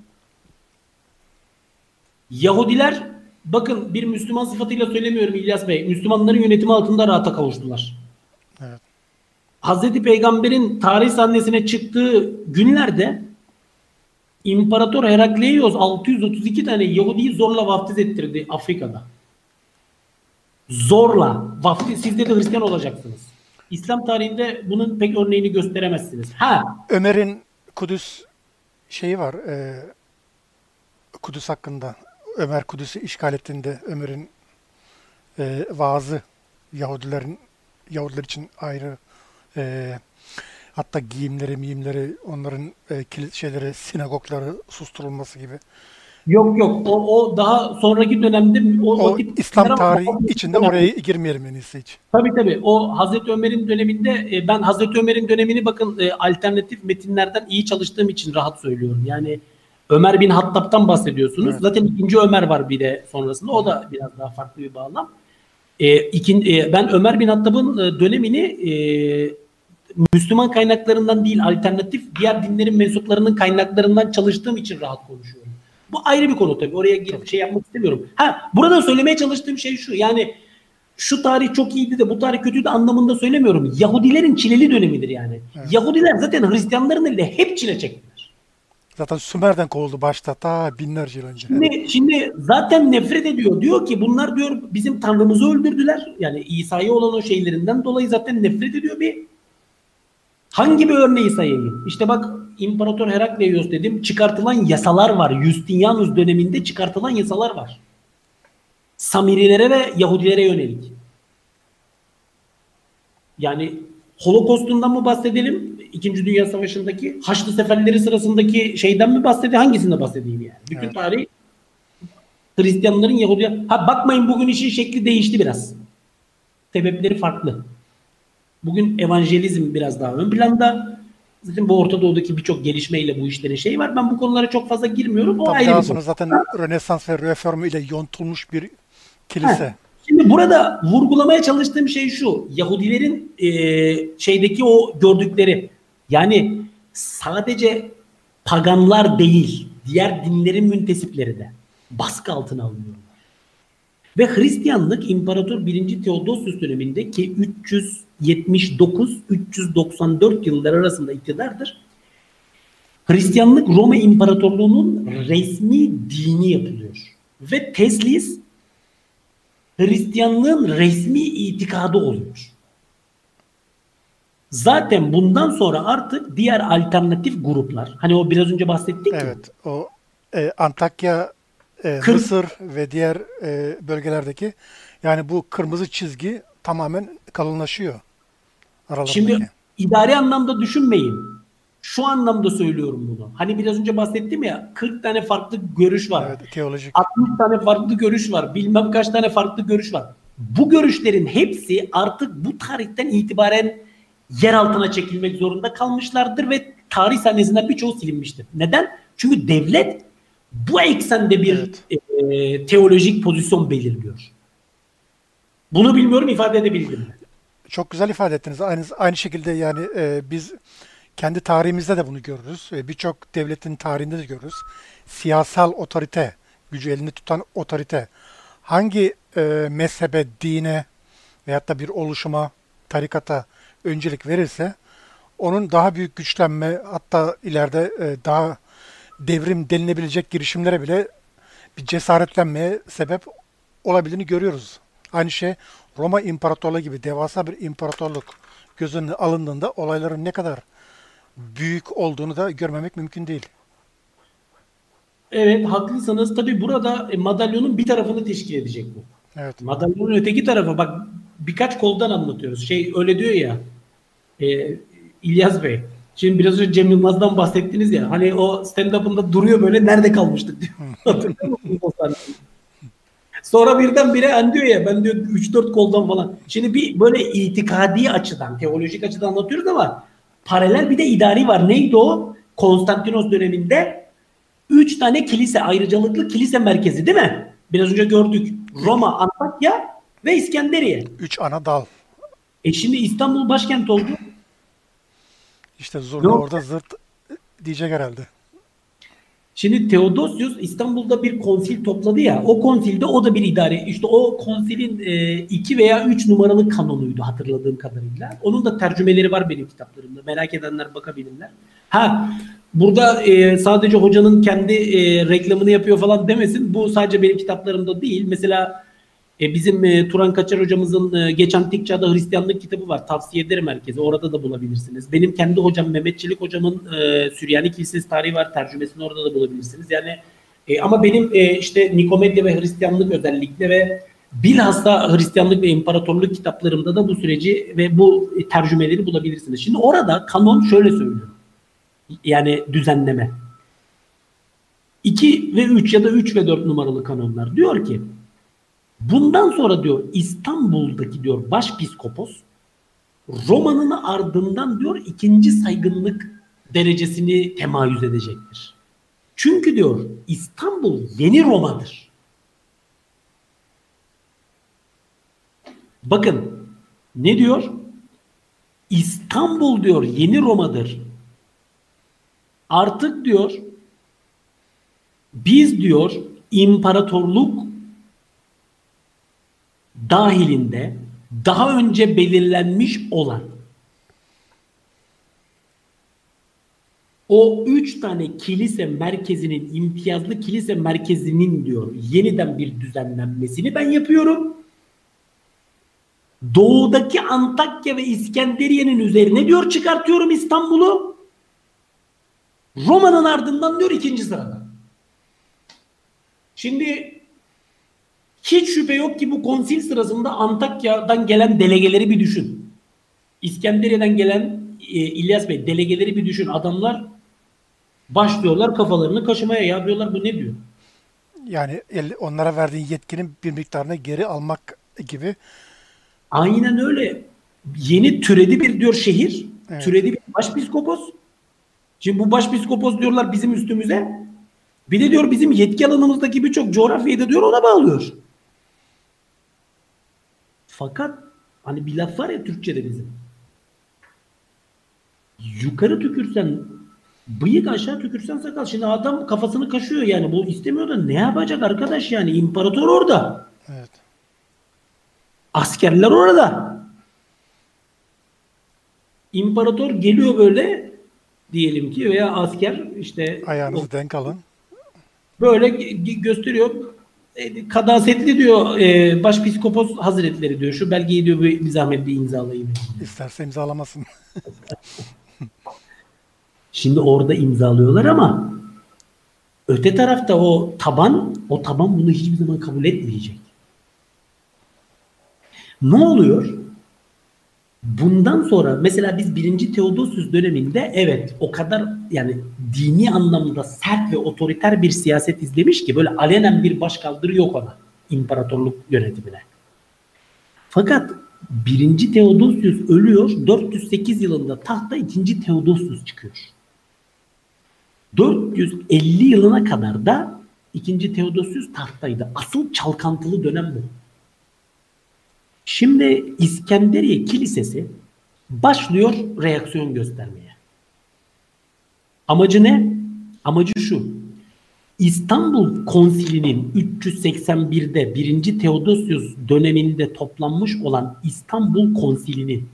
Yahudiler, bakın bir Müslüman sıfatıyla söylemiyorum İlyas Bey, Müslümanların yönetimi altında rahata kavuştular. Evet. Hazreti Peygamber'in tarih sahnesine çıktığı günlerde İmparator Herakleios altı yüz otuz iki tane Yahudi'yi zorla vaftiz ettirdi Afrika'da. Zorla. Vaftiz, siz de Hristiyan olacaksınız. İslam tarihinde bunun pek örneğini gösteremezsiniz. Ha, Ömer'in Kudüs şeyi var. E, Kudüs hakkında. Ömer Kudüs'ü işgal ettiğinde Ömer'in e, vaazı Yahudilerin Yahudiler için ayrı, e, hatta giyimleri, miyimleri, onların e, kilit şeyleri, sinagogları susturulması gibi. yok yok, o, o daha sonraki dönemde o, o O tip İslam şeyler ama tarihi içinde oraya girmeyelim en iyisi hiç. tabii tabii. O Hazreti Ömer'in döneminde e, ben Hazreti Ömer'in dönemini bakın e, alternatif metinlerden iyi çalıştığım için rahat söylüyorum. Yani Ömer bin Hattab'tan bahsediyorsunuz. Evet. Zaten ikinci Ömer var bir de sonrasında. O da biraz daha farklı bir bağlam. E, ikin, e, ben Ömer bin Hattab'ın e, dönemini e, Müslüman kaynaklarından değil, alternatif diğer dinlerin mensuplarının kaynaklarından çalıştığım için rahat konuşuyorum. Bu ayrı bir konu tabii. Oraya girip şey yapmak istemiyorum. Ha, burada söylemeye çalıştığım şey şu. Yani şu tarih çok iyiydi de bu tarih kötüydü anlamında söylemiyorum. Yahudilerin çileli dönemidir yani. Evet. Yahudiler zaten Hristiyanların eliyle hep çile çektiler. Zaten Sümer'den kovuldu başta ta binlerce yıl önce. Şimdi, şimdi zaten nefret ediyor. Diyor ki bunlar diyor bizim Tanrımızı öldürdüler. Yani İsa'ya olan o şeylerinden dolayı zaten nefret ediyor. Bir hangi bir örneği sayayım? İşte bak İmparator Herakleios dedim. Çıkartılan yasalar var. Justinianus döneminde çıkartılan yasalar var. Samirilere ve Yahudilere yönelik. Yani Holokost'undan mı bahsedelim? İkinci Dünya Savaşı'ndaki Haçlı Seferleri sırasındaki şeyden mi bahsedelim? Hangisinde bahsedeyim yani? Bütün Evet. tarih Hristiyanların Yahudiler. Ha bakmayın bugün işin şekli değişti biraz. Sebepleri farklı. Bugün evangelizm biraz daha ön planda. Zaten bu Orta Doğu'daki birçok gelişmeyle bu işlerin şeyi var. Ben bu konulara çok fazla girmiyorum. O Tabii ayrı daha bir konu. sonra zaten Rönesans ve Reform ile yontulmuş bir Heh. kilise. Şimdi burada vurgulamaya çalıştığım şey şu. Yahudilerin e, şeydeki o gördükleri yani sadece paganlar değil diğer dinlerin müntesipleri de baskı altına alınıyorlar. Ve Hristiyanlık İmparator birinci. Theodosius döneminde ki üç yüz yetmiş dokuz üç yüz doksan dört yıllar arasında iktidardır. Hristiyanlık Roma İmparatorluğu'nun resmi dini yapılıyor. Ve teslis Hristiyanlığın resmi itikadı oluyor. Zaten bundan sonra artık diğer alternatif gruplar, hani o biraz önce bahsettik Evet. ya. O e, Antakya, e, Kır- Mısır ve diğer e, bölgelerdeki, yani bu kırmızı çizgi tamamen kalınlaşıyor aralarındaki. Şimdi idari anlamda düşünmeyin. Şu anlamda söylüyorum bunu. Hani biraz önce bahsettim ya kırk tane farklı görüş var. Evet, teolojik. altmış tane farklı görüş var. Bilmem kaç tane farklı görüş var. Bu görüşlerin hepsi artık bu tarihten itibaren yer altına çekilmek zorunda kalmışlardır ve tarih sahnesinden birçoğu silinmiştir. Neden? Çünkü devlet bu eksende bir Evet. e, teolojik pozisyon belirliyor. Bunu bilmiyorum ifade edebildim mi? Çok güzel ifade ettiniz. Aynı aynı şekilde yani e, biz kendi tarihimizde de bunu görürüz. E, birçok devletin tarihinde de görürüz. Siyasal otorite, gücü elinde tutan otorite hangi e, mezhebe, dine veyahut da bir oluşuma, tarikata öncelik verirse onun daha büyük güçlenme, hatta ileride e, daha devrim denilebilecek girişimlere bile bir cesaretlenmeye sebep olabildiğini görüyoruz. Aynı şey Roma İmparatorluğu gibi devasa bir imparatorluk göz önüne alındığında olayların ne kadar büyük olduğunu da görmemek mümkün değil. Evet, haklısınız. Tabii burada e, madalyonun bir tarafını teşkil edecek bu. Evet. Madalyonun öteki tarafı, bak birkaç koldan anlatıyoruz. Şey öyle diyor ya, e, İlyas Bey. Şimdi biraz önce Cem Yılmaz'dan bahsettiniz ya. Hani o stand-up'ında duruyor böyle, nerede kalmıştık diyor. Hatırlıyor musunuz o sahneyi? Sonra birdenbire hani diyor ya, ben diyor üç dört koldan falan. Şimdi bir böyle itikadi açıdan, teolojik açıdan anlatıyoruz ama paralel bir de idari var. Neydi o? Konstantinos döneminde üç tane kilise, ayrıcalıklı kilise merkezi değil mi? Biraz önce gördük. Roma, Antakya ve İskenderiye. Üç ana dal. E şimdi İstanbul başkent oldu. İşte Ne zurna oldu? orada zırt diyecek herhalde. Şimdi Theodosius İstanbul'da bir konsil topladı ya. O konsilde o da bir idare. İşte o konsilin e, iki veya üç numaralı kanonuydu hatırladığım kadarıyla. Onun da tercümeleri var benim kitaplarımda. Merak edenler bakabilirler. Ha, burada e, sadece hocanın kendi e, reklamını yapıyor falan demesin. Bu sadece benim kitaplarımda değil. Mesela e, bizim e, Turan Kaçar hocamızın e, Geç Antik Çağ'da Hristiyanlık kitabı var. Tavsiye ederim herkese. Orada da bulabilirsiniz. Benim kendi hocam Mehmet Çelik hocamın e, Süryani Kilisesi tarihi var. Tercümesini orada da bulabilirsiniz. Yani e, ama benim e, işte Nikomedya ve Hristiyanlık özellikle ve bilhassa Hristiyanlık ve İmparatorluk kitaplarımda da bu süreci ve bu e, tercümeleri bulabilirsiniz. Şimdi orada kanon şöyle söylüyor. Yani düzenleme. iki ve üç ya da üç ve dört numaralı kanonlar diyor ki bundan sonra diyor İstanbul'daki diyor başpiskopos Roma'nın ardından diyor ikinci saygınlık derecesini temayüz edecektir. Çünkü diyor İstanbul yeni Roma'dır. Bakın ne diyor? İstanbul diyor yeni Roma'dır. Artık diyor biz diyor imparatorluk dahilinde daha önce belirlenmiş olan o üç tane kilise merkezinin, imtiyazlı kilise merkezinin diyor yeniden bir düzenlenmesini ben yapıyorum. Doğudaki Antakya ve İskenderiye'nin üzerine diyor çıkartıyorum İstanbul'u. Roma'nın ardından diyor ikinci sırada. Şimdi hiç şüphe yok ki bu konsil sırasında Antakya'dan gelen delegeleri bir düşün. İskenderiye'den gelen e, İlyas Bey delegeleri bir düşün. Adamlar başlıyorlar kafalarını kaşımaya. Ya diyorlar bu ne diyor? Yani el- onlara verdiğin yetkinin bir miktarını geri almak gibi. Aynen öyle. Yeni türedi bir diyor şehir. Evet. Türedi bir başpiskopos. Şimdi bu başpiskopos diyorlar bizim üstümüze. Bir de diyor bizim yetki alanımızdaki birçok coğrafyayı da diyor ona bağlıyor. Fakat hani bir laf var ya Türkçe'de bizim. Yukarı tükürsen bıyık, aşağı tükürsen sakal. Şimdi adam kafasını kaşıyor yani. Bu istemiyor da ne yapacak arkadaş yani? İmparator orada. Evet. Askerler orada. İmparator geliyor böyle diyelim ki veya asker işte Ayağınızı denk alın. böyle gösteriyor. E, Kadasetli diyor e, Başpiskopos Hazretleri diyor. Şu belgeyi diyor bir, bir zahmet bir imzalayayım. İsterse imzalamasın. Şimdi orada imzalıyorlar ama öte tarafta o taban, o taban bunu hiçbir zaman kabul etmeyecek. Ne oluyor? Bundan sonra mesela biz birinci Theodosius döneminde evet o kadar yani dini anlamda sert ve otoriter bir siyaset izlemiş ki böyle alenen bir başkaldırı yok ona imparatorluk yönetimine. Fakat birinci Theodosius ölüyor. dört yüz sekiz yılında tahta ikinci Theodosius çıkıyor. dört yüz elli yılına kadar da ikinci Theodosius tahttaydı. Asıl çalkantılı dönem bu. Şimdi İskenderiye Kilisesi başlıyor reaksiyon göstermeye. Amacı ne? Amacı şu. İstanbul Konsili'nin üç yüz seksen birde birinci Theodosius döneminde toplanmış olan İstanbul Konsili'nin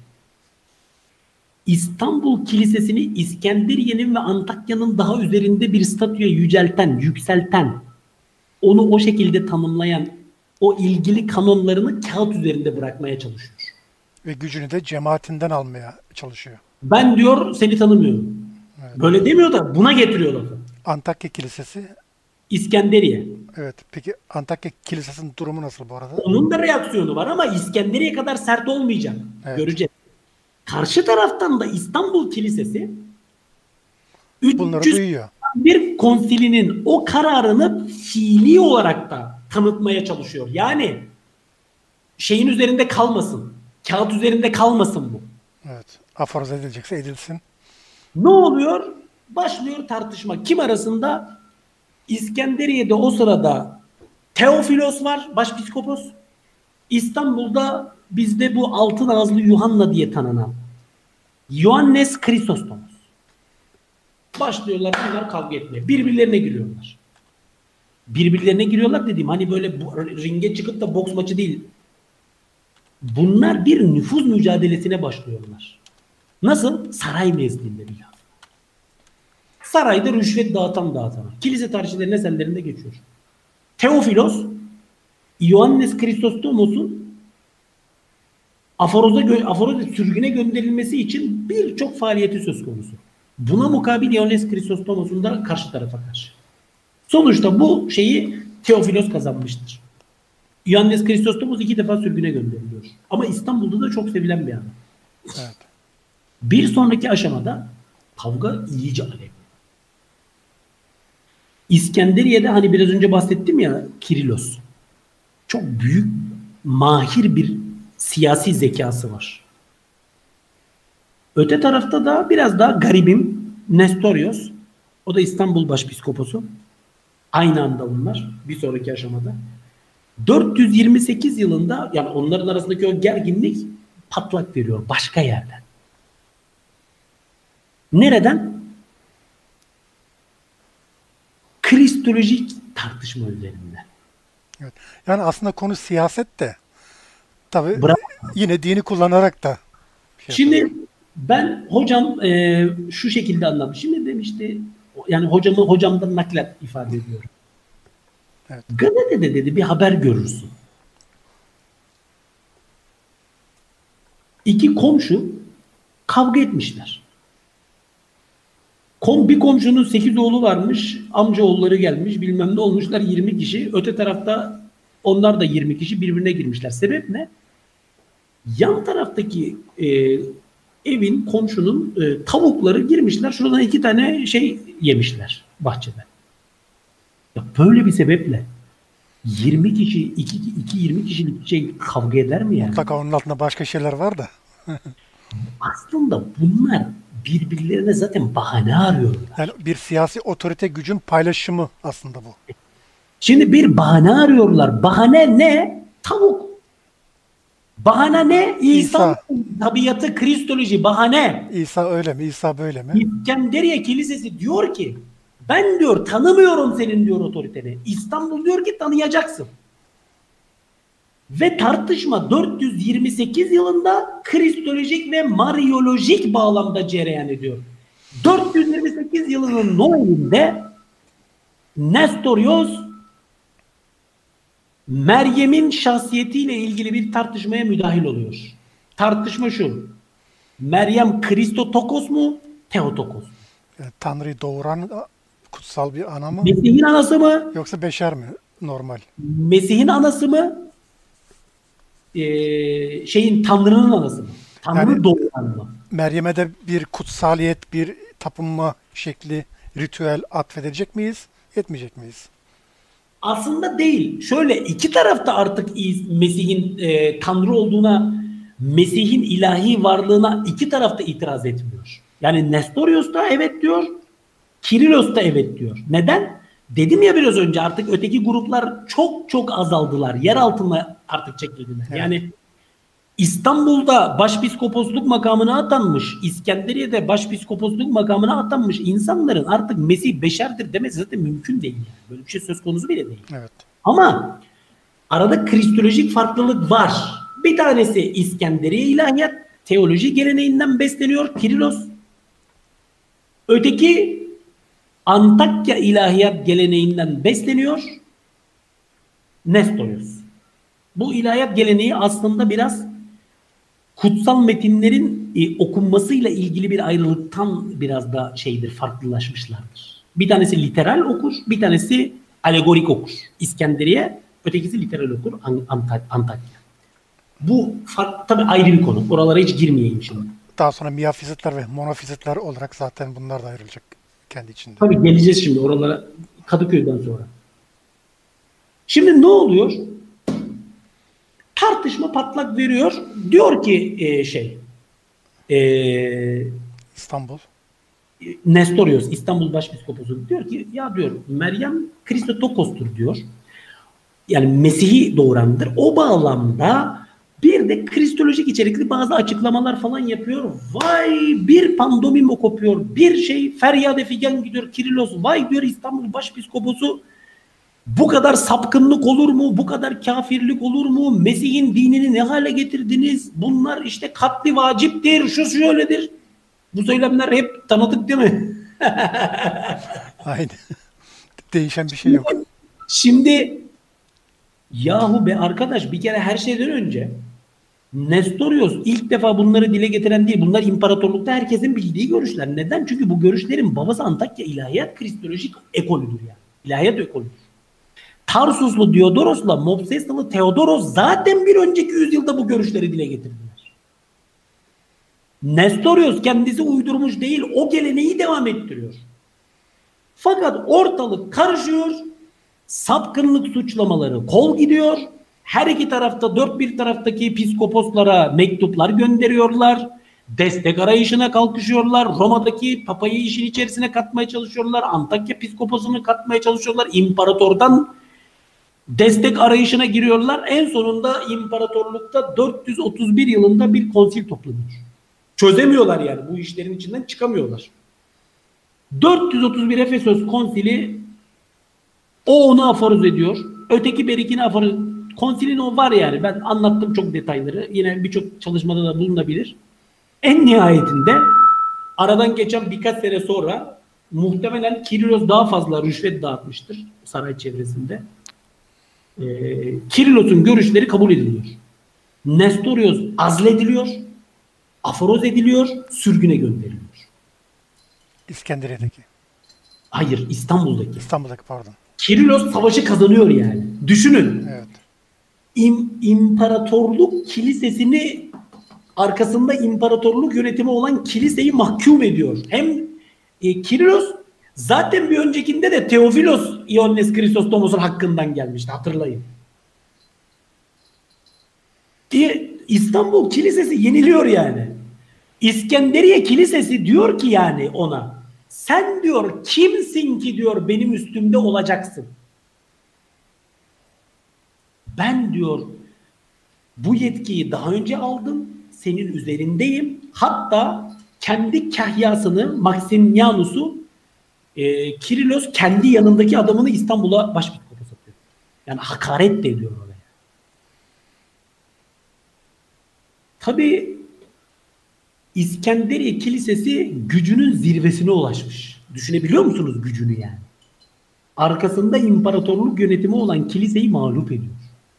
İstanbul Kilisesi'ni İskenderiye'nin ve Antakya'nın daha üzerinde bir statüye yücelten, yükselten, onu o şekilde tanımlayan o ilgili kanonlarını kağıt üzerinde bırakmaya çalışıyor. Ve gücünü de cemaatinden almaya çalışıyor. Ben diyor seni tanımıyorum. Evet. Böyle demiyor da buna getiriyor lafı. Antakya Kilisesi, İskenderiye. evet. Peki Antakya Kilisesi'nin durumu nasıl bu arada? Onun da reaksiyonu var ama İskenderiye kadar sert olmayacak. Evet. Göreceğiz. Karşı taraftan da İstanbul Kilisesi Bunları üç yüz duyuyor. bir konsilinin o kararını fiili olarak da tanıtmaya çalışıyor. Yani şeyin üzerinde kalmasın. Kağıt üzerinde kalmasın bu. Evet. Aforoz edilecekse edilsin. Ne oluyor? Başlıyor tartışma. Kim arasında? İskenderiye'de o sırada Teofilos var, başpiskopos. İstanbul'da bizde bu altın ağızlı Yuhanna diye tanınan Ioannes Chrysostomos. Başlıyorlar bunlar kavga etmeye. Birbirlerine giriyorlar. Birbirlerine giriyorlar dediğim hani böyle bu, ringe çıkıp da boks maçı değil. Bunlar bir nüfuz mücadelesine başlıyorlar. Nasıl? Saray nezdinde bir laf. Sarayda rüşvet dağıtan dağıtana. Kilise tarihçilerinin eserlerinde geçiyor. Teofilos, Ioannes Chrysostomos'un aforoza, gö- aforoza sürgüne gönderilmesi için birçok faaliyeti söz konusu. Buna mukabil Ioannes Chrysostomos'un da karşı tarafa karşı. Sonuçta bu şeyi Teofilos kazanmıştır. Ioannes Chrysostomos iki defa sürgüne gönderiliyor. Ama İstanbul'da da çok sevilen bir adam. Evet. Bir sonraki aşamada kavga iyice alevleniyor. İskenderiye'de hani biraz önce bahsettim ya Kirilos. Çok büyük, mahir bir siyasi zekası var. Öte tarafta da biraz daha garibim Nestorios. O da İstanbul Başpiskoposu. Aynı anda bunlar bir sonraki aşamada. dört yüz yirmi sekiz yılında yani onların arasındaki o gerginlik patlak veriyor başka yerden. Nereden? Kristolojik tartışma üzerinden. Evet. Yani aslında konu siyaset de tabii Bravo. yine dini kullanarak da şey Şimdi yapıyor. ben hocam e, şu şekilde anlamış. Şimdi demişti yani hocamı hocamdan naklet ifade ediyorum. Evet. Gazetede dedi bir haber görürsün. İki komşu kavga etmişler. Kom, bir komşunun sekiz oğlu varmış, amca oğulları gelmiş, bilmem ne olmuşlar yirmi kişi. Öte tarafta onlar da yirmi kişi birbirine girmişler. Sebep ne? Yan taraftaki e, evin, komşunun e, tavukları girmişler. Şuradan iki tane şey yemişler bahçeden. Ya böyle bir sebeple yirmi kişi, iki, iki yirmi kişilik şey kavga eder mi yani? Mutlaka onun altında başka şeyler var da. Aslında bunlar birbirlerine zaten bahane arıyorlar. Yani bir siyasi otorite gücün paylaşımı aslında bu. Şimdi bir bahane arıyorlar. Bahane ne? Tavuk. Bahane ne? İsa. Tabiatı, kristoloji, bahane. İsa öyle mi? İsa böyle mi? İskenderiye Kilisesi diyor ki ben diyor tanımıyorum senin diyor otoriteni. İstanbul diyor ki tanıyacaksın. Ve tartışma dört yüz yirmi sekiz yılında kristolojik ve maryolojik bağlamda cereyan ediyor. dört yüz yirmi sekiz yılının Noel'inde Nestorios Meryem'in şahsiyetiyle ilgili bir tartışmaya müdahil oluyor. Tartışma şu. Meryem Kristotokos mu? Theotokos mu? Yani Tanrı'yı doğuran kutsal bir ana mı? Mesih'in anası mı? Yoksa beşer mi? Normal. Mesih'in anası mı? Ee, şeyin Tanrı'nın anası mı? Tanrı Yani- doğuran mı? Meryem'e de bir kutsaliyet, bir tapınma şekli, ritüel atfedecek miyiz? Etmeyecek miyiz? Aslında değil. Şöyle iki tarafta artık İs- Mesih'in e, Tanrı olduğuna, Mesih'in ilahi varlığına iki tarafta itiraz etmiyor. Yani Nestorius da evet diyor, Kirilos da evet diyor. Neden? Dedim ya biraz önce artık öteki gruplar çok çok azaldılar. Yer altına artık çekildiler. Evet. Yani İstanbul'da başpiskoposluk makamına atanmış, İskenderiye'de başpiskoposluk makamına atanmış insanların artık Mesih beşerdir demesi zaten mümkün değil. Yani. Böyle bir şey söz konusu bile değil. Evet. Ama arada kristolojik farklılık var. Bir tanesi İskenderiye ilahiyat teoloji geleneğinden besleniyor Kirilos. Öteki Antakya ilahiyat geleneğinden besleniyor Nestorius. Bu ilahiyat geleneği aslında biraz kutsal metinlerin e, okunmasıyla ilgili bir ayrılıktan biraz da şeydir, farklılaşmışlardır. Bir tanesi literal okur, bir tanesi alegorik okur. İskenderiye, ötekisi literal okur, Ant- Antakya. Bu fark tabii ayrı bir konu. Oralara hiç girmeyeyim şimdi. Daha sonra miyafizitler ve monofizitler olarak zaten bunlar da ayrılacak kendi içinde. Tabii geleceğiz şimdi oralara Kadıköy'den sonra. Şimdi ne oluyor? Tartışma patlak veriyor. Diyor ki e, şey e, İstanbul. Nestorius, İstanbul Başpiskoposu diyor ki ya diyor Meryem Kristotokos'tur diyor. Yani Mesih'i doğurandır. O bağlamda bir de kristolojik içerikli bazı açıklamalar falan yapıyor. Vay bir pandomim kopuyor. Bir şey feryade figan gidiyor Kirilos. Vay diyor İstanbul Başpiskoposu. Bu kadar sapkınlık olur mu? Bu kadar kafirlik olur mu? Mesih'in dinini ne hale getirdiniz? Bunlar işte katli vaciptir, şu şöyledir. Bu söylemler hep tanıdık değil mi? Aynen. Değişen bir şey yok. Şimdi yahu be arkadaş bir kere her şeyden önce Nestorius ilk defa bunları dile getiren değil. Bunlar imparatorlukta herkesin bildiği görüşler. Neden? Çünkü bu görüşlerin babası Antakya İlahiyat Kristolojik ekolüdür yani. İlahiyat ekolüdür. Tarsuslu Diodoros'la Mopsesalı Theodoros zaten bir önceki yüzyılda bu görüşleri dile getirdiler. Nestorius kendisi uydurmuş değil, o geleneği devam ettiriyor. Fakat ortalık karışıyor, sapkınlık suçlamaları kol gidiyor. Her iki tarafta dört bir taraftaki piskoposlara mektuplar gönderiyorlar. Destek arayışına kalkışıyorlar. Roma'daki papayı işin içerisine katmaya çalışıyorlar. Antakya piskoposunu katmaya çalışıyorlar. İmparatordan destek arayışına giriyorlar. En sonunda imparatorlukta dört yüz otuz bir yılında bir konsil toplanıyor. Çözemiyorlar yani. Bu işlerin içinden çıkamıyorlar. dört yüz otuz bir Efesos konsili o onu aforoz ediyor. Öteki berikini aforoz. Konsilin o var yani. Ben anlattım çok detayları. Yine birçok çalışmada da bulunabilir. En nihayetinde aradan geçen birkaç sene sonra muhtemelen Kirilos daha fazla rüşvet dağıtmıştır saray çevresinde. Ee, Kirilos'un görüşleri kabul ediliyor. Nestorius azlediliyor, aforoz ediliyor, sürgüne gönderiliyor. İskenderiye'deki. Hayır, İstanbul'daki. İstanbul'daki pardon. Kirilos savaşı kazanıyor yani. Düşünün. Evet. İm, imparatorluk kilisesini arkasında imparatorluk yönetimi olan kiliseyi mahkum ediyor. Hem e, Kirilos zaten bir öncekinde de Teofilos Ioannes Chrysostomos'un hakkından gelmişti. Hatırlayın. Diye İstanbul Kilisesi yeniliyor yani. İskenderiye Kilisesi diyor ki yani ona sen diyor kimsin ki diyor benim üstümde olacaksın. Ben diyor bu yetkiyi daha önce aldım. Senin üzerindeyim. Hatta kendi kahyasını Maximianus'u e, Kirilos kendi yanındaki adamını İstanbul'a başpiskopa satıyor. Yani hakaret de ediyor oraya. Tabii İskenderiye Kilisesi gücünün zirvesine ulaşmış. Düşünebiliyor musunuz gücünü yani? Arkasında imparatorluk yönetimi olan kiliseyi mağlup ediyor.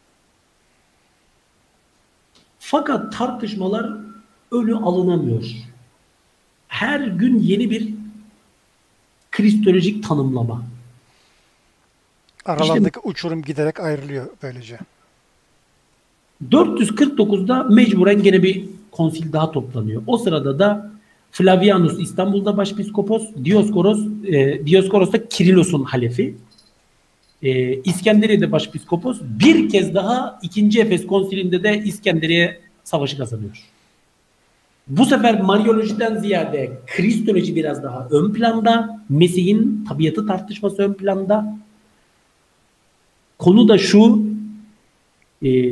Fakat tartışmalar önü alınamıyor. Her gün yeni bir kristolojik tanımlama. Aralardaki işte, uçurum giderek ayrılıyor böylece. dört yüz kırk dokuzda mecburen gene bir konsil daha toplanıyor. O sırada da Flavianus İstanbul'da başpiskopos, Dioskoros, e, Dioskoros da Kirilos'un halefi. E, İskenderiye'de başpiskopos. Bir kez daha ikinci Efes konsilinde de İskenderiye savaşı kazanıyor. Bu sefer Maryolojiden ziyade Kristoloji biraz daha ön planda. Mesih'in tabiatı tartışması ön planda. Konu da şu, e,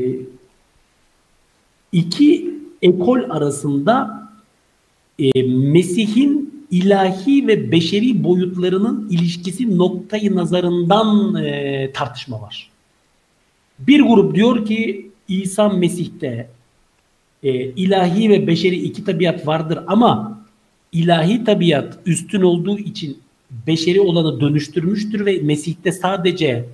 iki ekol arasında e, Mesih'in ilahi ve beşeri boyutlarının ilişkisi noktayı nazarından e, tartışma var. Bir grup diyor ki İsa Mesih'te e, ilahi ve beşeri iki tabiat vardır ama ilahi tabiat üstün olduğu için beşeri olanı dönüştürmüştür ve Mesih'te sadece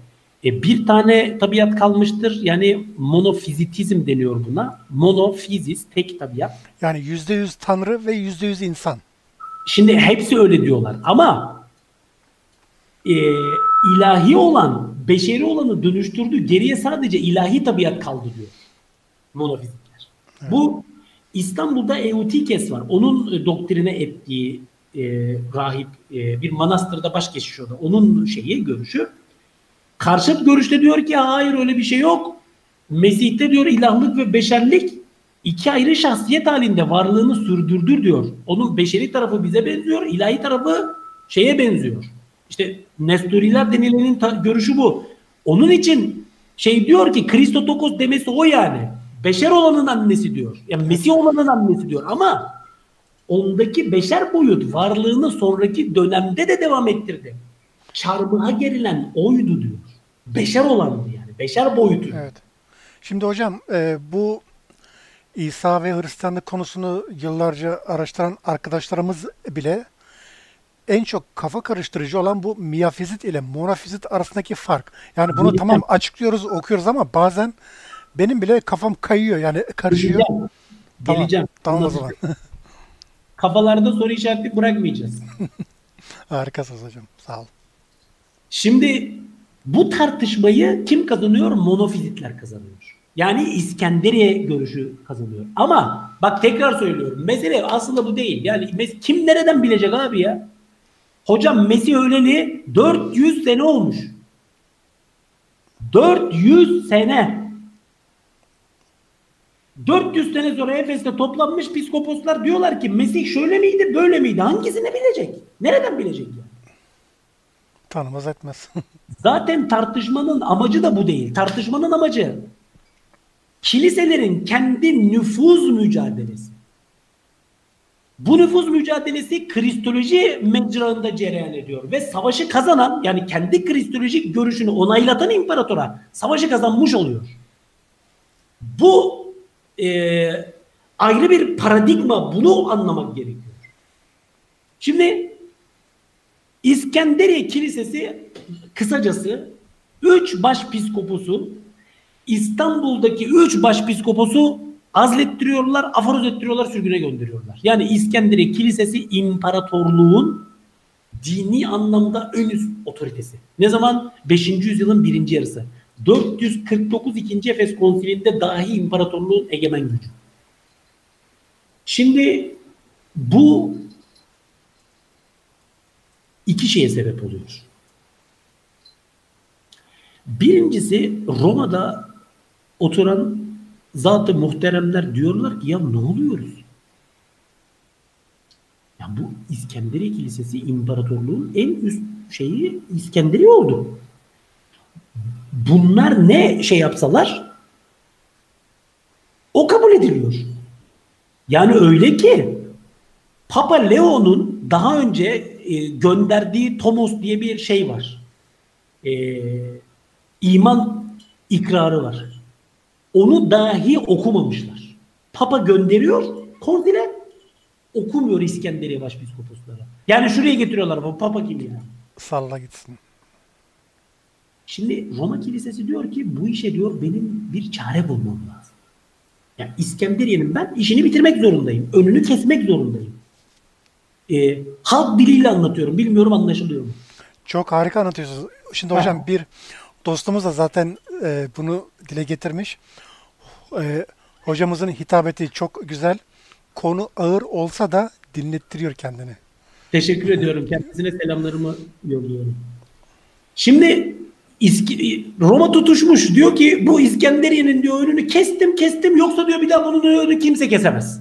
E, bir tane tabiat kalmıştır. Yani monofizitizm deniyor buna. Monofizis, tek tabiat. Yani yüzde yüz Tanrı ve yüzde yüz insan. Şimdi hepsi öyle diyorlar ama e, ilahi olan, beşeri olanı dönüştürdü. Geriye sadece ilahi tabiat kaldı diyor monofizitler. Evet. Bu İstanbul'da Eutikes var. Onun e, doktrine ettiği e, rahip e, bir manastırda baş geçiyordu. Onun şeyi, görüşü. Karşıt görüşte diyor ki hayır öyle bir şey yok. Mesih'te diyor ilahlık ve beşerlik iki ayrı şahsiyet halinde varlığını sürdürdür diyor. Onun beşeri tarafı bize benziyor, ilahi tarafı şeye benziyor. İşte Nestoriler denilenin görüşü bu. Onun için şey diyor ki Kristotokos demesi o yani. Beşer olanın annesi diyor. Yani Mesih olanın annesi diyor ama ondaki beşer boyut varlığını sonraki dönemde de devam ettirdi. Çarmıha gerilen oydu diyor. Beşer olandı yani. Beşer boyutu. Evet. Şimdi hocam e, bu İsa ve Hristiyanlık konusunu yıllarca araştıran arkadaşlarımız bile en çok kafa karıştırıcı olan bu miyafizit ile monofizit arasındaki fark. Yani bunu Geleceğim. tamam açıklıyoruz, okuyoruz ama bazen benim bile kafam kayıyor yani karışıyor. Geleceğim. Tamam, Geleceğim. tamam o zaman. Kafalarda soru işareti bırakmayacağız. Harikasınız hocam. Sağ ol. Şimdi bu tartışmayı kim kazanıyor? Monofizitler kazanıyor. Yani İskenderiye görüşü kazanıyor. Ama bak tekrar söylüyorum. Mesele aslında bu değil. Yani kim nereden bilecek abi ya? Hocam Mesih öleli dört yüz sene olmuş. dört yüz sene. dört yüz sene sonra Efes'te toplanmış piskoposlar diyorlar ki Mesih şöyle miydi, böyle miydi? Hangisini bilecek? Nereden bilecek yani? Tanımaz etmez. Zaten tartışmanın amacı da bu değil. Tartışmanın amacı kiliselerin kendi nüfuz mücadelesi. Bu nüfuz mücadelesi Kristoloji mecrasında cereyan ediyor ve savaşı kazanan yani kendi kristolojik görüşünü onaylatan imparatora savaşı kazanmış oluyor. Bu e, ayrı bir paradigma, bunu anlamak gerekiyor. Şimdi İskenderiye Kilisesi kısacası üç başpiskoposu İstanbul'daki üç başpiskoposu azlettiriyorlar, aforoz ettiriyorlar, sürgüne gönderiyorlar. Yani İskenderiye Kilisesi imparatorluğun dini anlamda en üst otoritesi. Ne zaman? beşinci yüzyılın birinci yarısı. dört yüz kırk dokuz ikinci Efes Konsili'nde dahi imparatorluğun egemen gücü. Şimdi bu iki şeye sebep oluyor. Birincisi Roma'da oturan zat-ı muhteremler diyorlar ki ya ne oluyoruz? Ya bu İskenderiye Kilisesi imparatorluğun en üst şeyi İskenderiye oldu. Bunlar ne şey yapsalar o kabul ediliyor. Yani öyle ki Papa Leo'nun daha önce e, gönderdiği Tomos diye bir şey var. E, iman ikrarı var. Onu dahi okumamışlar. Papa gönderiyor, konsile okumuyor İskenderiye başpiskoposları. Yani şuraya getiriyorlar, bu Papa kim ya? Salla gitsin. Şimdi Roma Kilisesi diyor ki bu işe diyor benim bir çare bulmam lazım. Yani İskenderiye'nin ben işini bitirmek zorundayım. Önünü kesmek zorundayım. E, halk diliyle anlatıyorum. Bilmiyorum anlaşılıyor mu? Çok harika anlatıyorsunuz. Şimdi hocam bir dostumuz da zaten e, bunu dile getirmiş. E, hocamızın hitabeti çok güzel. Konu ağır olsa da dinlettiriyor kendini. Teşekkür ediyorum. Kendisine selamlarımı yolluyorum. Şimdi İski, Roma tutuşmuş. Diyor ki bu İskenderiye'nin diyor önünü kestim kestim yoksa diyor bir daha bunun önünü kimse kesemez.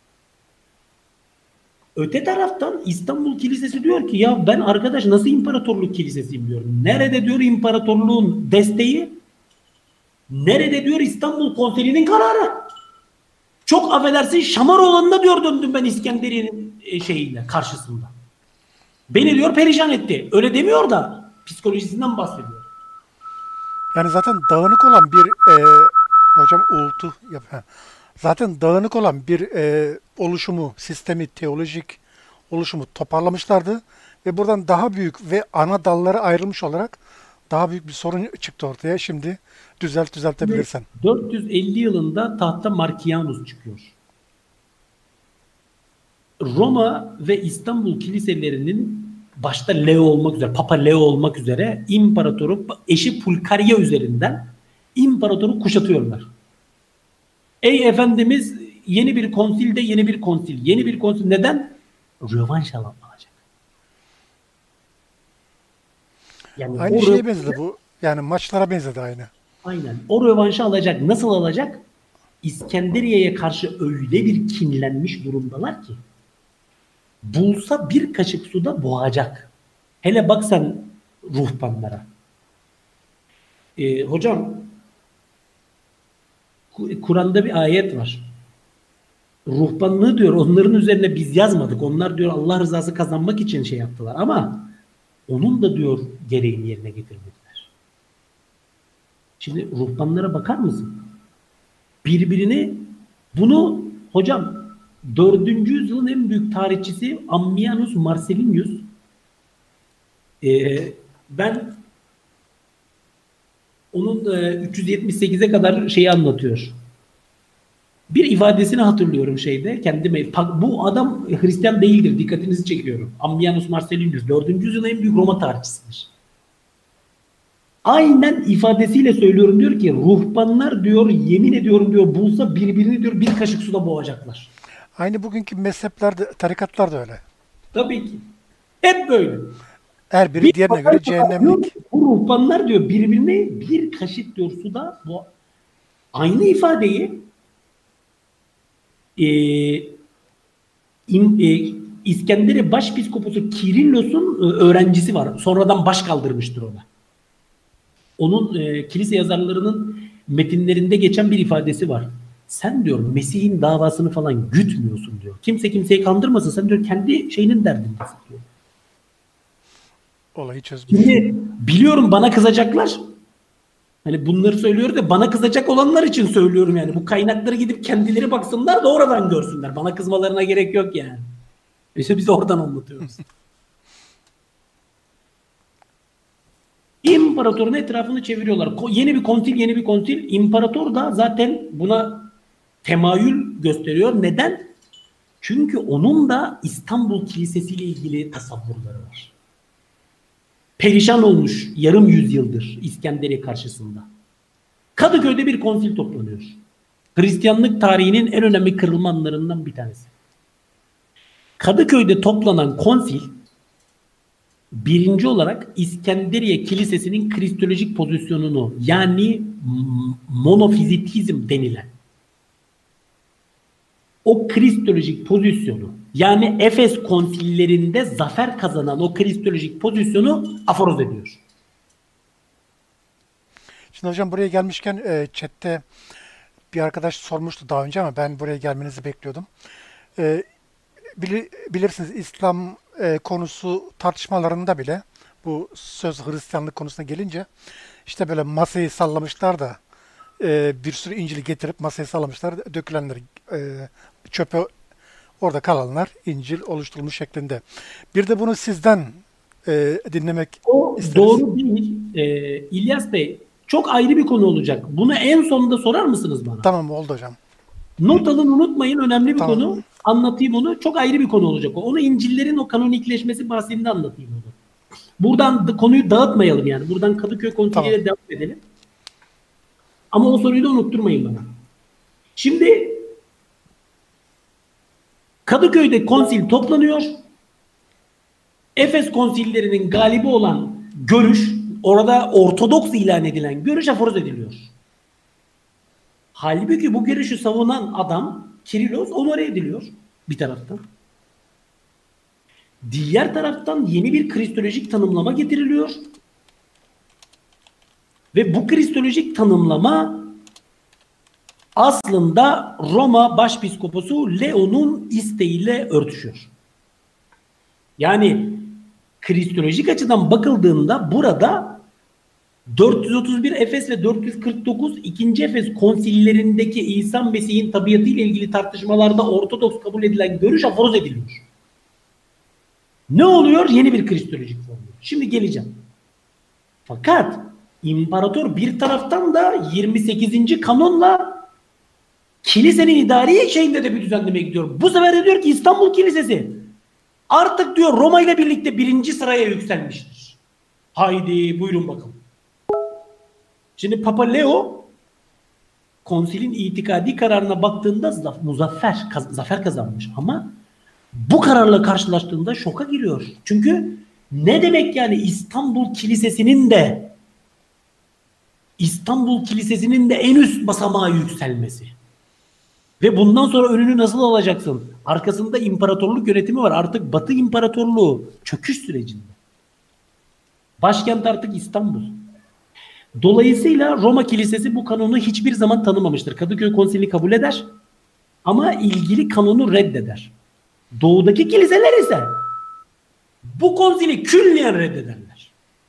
Öte taraftan İstanbul Kilisesi diyor ki ya ben arkadaş nasıl imparatorluk kilisesiyim diyor. Nerede diyor imparatorluğun desteği? Nerede diyor İstanbul Konsili'nin kararı? Çok affedersin Şamaroğlan'da diyor döndüm ben İskenderiye'nin şeyiyle karşısında. Beni diyor perişan etti. Öyle demiyor da psikolojisinden bahsediyor. Yani zaten dağınık olan bir e, hocam uğultu yap. Zaten dağınık olan bir e, oluşumu, sistemi, teolojik oluşumu toparlamışlardı ve buradan daha büyük ve ana dallara ayrılmış olarak daha büyük bir sorun çıktı ortaya. Şimdi düzelt Ve düzeltebilirsen. dört yüz elli yılında tahta Markianus çıkıyor. Roma ve İstanbul kiliselerinin başta Leo olmak üzere, Papa Leo olmak üzere imparatoru eşi Pulkarya üzerinden imparatoru kuşatıyorlar. Ey Efendimiz, yeni bir konsilde yeni bir konsil. Yeni bir konsil. Neden? Rövanş alacak. Yani Aynı o şeye rövanşı, benzedi bu. Yani maçlara benzedi aynı. aynen. O rövanşı alacak. Nasıl alacak? İskenderiye'ye karşı öyle bir kinlenmiş durumdalar ki bulsa bir kaşık suda boğacak. Hele bak sen ruhbanlara. Ee, hocam, Kur'an'da bir ayet var. Ruhbanlığı diyor onların üzerine biz yazmadık. Onlar diyor Allah rızası kazanmak için şey yaptılar ama onun da diyor gereğini yerine getirmediler. Şimdi ruhbanlara bakar mısın? Birbirini bunu hocam dördüncü yüzyılın en büyük tarihçisi Ammianus Marcellinus e, ben onun e, üç yüz yetmiş sekize kadar şeyi anlatıyor. Bir ifadesini hatırlıyorum şeyde. Kendime bu adam Hristiyan değildir. Dikkatinizi çekiyorum. Ammianus Marcellinus dördüncü yüzyılın en büyük Roma tarihçisidir. Aynen ifadesiyle söylüyorum, diyor ki ruhbanlar diyor yemin ediyorum diyor bulsa birbirini diyor bir kaşık suda boğacaklar. Aynı bugünkü mezheplerde, tarikatlar da öyle. Tabii ki. Hep böyle. Her biri Bir diğerine bakar göre sonra diyor, cehennemlik. bu ruhbanlar diyor birbirine bir kaşık diyor suda bu aynı ifadeyi e, in, e, İskenderiye Başpiskoposu Kirillos'un e, öğrencisi var. Sonradan baş kaldırmıştır ona. Onun e, kilise yazarlarının metinlerinde geçen bir ifadesi var. Sen diyor Mesih'in davasını falan gütmüyorsun diyor. Kimse kimseyi kandırmasın. Sen diyor kendi şeyinin derdindesin diyor. Olayı çözmüş. Şimdi biliyorum bana kızacaklar. Hani bunları söylüyor da bana kızacak olanlar için söylüyorum yani. Bu kaynakları gidip kendileri baksınlar da oradan görsünler. Bana kızmalarına gerek yok yani. İşte biz oradan anlatıyoruz. İmparatorun etrafını çeviriyorlar. Yeni bir konsil, yeni bir konsil. İmparator da zaten buna temayül gösteriyor. Neden? Çünkü onun da İstanbul Kilisesi ile ilgili tasavvurları var. Perişan olmuş yarım yüzyıldır İskenderiye karşısında. Kadıköy'de bir konsil toplanıyor. Hristiyanlık tarihinin en önemli kırılma anlarından bir tanesi. Kadıköy'de toplanan konsil birinci olarak İskenderiye Kilisesi'nin kristolojik pozisyonunu yani monofizitizm denilen o kristolojik pozisyonu yani Efes konsillerinde zafer kazanan o kristolojik pozisyonu aforoz ediyor. Şimdi hocam buraya gelmişken e, chatte bir arkadaş sormuştu daha önce ama ben buraya gelmenizi bekliyordum. E, bili- bilirsiniz İslam e, konusu tartışmalarında bile bu söz Hristiyanlık konusuna gelince işte böyle masayı sallamışlar da e, bir sürü İncil'i getirip masaya sallamışlar. Dökülenleri e, çöpe orada kalanlar İncil oluşturulmuş şeklinde. Bir de bunu sizden e, dinlemek O isteriz. doğru değil. Ee, İlyas Bey çok ayrı bir konu olacak. Bunu en sonunda sorar mısınız bana? Tamam oldu hocam. Not alın unutmayın önemli bir Tamam. konu. Anlatayım onu. Çok ayrı bir konu olacak. Onu İncil'lerin o kanonikleşmesi bahsinde anlatayım onu. Buradan da konuyu dağıtmayalım yani. Buradan Kadıköy Konsili'yle Tamam. devam edelim. Ama o soruyu da unutturmayın bana. Şimdi Kadıköy'de konsil toplanıyor. Efes konsillerinin galibi olan görüş, orada Ortodoks ilan edilen görüş aforoz ediliyor. Halbuki bu görüşü savunan adam Kirillos onore ediliyor bir taraftan. Diğer taraftan yeni bir kristolojik tanımlama getiriliyor. Ve bu kristolojik tanımlama aslında Roma Başpiskoposu Leo'nun isteğiyle örtüşüyor. Yani kristolojik açıdan bakıldığında burada dört yüz otuz bir Efes ve dört yüz kırk dokuz ikinci Efes konsillerindeki İsa Mesih'in tabiatıyla ilgili tartışmalarda Ortodoks kabul edilen görüş aforoz ediliyor. Ne oluyor? Yeni bir kristolojik formül. Şimdi geleceğim. Fakat imparator bir taraftan da yirmi sekizinci kanonla kilisenin idari şeyinde de bir düzenleme gidiyor. Bu sefer de diyor ki İstanbul Kilisesi artık diyor Roma ile birlikte birinci sıraya yükselmiştir. Haydi buyurun bakalım. Şimdi Papa Leo konsilin itikadi kararına baktığında zaf muzaffer, kaz zafer kazanmış ama bu kararla karşılaştığında şoka giriyor. Çünkü ne demek yani İstanbul Kilisesi'nin de İstanbul Kilisesi'nin de en üst basamağa yükselmesi. Ve bundan sonra önünü nasıl alacaksın? Arkasında imparatorluk yönetimi var. Artık Batı İmparatorluğu çöküş sürecinde. Başkent artık İstanbul. Dolayısıyla Roma Kilisesi bu kanunu hiçbir zaman tanımamıştır. Kadıköy Konsili kabul eder ama ilgili kanunu reddeder. Doğudaki kiliseler ise bu konsili külliyen reddederler.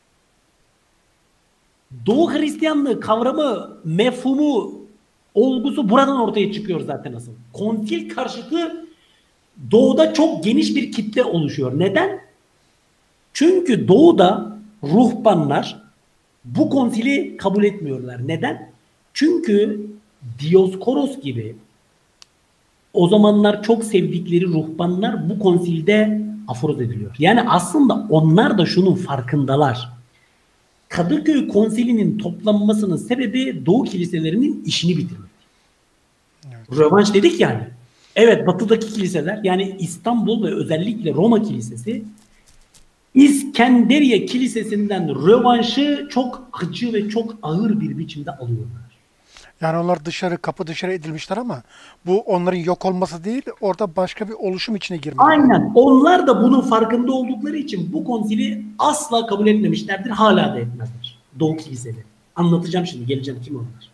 Doğu Hristiyanlığı kavramı, mefhumu, olgusu buradan ortaya çıkıyor zaten asıl. Konsil karşıtı Doğu'da çok geniş bir kitle oluşuyor. Neden? Çünkü Doğu'da ruhbanlar bu konsili kabul etmiyorlar. Neden? Çünkü Dioskoros gibi o zamanlar çok sevdikleri ruhbanlar bu konsilde aforoz ediliyor. Yani aslında onlar da şunun farkındalar. Kadıköy konsilinin toplanmasının sebebi Doğu kiliselerinin işini bitirmek. Evet. Rövanş dedik yani. Evet, batıdaki kiliseler yani İstanbul ve özellikle Roma Kilisesi İskenderiye Kilisesi'nden rövanşı çok acı ve çok ağır bir biçimde alıyorlar. Yani onlar dışarı, kapı dışarı edilmişler ama bu onların yok olması değil, orada başka bir oluşum içine girmeleri. Aynen. Onlar da bunun farkında oldukları için bu konsili asla kabul etmemişlerdir. Hala da etmezler. Doğu kiliseleri. Anlatacağım şimdi. Geleceğim kim onlar.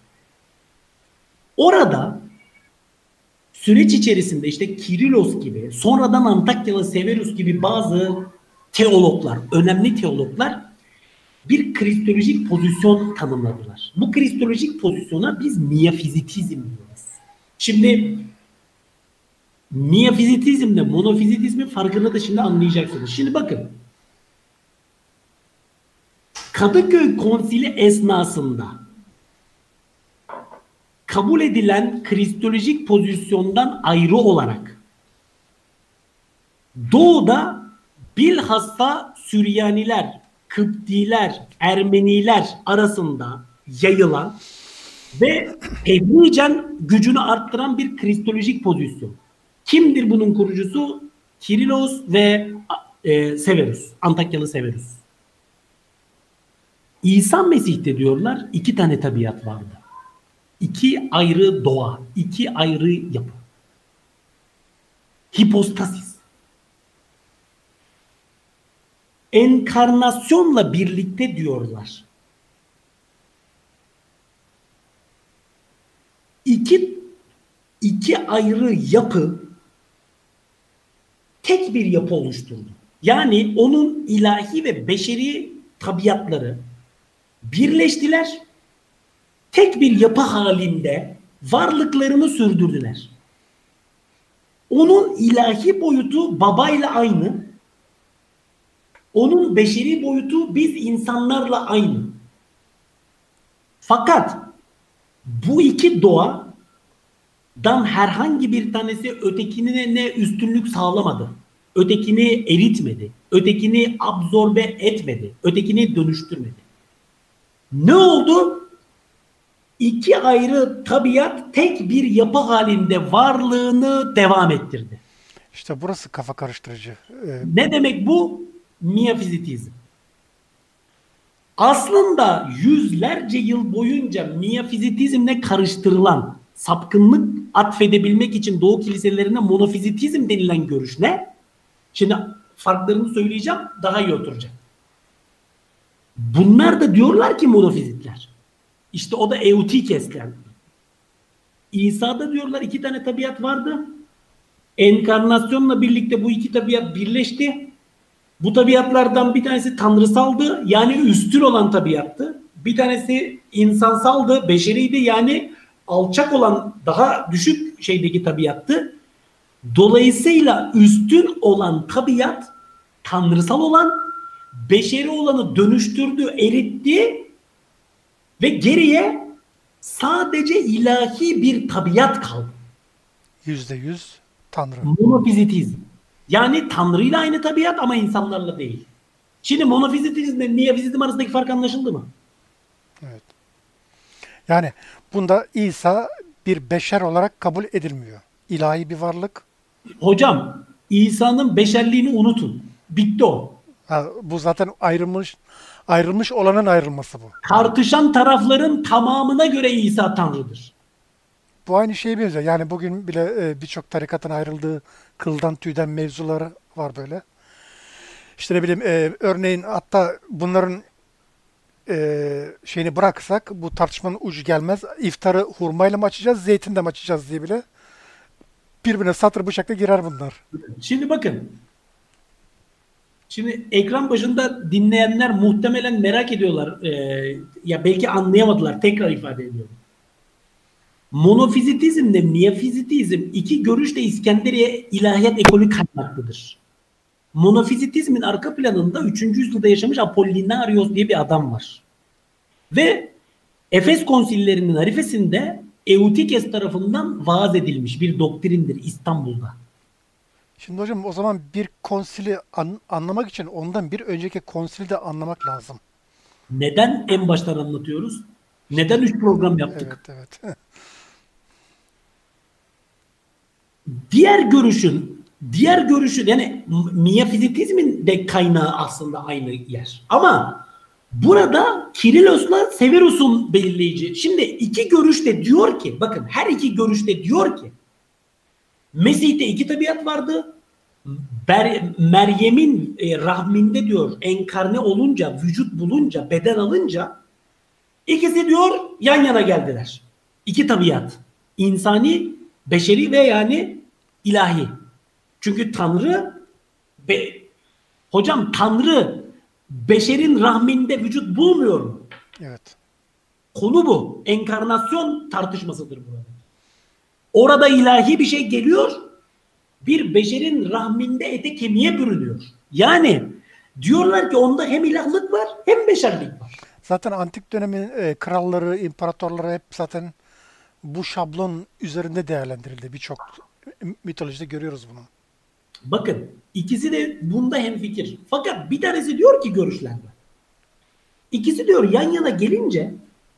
Orada süreç içerisinde işte Kirilos gibi, sonradan Antakyalı Severus gibi bazı teologlar, önemli teologlar bir kristolojik pozisyon tanımladılar. Bu kristolojik pozisyona biz miyafizitizm diyoruz. Şimdi miyafizitizmle monofizitizmin farkını da şimdi anlayacaksınız. Şimdi bakın. Kadıköy Konsili esnasında kabul edilen kristolojik pozisyondan ayrı olarak Doğu'da bilhassa Süryaniler, Kıptiler, Ermeniler arasında yayılan ve tedricen gücünü arttıran bir kristolojik pozisyon. Kimdir bunun kurucusu? Kirilos ve e, Severus, Antakyalı Severus. İsa Mesih'te diyorlar iki tane tabiat vardı. İki ayrı doğa, iki ayrı yapı. Hipostasis. Enkarnasyonla birlikte diyorlar. İki, iki ayrı yapı tek bir yapı oluşturdu. Yani onun ilahi ve beşeri tabiatları birleştiler. Tek bir yapı halinde varlıklarını sürdürdüler. Onun ilahi boyutu babayla aynı. Onun beşeri boyutu biz insanlarla aynı. Fakat bu iki doğadan herhangi bir tanesi ötekine ne üstünlük sağlamadı. Ötekini eritmedi. Ötekini absorbe etmedi. Ötekini dönüştürmedi. Ne oldu? İki ayrı tabiat tek bir yapı halinde varlığını devam ettirdi. İşte burası kafa karıştırıcı. Ee, Ne demek bu? Miyafizitizm. Aslında yüzlerce yıl boyunca miyafizitizmle karıştırılan, sapkınlık atfedebilmek için Doğu kiliselerine monofizitizm denilen görüş ne? Şimdi farklarını söyleyeceğim, daha iyi oturacak. Bunlar da diyorlar ki monofizitler. İşte o da Eutikes'ten. İsa'da diyorlar iki tane tabiat vardı. Enkarnasyonla birlikte bu iki tabiat birleşti. Bu tabiatlardan bir tanesi tanrısaldı, yani üstün olan tabiattı. Bir tanesi insansaldı, beşeriydi, yani alçak olan, daha düşük şeydeki tabiattı. Dolayısıyla üstün olan tabiat tanrısal olan, beşeri olanı dönüştürdü, eritti ve geriye sadece ilahi bir tabiat kaldı. Yüzde yüz Tanrı. Monofizitizm. Yani Tanrı ile aynı tabiat ama insanlarla değil. Şimdi monofizitizmle miyafizitizm arasındaki fark anlaşıldı mı? Evet. Yani bunda İsa bir beşer olarak kabul edilmiyor. İlahi bir varlık. Hocam, İsa'nın beşerliğini unutun. Bitti o. Ha, bu zaten ayrılmış ayrılmış olanın ayrılması bu. Tartışan tarafların tamamına göre İsa Tanrı'dır. Bu aynı şeye benziyor. Yani bugün bile e, birçok tarikatın ayrıldığı kıldan tüyden mevzuları var böyle. İşte ne bileyim e, örneğin hatta bunların e, şeyini bıraksak bu tartışmanın ucu gelmez. İftarı hurmayla mı açacağız, zeytinle mi açacağız diye bile birbirine satır bıçakla girer bunlar. Şimdi bakın. Şimdi ekran başında dinleyenler muhtemelen merak ediyorlar. Ee, ya belki anlayamadılar. Tekrar ifade ediyorum. Monofizitizmle miyafizitizm iki görüş de İskenderiye ilahiyat ekolü kaynaklıdır. Monofizitizmin arka planında üçüncü yüzyılda yaşamış Apollinarios diye bir adam var. Ve Efes konsillerinin harifesinde Eutikes tarafından vaaz edilmiş bir doktrindir İstanbul'da. Şimdi hocam o zaman bir konsili an- anlamak için ondan bir önceki konsili de anlamak lazım. Neden en baştan anlatıyoruz? Neden üç program Evet, yaptık? evet. Diğer görüşün, diğer görüşün yani miyafizitizmin de kaynağı aslında aynı yer. Ama burada Kirilos'la Severus'un belirleyici. Şimdi iki görüş de diyor ki, bakın her iki görüş de diyor ki Mesih'te iki tabiat vardı. Ber, Meryem'in e, rahminde diyor enkarne olunca, vücut bulunca, beden alınca ikisi diyor yan yana geldiler. İki tabiat. İnsani, beşeri ve yani ilahi. Çünkü Tanrı be, hocam Tanrı beşerin rahminde vücut bulmuyor mu? Evet. Konu bu. Enkarnasyon tartışmasıdır burada. Orada ilahi bir şey geliyor. Bir beşerin rahminde ete kemiğe bürünüyor. Yani diyorlar ki onda hem ilahlık var hem beşerlik var. Zaten antik dönemin e, kralları, imparatorları hep zaten bu şablon üzerinde değerlendirildi. Birçok mitolojide görüyoruz bunu. Bakın ikisi de bunda hemfikir. Fakat bir tanesi diyor ki görüşlerde. İkisi diyor yan yana gelince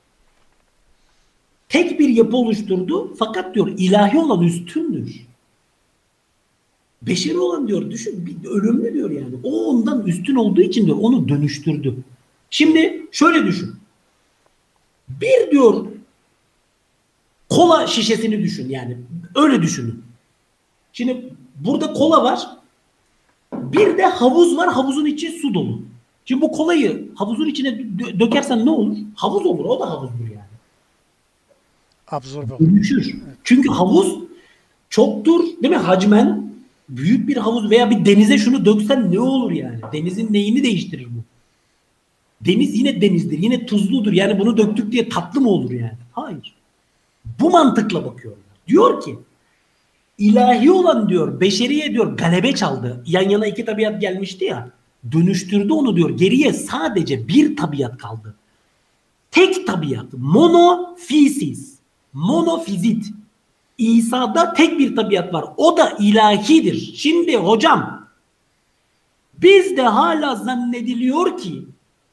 tek bir yapı oluşturdu. Fakat diyor ilahi olan üstündür. Beşeri olan diyor düşün bir ölümlü diyor yani. O ondan üstün olduğu için diyor onu dönüştürdü. Şimdi şöyle düşün. Bir diyor kola şişesini düşün yani. Öyle düşünün. Şimdi burada kola var. Bir de havuz var. Havuzun içi su dolu. Şimdi bu kolayı havuzun içine dö- dökersen ne olur? Havuz olur. O da havuzdur yani. Absorbe olur. Dönüşür. Çünkü havuz çoktur değil mi? Hacmen büyük bir havuz veya bir denize şunu döksen ne olur yani? Denizin neyini değiştirir bu? Deniz yine denizdir. Yine tuzludur. Yani bunu döktük diye tatlı mı olur yani? Hayır. Bu mantıkla bakıyorlar. Diyor ki ilahi olan diyor beşeriye diyor galebe çaldı. Yan yana iki tabiat gelmişti ya. Dönüştürdü onu diyor. Geriye sadece bir tabiat kaldı. Tek tabiat. Monofisis. Monofizit. İsa'da tek bir tabiat var. O da ilahidir. Şimdi hocam bizde hala zannediliyor ki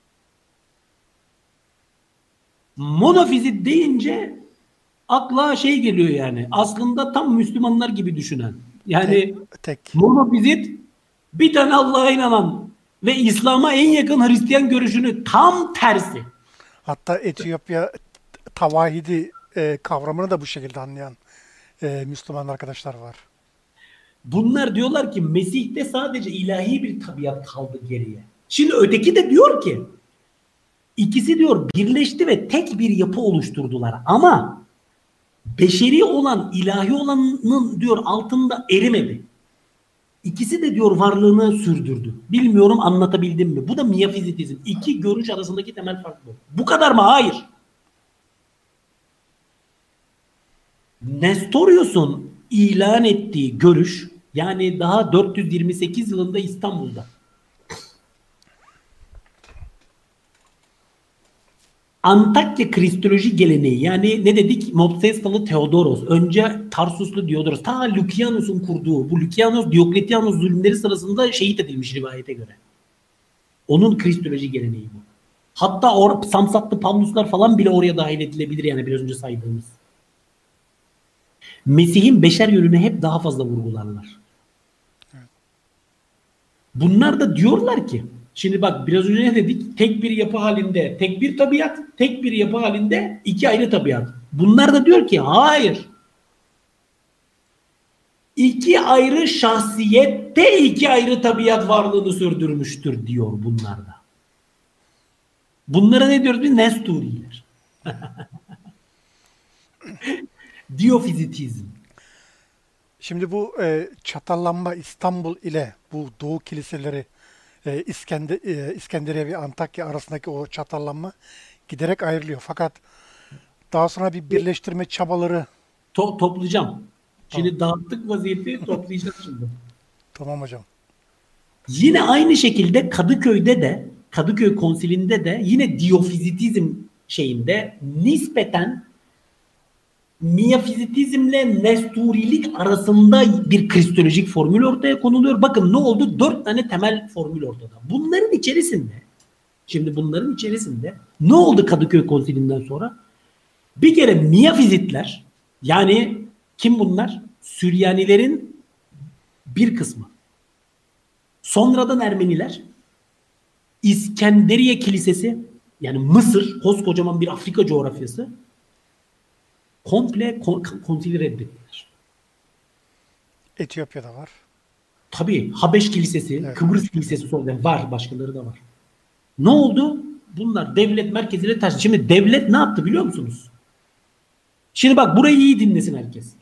monofizit deyince akla şey geliyor yani. Aslında tam Müslümanlar gibi düşünen. Yani Tek, tek. monofizit bir tane Allah'a inanan ve İslam'a en yakın Hristiyan görüşünü tam tersi. Hatta Etiyopya tavahidi e, kavramını da bu şekilde anlayan e, Müslüman arkadaşlar var. Bunlar diyorlar ki Mesih'te sadece ilahi bir tabiat kaldı geriye. Şimdi öteki de diyor ki ikisi diyor birleşti ve tek bir yapı oluşturdular ama beşeri olan ilahi olanın diyor altında erimedi. İkisi de diyor varlığını sürdürdü. Bilmiyorum anlatabildim mi? Bu da miyafizitizm. İki görüş arasındaki temel fark bu. Bu kadar mı? Hayır. Nestorius'un ilan ettiği görüş yani daha dört yüz yirmi sekiz yılında İstanbul'da Antakya Kristoloji geleneği, yani ne dedik? Mopsestalı Theodoros, önce Tarsuslu Diodoros, ta Lukianos'un kurduğu, bu Lukianos Diokletianos zulümleri sırasında şehit edilmiş rivayete göre. Onun Kristoloji geleneği bu. Hatta or Samsatlı Pavluslar falan bile oraya dahil edilebilir, yani biraz önce saydığımız. Mesih'in beşer yönünü hep daha fazla vurgularlar. Bunlar da diyorlar ki, şimdi bak biraz önce ne dedik? Tek bir yapı halinde tek bir tabiat, tek bir yapı halinde iki ayrı tabiat. Bunlar da diyor ki hayır. İki ayrı şahsiyette iki ayrı tabiat varlığını sürdürmüştür diyor bunlar da. Bunlara ne diyoruz biz? Nesturiler. Diyofizitizm. Şimdi bu e, çatallanma İstanbul ile bu Doğu kiliseleri e, İskender, e, İskenderiye ve Antakya arasındaki o çatallanma giderek ayrılıyor. Fakat daha sonra bir birleştirme çabaları. To toplayacağım. Şimdi dağıttık vaziyeti, toplayacağız şimdi. Tamam hocam. Yine aynı şekilde Kadıköy'de de, Kadıköy Konsili'nde de yine diyofizitizm şeyinde nispeten miyafizitizmle nesturilik arasında bir kristolojik formül ortaya konuluyor. Bakın ne oldu? Dört tane temel formül ortada. Bunların içerisinde, şimdi bunların içerisinde ne oldu Kadıköy Konsili'nden sonra? Bir kere miyafizitler, yani kim bunlar? Süryanilerin bir kısmı. Sonradan Ermeniler, İskenderiye Kilisesi, yani Mısır, koskocaman bir Afrika coğrafyası, komple kon konsili reddettiler. Etiyopya'da var. Tabii Habeş Kilisesi, Evet. Kıbrıs Kilisesi sonra var, başkaları da var. Ne oldu? Bunlar devlet merkezine taşıdı. Şimdi devlet ne yaptı biliyor musunuz? Şimdi bak burayı iyi dinlesin herkes.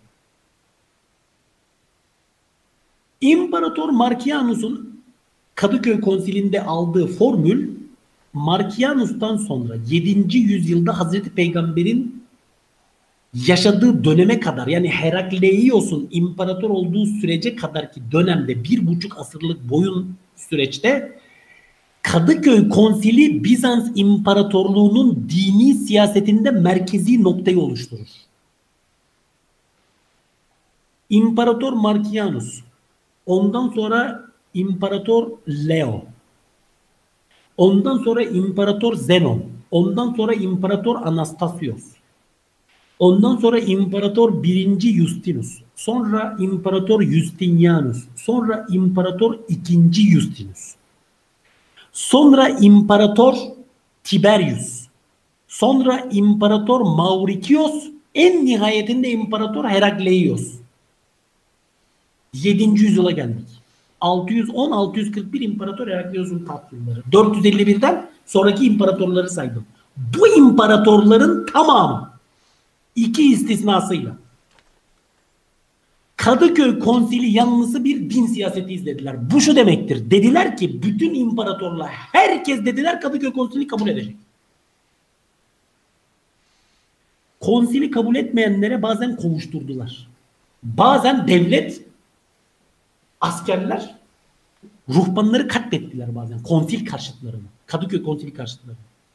İmparator Markianus'un Kadıköy Konsili'nde aldığı formül, Markianus'tan sonra yedinci yüzyılda Hazreti Peygamber'in yaşadığı döneme kadar, yani Herakleios'un imparator olduğu sürece kadar ki dönemde, bir buçuk asırlık boyun süreçte Kadıköy Konsili Bizans İmparatorluğu'nun dini siyasetinde merkezi noktayı oluşturur. İmparator Markianus, ondan sonra İmparator Leo, ondan sonra İmparator Zenon, ondan sonra İmparator Anastasios, ondan sonra İmparator birinci Justinus, sonra İmparator Justinianus, sonra İmparator ikinci Justinus, sonra İmparator Tiberius, sonra İmparator Mauritius, en nihayetinde İmparator Herakleios. yedinci yüzyıla geldik. altı yüz on altı yüz kırk bir İmparator Herakleios'un taht yılları. dört yüz elli birden sonraki imparatorları saydım. Bu imparatorların tamamı, iki istisnasıyla, Kadıköy Konsili yanlısı bir din siyaseti izlediler. Bu şu demektir. Dediler ki bütün imparatorlar, herkes dediler Kadıköy Konsili kabul edecek. Konsili kabul etmeyenlere bazen kovuşturdular. Bazen devlet, askerler, ruhbanları katlettiler bazen. Konsil karşıtlarını. Kadıköy Konsili karşıtlarını.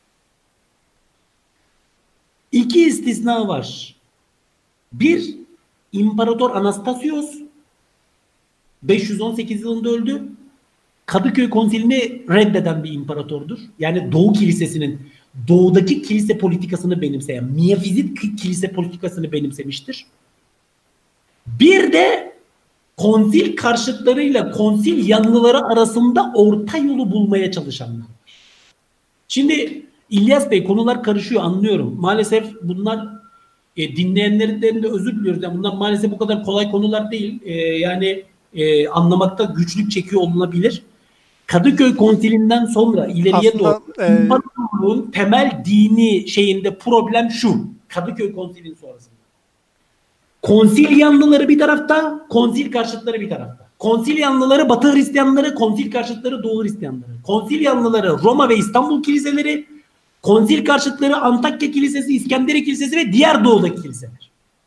İki istisna var. Bir, İmparator Anastasios beş yüz on sekiz yılında öldü. Kadıköy Konsili'ni reddeden bir imparatordur. Yani Doğu Kilisesi'nin doğudaki kilise politikasını benimseyen, miyafizit kilise politikasını benimsemiştir. Bir de konsil karşıtlarıyla konsil yanlıları arasında orta yolu bulmaya çalışanlar var. Şimdi İlyas Bey, konular karışıyor, anlıyorum. Maalesef bunlar e, dinleyenlerden de özür diliyoruz. Yani bunlar maalesef bu kadar kolay konular değil. E, yani e, anlamakta güçlük çekiyor olunabilir. Kadıköy Konsili'nden sonra ileriye Aslında, doğru e, imparatorluğun temel dini şeyinde problem şu. Kadıköy Konsili'nin sonrasında. Konsil yanlıları bir tarafta, konsil karşıtları bir tarafta. Konsil yanlıları Batı Hristiyanları, konsil karşıtları Doğu Hristiyanları. Konsil yanlıları Roma ve İstanbul kiliseleri, konsil karşıtları Antakya Kilisesi, İskenderiye Kilisesi ve diğer doğudaki kiliseler.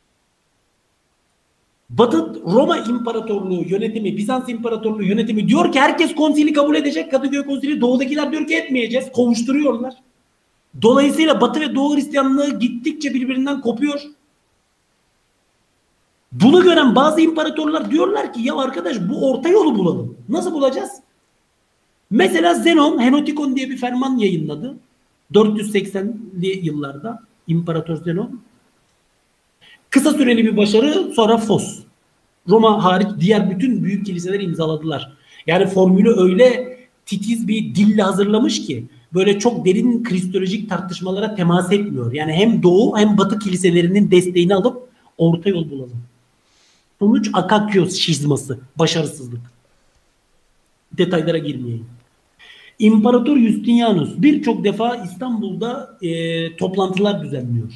Batı Roma İmparatorluğu yönetimi, Bizans İmparatorluğu yönetimi diyor ki herkes konsili kabul edecek. Kadıköy Konsili, doğudakiler diyor ki etmeyeceğiz. Kovuşturuyorlar. Dolayısıyla Batı ve Doğu Hristiyanlığı gittikçe birbirinden kopuyor. Bunu gören bazı imparatorlar diyorlar ki ya arkadaş bu orta yolu bulalım. Nasıl bulacağız? Mesela Zenon, Henotikon diye bir ferman yayınladı. dört yüz seksenli yıllarda İmparator Zenon. Kısa süreli bir başarı, sonra Fos. Roma hariç diğer bütün büyük kiliseler imzaladılar. Yani formülü öyle titiz bir dille hazırlamış ki böyle çok derin kristolojik tartışmalara temas etmiyor. Yani hem Doğu hem Batı kiliselerinin desteğini alıp orta yol bulalım. Sonuç Akakyos şizması, başarısızlık. Detaylara girmeyeyim. İmparator Justinianus birçok defa İstanbul'da e, toplantılar düzenliyor.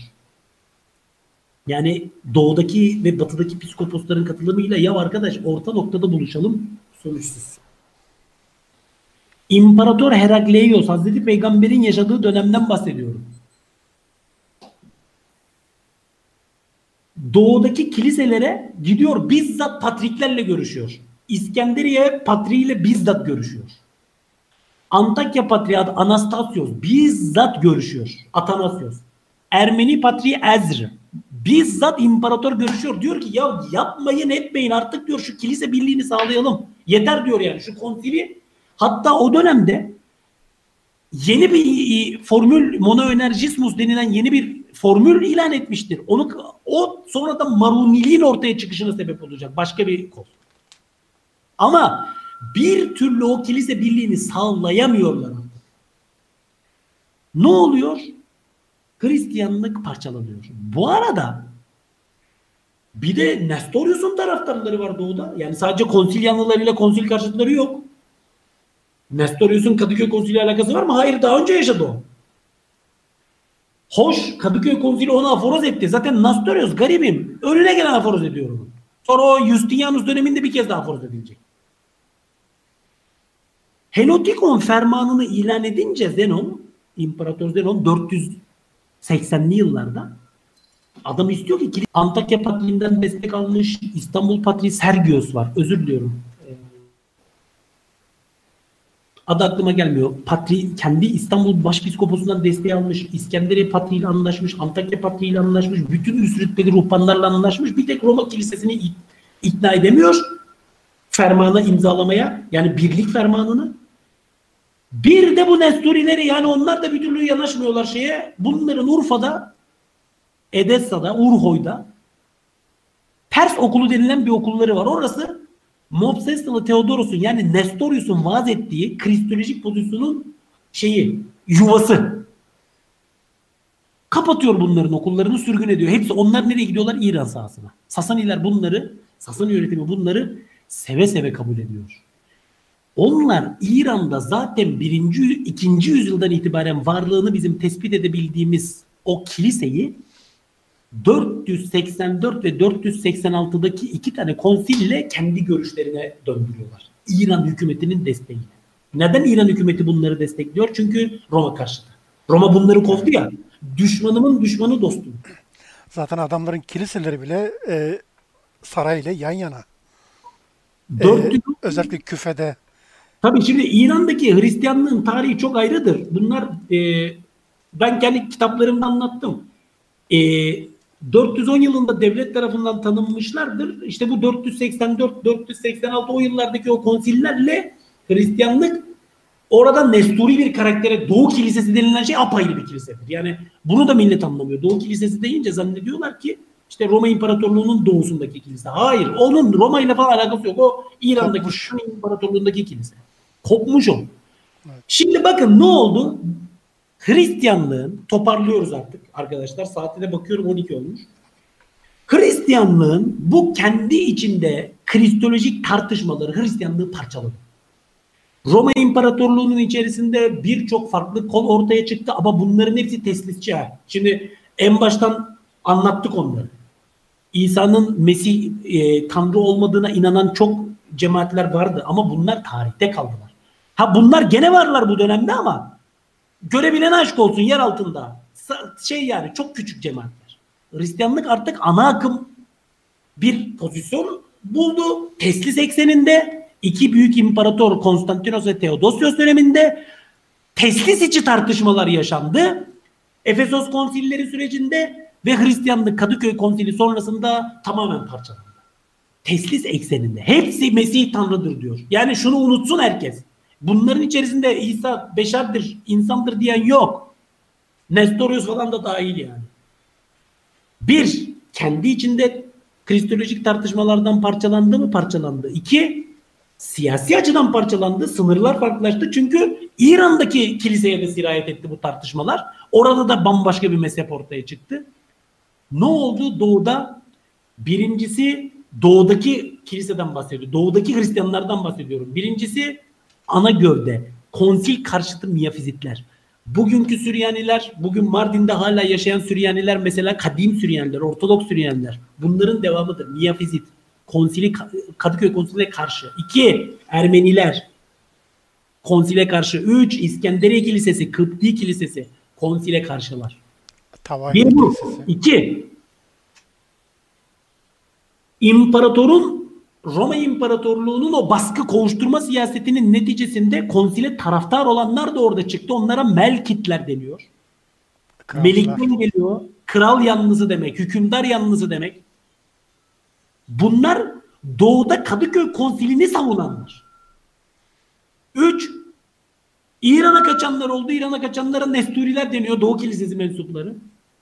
Yani doğudaki ve batıdaki psikoposların katılımıyla ya arkadaş orta noktada buluşalım, sonuçsuz. İmparator Herakleios, Hazreti Peygamber'in yaşadığı dönemden bahsediyorum. Doğudaki kiliselere gidiyor, bizzat patriklerle görüşüyor. İskenderiye patriğiyle bizzat görüşüyor. Antakya Patriarkı Anastasios bizzat görüşüyor. Atanasios. Ermeni Patriği Ezr bizzat imparator görüşüyor. Diyor ki ya yapmayın etmeyin artık diyor şu kilise birliğini sağlayalım. Yeter diyor yani şu konsili. Hatta o dönemde yeni bir formül monoenerjismus denilen yeni bir formül ilan etmiştir. Onu o sonradan Maruniliğin ortaya çıkışına sebep olacak. Başka bir kol. Ama bir türlü o kilise birliğini sağlayamıyorlar. Ne oluyor? Hristiyanlık parçalanıyor. Bu arada bir de Nestorius'un taraftarları var doğuda. Yani sadece konsil yanlılarıyla konsil karşıtları yok. Nestorius'un Kadıköy Konsili ile alakası var mı? Hayır, daha önce yaşadı o. Hoş, Kadıköy Konsili onu aforoz etti. Zaten Nestorius garibim. Önüne gelen aforoz ediyor onu. Sonra o Justinianus döneminde bir kez daha aforoz edilecek. Henotikon fermanını ilan edince Zenon, İmparator Zenon dört yüz seksenli yıllarda adam istiyor ki Antakya Patriğinden destek almış, İstanbul Patriği Sergios var. Özür diliyorum. Adı aklıma gelmiyor. Patri kendi İstanbul Başpiskoposu'ndan desteği almış. İskenderiye Patriği ile anlaşmış. Antakya Patriği ile anlaşmış. Bütün üst rütbeli ruhbanlarla anlaşmış. Bir tek Roma Kilisesi'ni ikna edemiyor. Fermanı imzalamaya. Yani birlik fermanını. Bir de bu Nestorileri yani onlar da bir türlü yanaşmıyorlar şeye. Bunların Urfa'da, Edessa'da, Urhoy'da Pers okulu denilen bir okulları var. Orası Mopsesnalı Theodoros'un yani Nestorius'un vaaz ettiği kristolojik pozisyonun şeyi, yuvası. Kapatıyor bunların okullarını, sürgün ediyor. Hepsi onlar nereye gidiyorlar? İran sahasına. Sasaniler bunları, Sasani yönetimi bunları seve seve kabul ediyor. Onlar İran'da zaten birinci, ikinci yüzyıldan itibaren varlığını bizim tespit edebildiğimiz o kiliseyi dört yüz seksen dört ve dört yüz seksen altıdaki iki tane konsille kendi görüşlerine döndürüyorlar. İran hükümetinin desteğiyle. Neden İran hükümeti bunları destekliyor? Çünkü Roma karşıtı. Roma bunları kovdu ya. Düşmanımın düşmanı dostum. Zaten adamların kiliseleri bile e, sarayla yan yana. dört yüz... E, özellikle Küfe'de. Tabii şimdi İran'daki Hristiyanlığın tarihi çok ayrıdır. Bunlar e, ben kendi kitaplarımda anlattım. E, dört yüz on yılında devlet tarafından tanınmışlardır. İşte bu dört yüz seksen dört dört yüz seksen altı o yıllardaki o konsillerle Hristiyanlık orada Nesturi bir karaktere Doğu Kilisesi denilen şey apayrı bir kilisedir. Yani bunu da millet anlamıyor. Doğu Kilisesi deyince zannediyorlar ki işte Roma İmparatorluğu'nun doğusundaki kilise. Hayır. Onun Roma ile falan alakası yok. O İran'daki Roma İmparatorluğu'ndaki kilise. Kopmuş o. Evet. Şimdi bakın ne oldu? Hristiyanlığın, toparlıyoruz artık arkadaşlar. Saatine bakıyorum on iki olmuş. Hristiyanlığın bu kendi içinde kristolojik tartışmaları Hristiyanlığı parçaladı. Roma İmparatorluğu'nun içerisinde birçok farklı kol ortaya çıktı ama bunların hepsi teslisçi. Şimdi en baştan anlattık onları. İsa'nın Mesih e, Tanrı olmadığına inanan çok cemaatler vardı ama bunlar tarihte kaldılar. Ha bunlar gene varlar bu dönemde ama görebilen aşk olsun yer altında. Şey yani çok küçük cemaatler. Hristiyanlık artık ana akım bir pozisyon buldu. Teslis ekseninde iki büyük imparator Konstantinos ve Theodosios döneminde teslis içi tartışmalar yaşandı. Efesos konsilleri sürecinde ve Hristiyanlık Kadıköy konsili sonrasında tamamen parçalandı. Teslis ekseninde. Hepsi Mesih Tanrı'dır diyor. Yani şunu unutsun herkes. Bunların içerisinde İsa beşerdir, insandır diyen yok. Nestorius falan da dahil yani. Bir, kendi içinde kristolojik tartışmalardan parçalandı mı? Parçalandı. İki, siyasi açıdan parçalandı. Sınırlar farklılaştı. Çünkü İran'daki kiliseye de sirayet etti bu tartışmalar. Orada da bambaşka bir mezhep ortaya çıktı. Ne oldu? Doğuda birincisi doğudaki kiliseden bahsediyor. Doğudaki Hristiyanlardan bahsediyorum. Birincisi ana gövde. Konsil karşıtı miyafizitler. Bugünkü Süryaniler, bugün Mardin'de hala yaşayan Süryaniler mesela kadim Süryaniler, Ortodoks Süryaniler. Bunların devamıdır. Miyafizit. Konsili, Kadıköy konsiline karşı. İki, Ermeniler. Konsile karşı. Üç, İskenderiye Kilisesi, Kıpti Kilisesi. Konsile karşılar. Tavahid Bir bu. Kilisesi. İki, İmparatorun Roma İmparatorluğu'nun o baskı kovuşturma siyasetinin neticesinde konsile taraftar olanlar da orada çıktı. Onlara Melkitler deniyor. Kralcılar. Melikten geliyor. Kral yanlısı demek, hükümdar yanlısı demek. Bunlar doğuda Kadıköy konsilini savunanlar. Üç, İran'a kaçanlar oldu. İran'a kaçanlara Nesturiler deniyor. Doğu Kilisesi mensupları.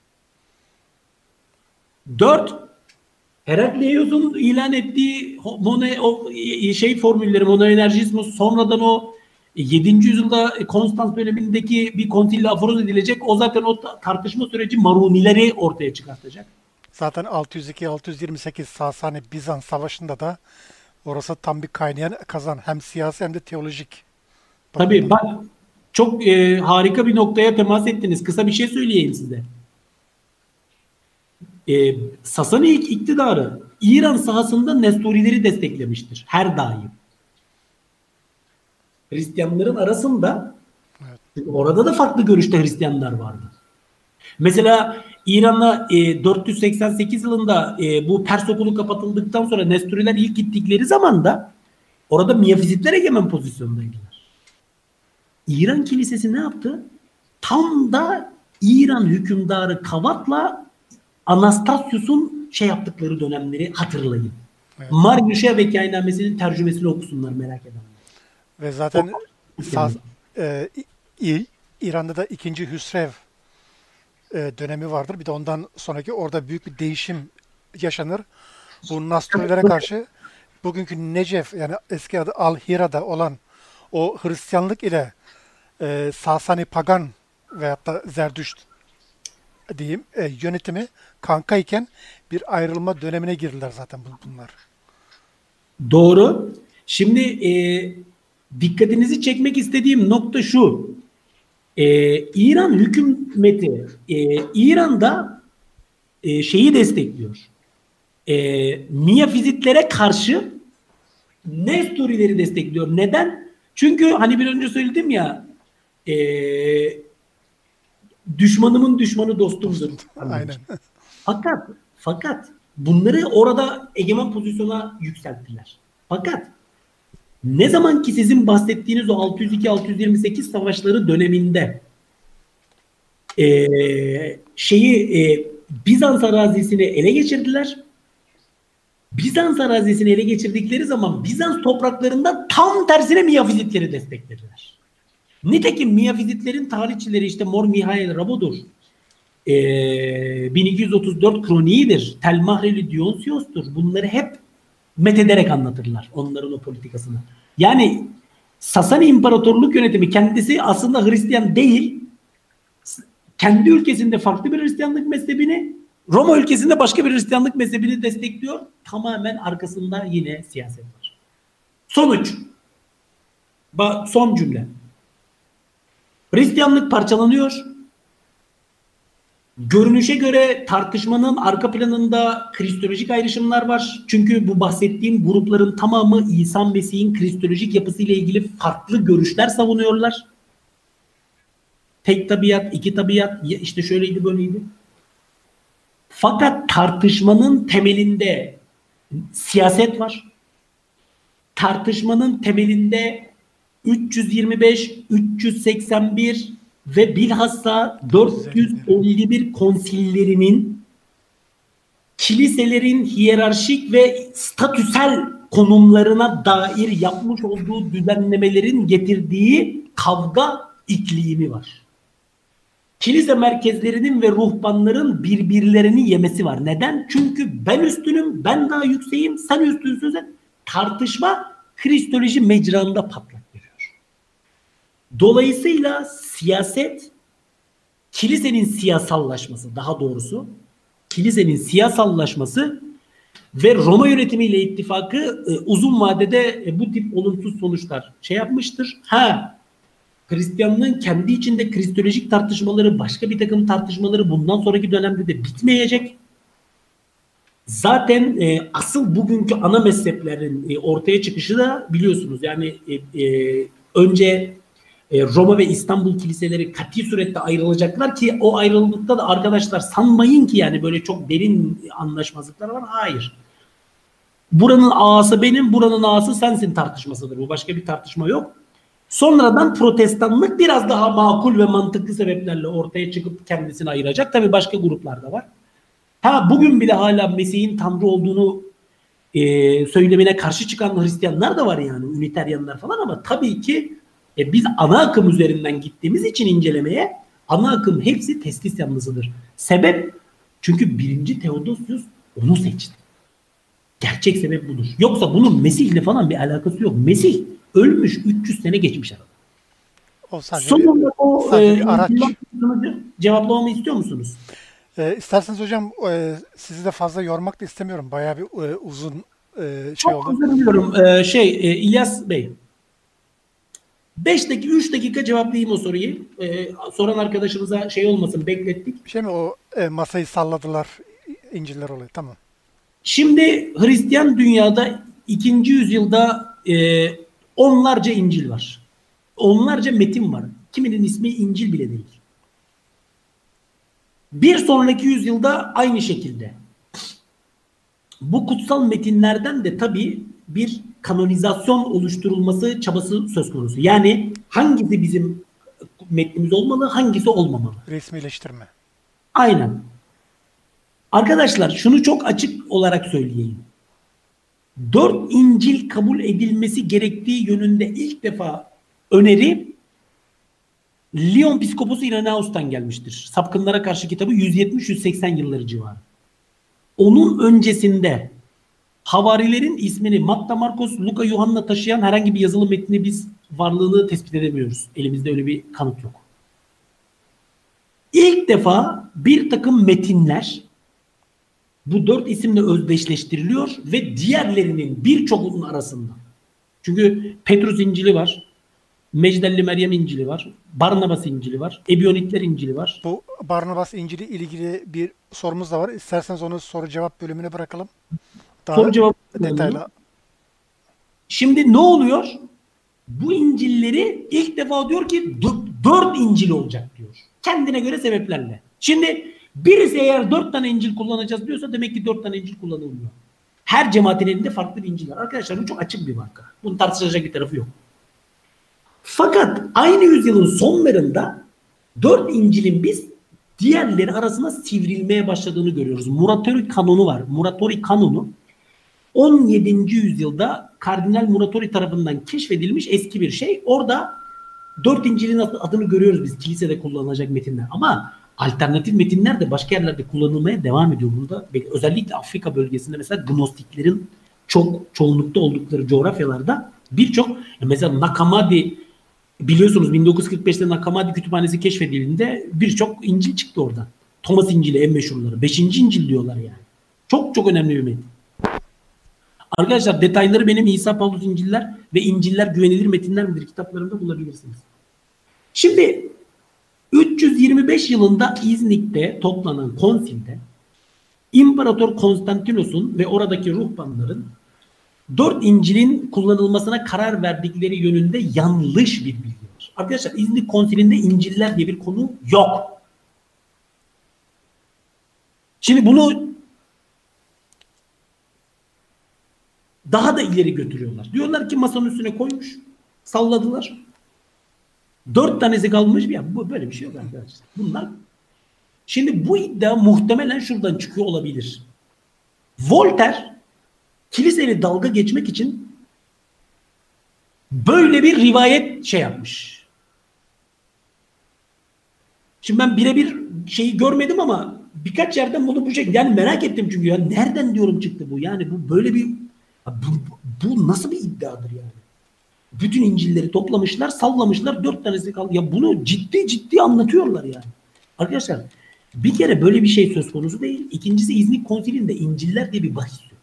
Dört, Herakleios'un ilan ettiği mono, o şey formülleri, monoenerjismus, sonradan o yedinci yüzyılda Konstans dönemindeki bir konsille aforoz edilecek. O zaten o tartışma süreci Marunileri ortaya çıkartacak. Zaten altı yüz iki altı yüz yirmi sekiz Sasani Bizans Savaşı'nda da orası tam bir kaynayan kazan. Hem siyasi hem de teolojik. Tabii bak çok e, harika bir noktaya temas ettiniz. Kısa bir şey söyleyeyim size. E, Sasani iktidarı İran sahasında Nesturileri desteklemiştir. Her daim. Hristiyanların arasında Evet. orada da farklı görüşte Hristiyanlar vardı. Mesela İran'a e, dört yüz seksen sekiz yılında e, bu Pers okulu kapatıldıktan sonra Nesturiler ilk gittikleri zaman da orada miyafizitler egemen pozisyondaydılar. İran kilisesi ne yaptı? Tam da İran hükümdarı Kavat'la Anastasius'un şey yaptıkları dönemleri hatırlayın. Evet. Marius'a Vekainamesi'nin tercümesini okusunlar merak edenler. Ve zaten Sas, e, İ- İran'da da ikinci Hüsrev e, dönemi vardır. Bir de ondan sonraki orada büyük bir değişim yaşanır. Bu Nasturilere karşı bugünkü Necef yani eski adı Al-Hira'da olan o Hristiyanlık ile e, Sasani Pagan veyahut da Zerdüşt diyeyim e, yönetimi kankayken bir ayrılma dönemine girdiler zaten bu- bunlar. Doğru. Şimdi e, dikkatinizi çekmek istediğim nokta şu. E, İran hükümeti e, İran'da e, şeyi destekliyor. E, Miyafizitlere karşı Nesturileri destekliyor. Neden? Çünkü hani bir önce söyledim ya e, düşmanımın düşmanı dostumdur. Aynen. Fakat fakat bunları orada egemen pozisyona yükselttiler. Fakat ne zaman ki sizin bahsettiğiniz o altı yüz iki altı yüz yirmi sekiz savaşları döneminde e, şeyi e, Bizans arazisini ele geçirdiler. Bizans arazisini ele geçirdikleri zaman Bizans topraklarında tam tersine Miyafizitleri desteklediler. Nitekim Miyafizitlerin tarihçileri işte Mor Mihail Rabodur. Ee, bin iki yüz otuz dört kroniğidir. Telmahreli Dionysos'tur. Bunları hep methederek anlatırlar onların o politikasını. Yani Sasani İmparatorluk yönetimi kendisi aslında Hristiyan değil. Kendi ülkesinde farklı bir Hristiyanlık mezhebini, Roma ülkesinde başka bir Hristiyanlık mezhebini destekliyor. Tamamen arkasında yine siyaset var. Sonuç. Son cümle. Hristiyanlık parçalanıyor. Görünüşe göre tartışmanın arka planında kristolojik ayrışımlar var. Çünkü bu bahsettiğim grupların tamamı İsa Mesih'in kristolojik yapısıyla ilgili farklı görüşler savunuyorlar. Tek tabiat, iki tabiat, işte şöyleydi böyleydi. Fakat tartışmanın temelinde siyaset var. Tartışmanın temelinde üç yüz yirmi beş, üç yüz seksen bir ve bilhassa dört yüz elli bir konsillerinin kiliselerin hiyerarşik ve statüsel konumlarına dair yapmış olduğu düzenlemelerin getirdiği kavga iklimi var. Kilise merkezlerinin ve ruhbanların birbirlerini yemesi var. Neden? Çünkü ben üstünüm, ben daha yükseğim, sen üstünsün. Tartışma Kristoloji mecranda patlak veriyor. Dolayısıyla siyaset, kilisenin siyasallaşması, daha doğrusu kilisenin siyasallaşması ve Roma yönetimiyle ittifakı e, uzun vadede e, bu tip olumsuz sonuçlar şey yapmıştır. Ha, Hristiyanlığın kendi içinde kristolojik tartışmaları, başka bir takım tartışmaları bundan sonraki dönemde de bitmeyecek. Zaten e, asıl bugünkü ana mezheplerin e, ortaya çıkışı da biliyorsunuz. Yani e, e, önce e, Roma ve İstanbul kiliseleri kat'i surette ayrılacaklar ki o ayrılıkta da arkadaşlar sanmayın ki yani böyle çok derin anlaşmazlıklar var. Hayır. Buranın ağası benim, buranın ağası sensin tartışmasıdır. Bu başka bir tartışma yok. Sonradan protestanlık biraz daha makul ve mantıklı sebeplerle ortaya çıkıp kendisini ayıracak. Tabii başka gruplar da var. Ha, bugün bile hala Mesih'in Tanrı olduğunu e, söylemine karşı çıkan Hristiyanlar da var yani. Üniteryanlar falan ama tabii ki e, biz ana akım üzerinden gittiğimiz için incelemeye ana akım hepsi testis yanlısıdır. Sebep çünkü birinci Theodosius onu seçti. Gerçek sebep budur. Yoksa bunun Mesih'le falan bir alakası yok. Mesih ölmüş, üç yüz sene geçmiş arada. O sadece Sonunda bir, o sadece e, bir araç. cevaplamamı istiyor musunuz? E, isterseniz hocam e, sizi de fazla yormak da istemiyorum. Bayağı bir e, uzun e, şey Çok oldu. özür diliyorum. Ee, şey e, İlyas Bey. beş dakika, üç dakika cevaplayayım o soruyu. Ee, soran arkadaşımıza şey olmasın, beklettik. Bir şey mi o e, masayı salladılar, İncil'ler oluyor. Tamam. Şimdi Hristiyan dünyada ikinci yüzyılda e, onlarca İncil var. Onlarca metin var. Kiminin ismi İncil bile değil. Bir sonraki yüzyılda aynı şekilde. Bu kutsal metinlerden de tabii bir kanonizasyon oluşturulması çabası söz konusu. Yani hangisi bizim metnimiz olmalı, hangisi olmamalı. Resmileştirme. Aynen. Arkadaşlar şunu çok açık olarak söyleyeyim. Dört İncil kabul edilmesi gerektiği yönünde ilk defa öneri Lyon Piskoposu Irenaeus'tan gelmiştir. Sapkınlara karşı kitabı yüz yetmiş yüz seksen yılları civarı. Onun öncesinde havarilerin ismini Matta, Markos, Luka, Yuhanna taşıyan herhangi bir yazılı metni biz varlığını tespit edemiyoruz. Elimizde öyle bir kanıt yok. İlk defa bir takım metinler bu dört isimle özdeşleştiriliyor ve diğerlerinin birçokunun arasında. Çünkü Petrus İncil'i var, Mecdelli Meryem İncil'i var, Barnabas İncil'i var, Ebionitler İncil'i var. Bu Barnabas İncil'i ilgili bir sorumuz da var. İsterseniz onu soru cevap bölümüne bırakalım. Daha Soru cevap detaylı. Şimdi ne oluyor? Bu İncil'leri ilk defa diyor ki dört İncil olacak diyor. Kendine göre sebeplerle. Şimdi birisi eğer dört tane İncil kullanacağız diyorsa demek ki dört tane İncil kullanılmıyor. Her cemaatin elinde farklı bir İncil var. Arkadaşlar bu çok açık bir vaka. Bunun tartışılacak bir tarafı yok. Fakat aynı yüzyılın sonlarında dört İncil'in biz diğerleri arasında sivrilmeye başladığını görüyoruz. Muratori kanonu var. Muratori kanonu on yedinci yüzyılda Kardinal Muratori tarafından keşfedilmiş eski bir şey. Orada dört İncil'in adını görüyoruz biz kilisede kullanılacak metinler. Ama alternatif metinler de başka yerlerde kullanılmaya devam ediyor. Burada özellikle Afrika bölgesinde mesela Gnostiklerin çok çoğunlukta oldukları coğrafyalarda birçok mesela Nakamadi biliyorsunuz bin dokuz yüz kırk beşte Nakamadi kütüphanesi keşfedildiğinde birçok İncil çıktı oradan. Thomas İncil'i en meşhurları. Beşinci İncil diyorlar yani. Çok çok önemli bir metin. Arkadaşlar detayları benim İsa Pavlus İnciller ve İnciller güvenilir metinler midir kitaplarımda bulabilirsiniz. Şimdi üç yüz yirmi beş yılında İznik'te toplanan konsilde İmparator Konstantinos'un ve oradaki ruhbanların dört İncil'in kullanılmasına karar verdikleri yönünde yanlış bir bilgi var. Arkadaşlar İznik konsilinde İncil'ler diye bir konu yok. Şimdi bunu daha da ileri götürüyorlar. Diyorlar ki masanın üstüne koymuş, salladılar. Dört tanesi kalmış. Ya bu böyle bir şey yok arkadaşlar. Bunlar şimdi bu iddia muhtemelen şuradan çıkıyor olabilir. Voltaire kiliseyle dalga geçmek için böyle bir rivayet şey yapmış. Şimdi ben birebir şeyi görmedim ama birkaç yerden bunu bu şekilde yani merak ettim çünkü ya nereden diyorum çıktı bu yani bu böyle bir bu, bu nasıl bir iddiadır yani? Bütün İncil'leri toplamışlar, sallamışlar, dört tanesi kaldı. Ya bunu ciddi ciddi anlatıyorlar yani. Arkadaşlar bir kere böyle bir şey söz konusu değil. İkincisi İznik Konsili'nde İncil'ler diye bir bahis yok.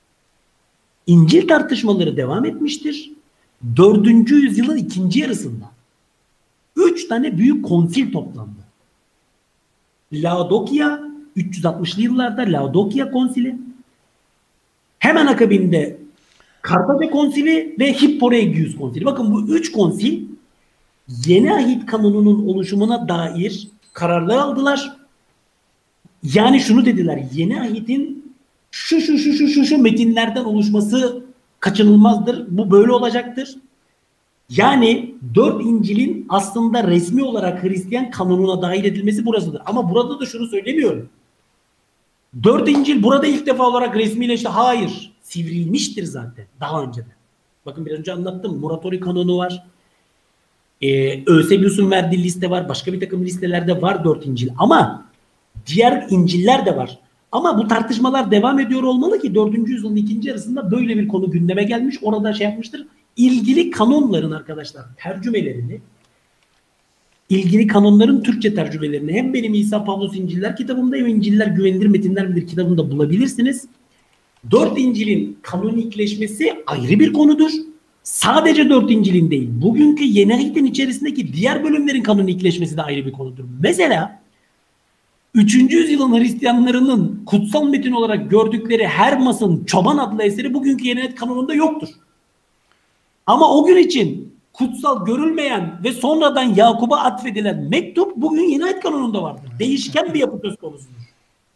İncil tartışmaları devam etmiştir. Dördüncü yüzyılın ikinci yarısında üç tane büyük konsil toplandı. Laodikya üç yüz altmışlı yıllarda Laodikya Konsili, hemen akabinde Kartaca Konsili ve Hipporegius Konsili. Bakın bu üç konsil Yeni Ahit kanununun oluşumuna dair kararlar aldılar. Yani şunu dediler, Yeni Ahit'in şu şu şu şu şu şu metinlerden oluşması kaçınılmazdır. Bu böyle olacaktır. Yani dört İncil'in aslında resmi olarak Hristiyan kanununa dahil edilmesi burasıdır. Ama burada da şunu söylemiyorum. Dört İncil burada ilk defa olarak resmileşti. Hayır. Sivrilmiştir zaten daha önceden. Bakın biraz önce anlattım. Muratori kanunu var. Ee, Eusebius'un verdiği liste var. Başka bir takım listelerde var dört İncil. Ama diğer İncil'ler de var. Ama bu tartışmalar devam ediyor olmalı ki dördüncü yüzyılın ikinci yarısında böyle bir konu gündeme gelmiş. Orada şey yapmıştır. İlgili kanonların arkadaşlar tercümelerini, ilgili kanonların Türkçe tercümelerini hem benim İsa Pavlos İnciller kitabımda hem İnciller Güvenilir Metinler Midir kitabımda bulabilirsiniz. Dört İncil'in kanonikleşmesi ayrı bir konudur. Sadece dört İncil'in değil, bugünkü Yeni Ahit'in içerisindeki diğer bölümlerin kanonikleşmesi de ayrı bir konudur. Mesela üçüncü yüzyılın Hristiyanlarının kutsal metin olarak gördükleri Hermas'ın Çoban adlı eseri bugünkü Yeni Ahit kanonunda yoktur. Ama o gün için kutsal görülmeyen ve sonradan Yakup'a atfedilen mektup bugün Yeni Ahit kanonunda vardır. Değişken bir yapı söz konusudur.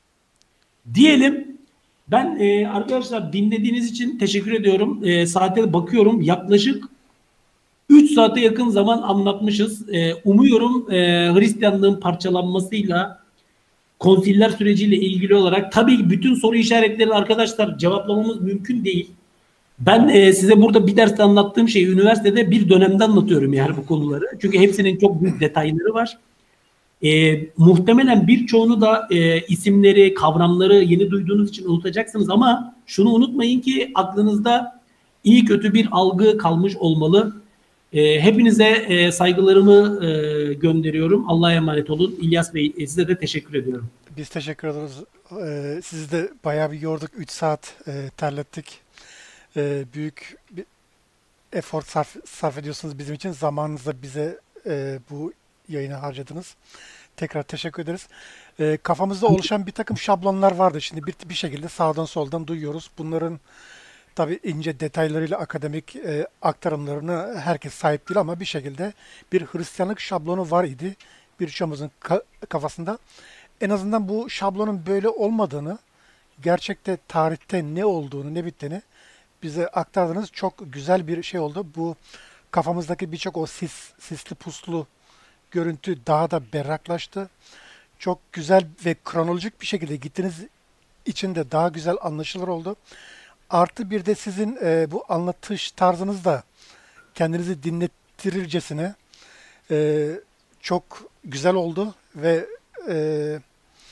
Diyelim ben e, arkadaşlar dinlediğiniz için teşekkür ediyorum. E, saate bakıyorum yaklaşık üç saate yakın zaman anlatmışız. E, umuyorum e, Hristiyanlığın parçalanmasıyla konsiller süreciyle ilgili olarak tabii ki bütün soru işaretlerini arkadaşlar cevaplamamız mümkün değil. Ben e, size burada bir derste anlattığım şeyi üniversitede bir dönemde anlatıyorum yani bu konuları. Çünkü hepsinin çok büyük detayları var. E, muhtemelen birçoğunu da e, isimleri, kavramları yeni duyduğunuz için unutacaksınız ama şunu unutmayın ki aklınızda iyi kötü bir algı kalmış olmalı. E, hepinize e, saygılarımı e, gönderiyorum. Allah'a emanet olun. İlyas Bey e, size de teşekkür ediyorum. Biz teşekkür ederiz. Ee, sizi de bayağı bir yorduk. üç saat e, terlettik. Ee, büyük bir efor sarf, sarf ediyorsunuz bizim için. Zamanınızı bize e, bu yayına harcadınız. Tekrar teşekkür ederiz. Ee, kafamızda oluşan bir takım şablonlar vardı. Şimdi bir, bir şekilde sağdan soldan duyuyoruz. Bunların tabii ince detaylarıyla akademik e, aktarımlarını herkes sahip değil ama bir şekilde bir Hristiyanlık şablonu var idi birçoğumuzun ka- kafasında. En azından bu şablonun böyle olmadığını, gerçekte tarihte ne olduğunu, ne bittiğini bize aktardınız. Çok güzel bir şey oldu. Bu kafamızdaki birçok o sis, sisli puslu görüntü daha da berraklaştı. Çok güzel ve kronolojik bir şekilde gittiğiniz için de daha güzel anlaşılır oldu. Artı bir de sizin e, bu anlatış tarzınız da kendinizi dinlettirircesine e, çok güzel oldu ve e,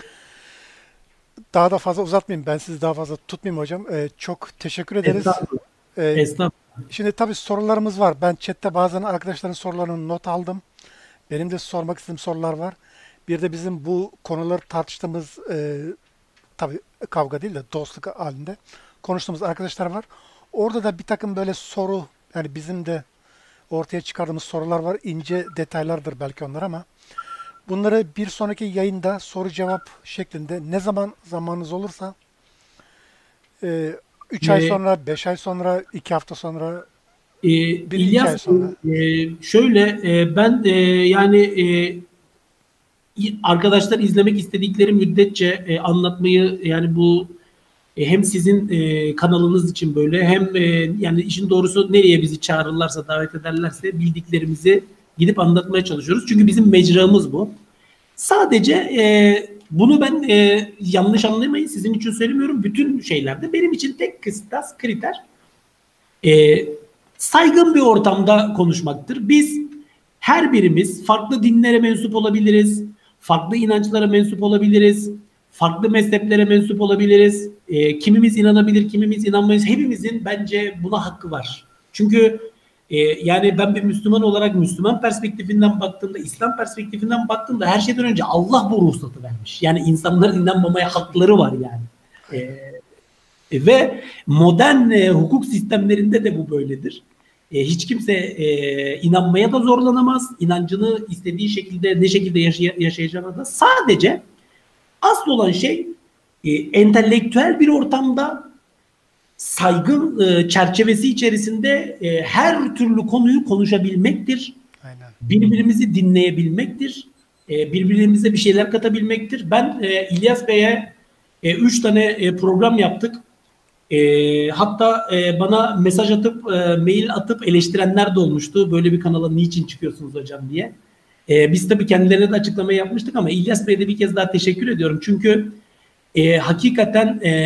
daha da fazla uzatmayayım. Ben sizi daha fazla tutmayayım hocam. E, çok teşekkür ederiz. Estağfurullah. E, Estağfurullah. Şimdi tabii sorularımız var. Ben chatte bazen arkadaşların sorularını not aldım. Benim de sormak istediğim sorular var. Bir de bizim bu konuları tartıştığımız e, tabii kavga değil de dostluk halinde konuştuğumuz arkadaşlar var. Orada da bir takım böyle soru yani bizim de ortaya çıkardığımız sorular var. İnce detaylardır belki onlar ama bunları bir sonraki yayında soru cevap şeklinde ne zaman zamanınız olursa üç ay Ee, sonra, beş ay sonra, iki hafta sonra, e, bir iki ay İlyas sonra. e, şöyle e, ben e, yani e, arkadaşlar izlemek istedikleri müddetçe e, anlatmayı yani bu e, hem sizin e, kanalınız için böyle hem e, yani işin doğrusu nereye bizi çağırırlarsa davet ederlerse bildiklerimizi gidip anlatmaya çalışıyoruz. Çünkü bizim mecramız bu. Sadece e, bunu ben e, yanlış anlamayın, sizin için söylemiyorum. Bütün şeylerde benim için tek kıstas, kriter e, saygın bir ortamda konuşmaktır. Biz her birimiz farklı dinlere mensup olabiliriz, farklı inançlara mensup olabiliriz, farklı mezheplere mensup olabiliriz. E, kimimiz inanabilir, kimimiz inanmayız. Hepimizin bence buna hakkı var. Çünkü e, yani ben bir Müslüman olarak Müslüman perspektifinden baktığımda, İslam perspektifinden baktığımda her şeyden önce Allah bu ruhsatı vermiş. Yani insanların inanmamaya hakları var yani. E, ve modern e, hukuk sistemlerinde de bu böyledir. E, hiç kimse e, inanmaya da zorlanamaz. İnancını istediği şekilde, ne şekilde yaşay yaşayacağına da sadece asıl olan şey e, entelektüel bir ortamda saygı e, çerçevesi içerisinde e, her türlü konuyu konuşabilmektir. Aynen. Birbirimizi dinleyebilmektir. E, birbirimize bir şeyler katabilmektir. Ben e, İlyas Bey'e e, üç tane e, program yaptık. E, hatta e, bana mesaj atıp, e, mail atıp eleştirenler de olmuştu. Böyle bir kanala niçin çıkıyorsunuz hocam diye. E, biz tabii kendilerine de açıklama yapmıştık ama İlyas Bey'e de bir kez daha teşekkür ediyorum. Çünkü e, hakikaten e,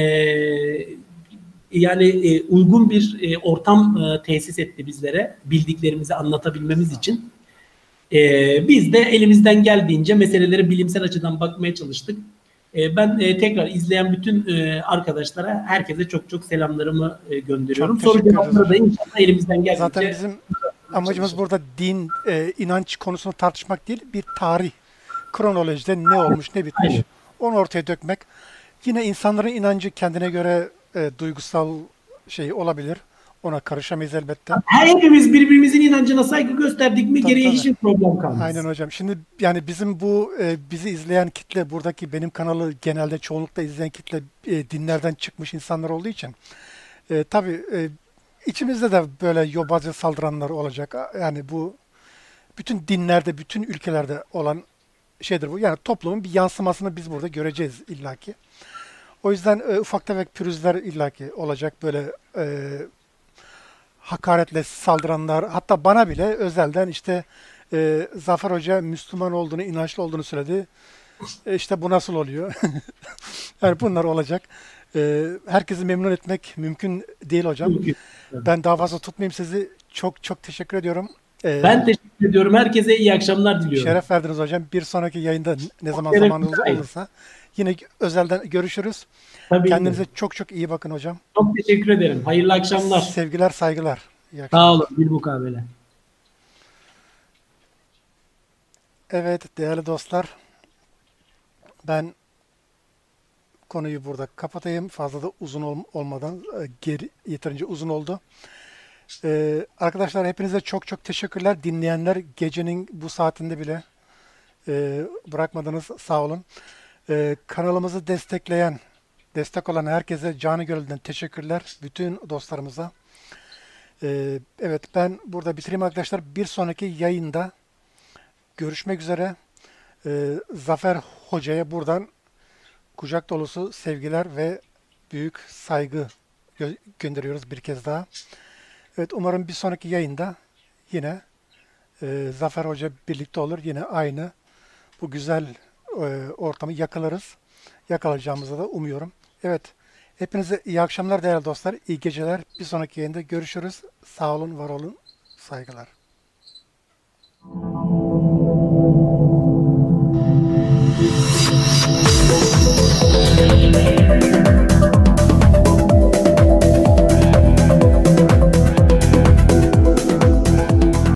yani e, uygun bir e, ortam e, tesis etti bizlere. Bildiklerimizi anlatabilmemiz için. E, biz de elimizden geldiğince meselelere bilimsel açıdan bakmaya çalıştık. E, ben e, tekrar izleyen bütün e, arkadaşlara, herkese çok çok selamlarımı e, gönderiyorum. Soru cevapları da inşallah elimizden geldiğince. Zaten bizim amacımız burada din, e, inanç konusunu tartışmak değil, bir tarih, kronolojide ne olmuş, ne bitmiş, aynen, onu ortaya dökmek. Yine insanların inancı kendine göre e, duygusal şey olabilir. Ona karışamayız elbette. Hepimiz birbirimizin inancına saygı gösterdik mi tabii, geriye tabii, hiçbir problem kalmaz. Aynen hocam. Şimdi yani bizim bu e, bizi izleyen kitle, buradaki benim kanalı genelde çoğunlukla izleyen kitle e, dinlerden çıkmış insanlar olduğu için e, tabii e, içimizde de böyle yobazca saldıranlar olacak. Yani bu bütün dinlerde, bütün ülkelerde olan şeydir bu. Yani toplumun bir yansımasını biz burada göreceğiz illaki. O yüzden e, ufak tefek pürüzler illaki olacak, böyle e, hakaretle saldıranlar, hatta bana bile özelden işte e, Zafer Hoca Müslüman olduğunu, inançlı olduğunu söyledi. E, işte bu nasıl oluyor? Yani bunlar olacak. E, herkesi memnun etmek mümkün değil hocam. Ben daha fazla tutmayayım sizi. Çok çok teşekkür ediyorum. E, ben teşekkür ediyorum. Herkese iyi akşamlar diliyorum. Şeref verdiniz hocam. Bir sonraki yayında ne zaman zamanınız olursa yine özelden görüşürüz. Tabii kendinize ki çok çok iyi bakın hocam. Çok teşekkür ederim. Hayırlı akşamlar. Sevgiler, saygılar. İyi akşamlar. Sağ olun. Bir mukabele. Evet değerli dostlar. Ben konuyu burada kapatayım. Fazla da uzun ol olmadan geri, yeterince uzun oldu. Ee, arkadaşlar hepinize çok çok teşekkürler. Dinleyenler gecenin bu saatinde bile e, bırakmadınız. Sağ olun. Ee, kanalımızı destekleyen, destek olan herkese canı gönülden teşekkürler. Bütün dostlarımıza. Ee, evet ben burada bitireyim arkadaşlar. Bir sonraki yayında görüşmek üzere. Ee, Zafer Hoca'ya buradan kucak dolusu sevgiler ve büyük saygı gö gönderiyoruz bir kez daha. Evet umarım bir sonraki yayında yine e, Zafer Hoca birlikte olur. Yine aynı bu güzel e, ortamı yakalarız. Yakalayacağımızı da umuyorum. Evet hepinize iyi akşamlar değerli dostlar. İyi geceler. Bir sonraki yayında görüşürüz. Sağ olun, var olun. Saygılar. Thank you.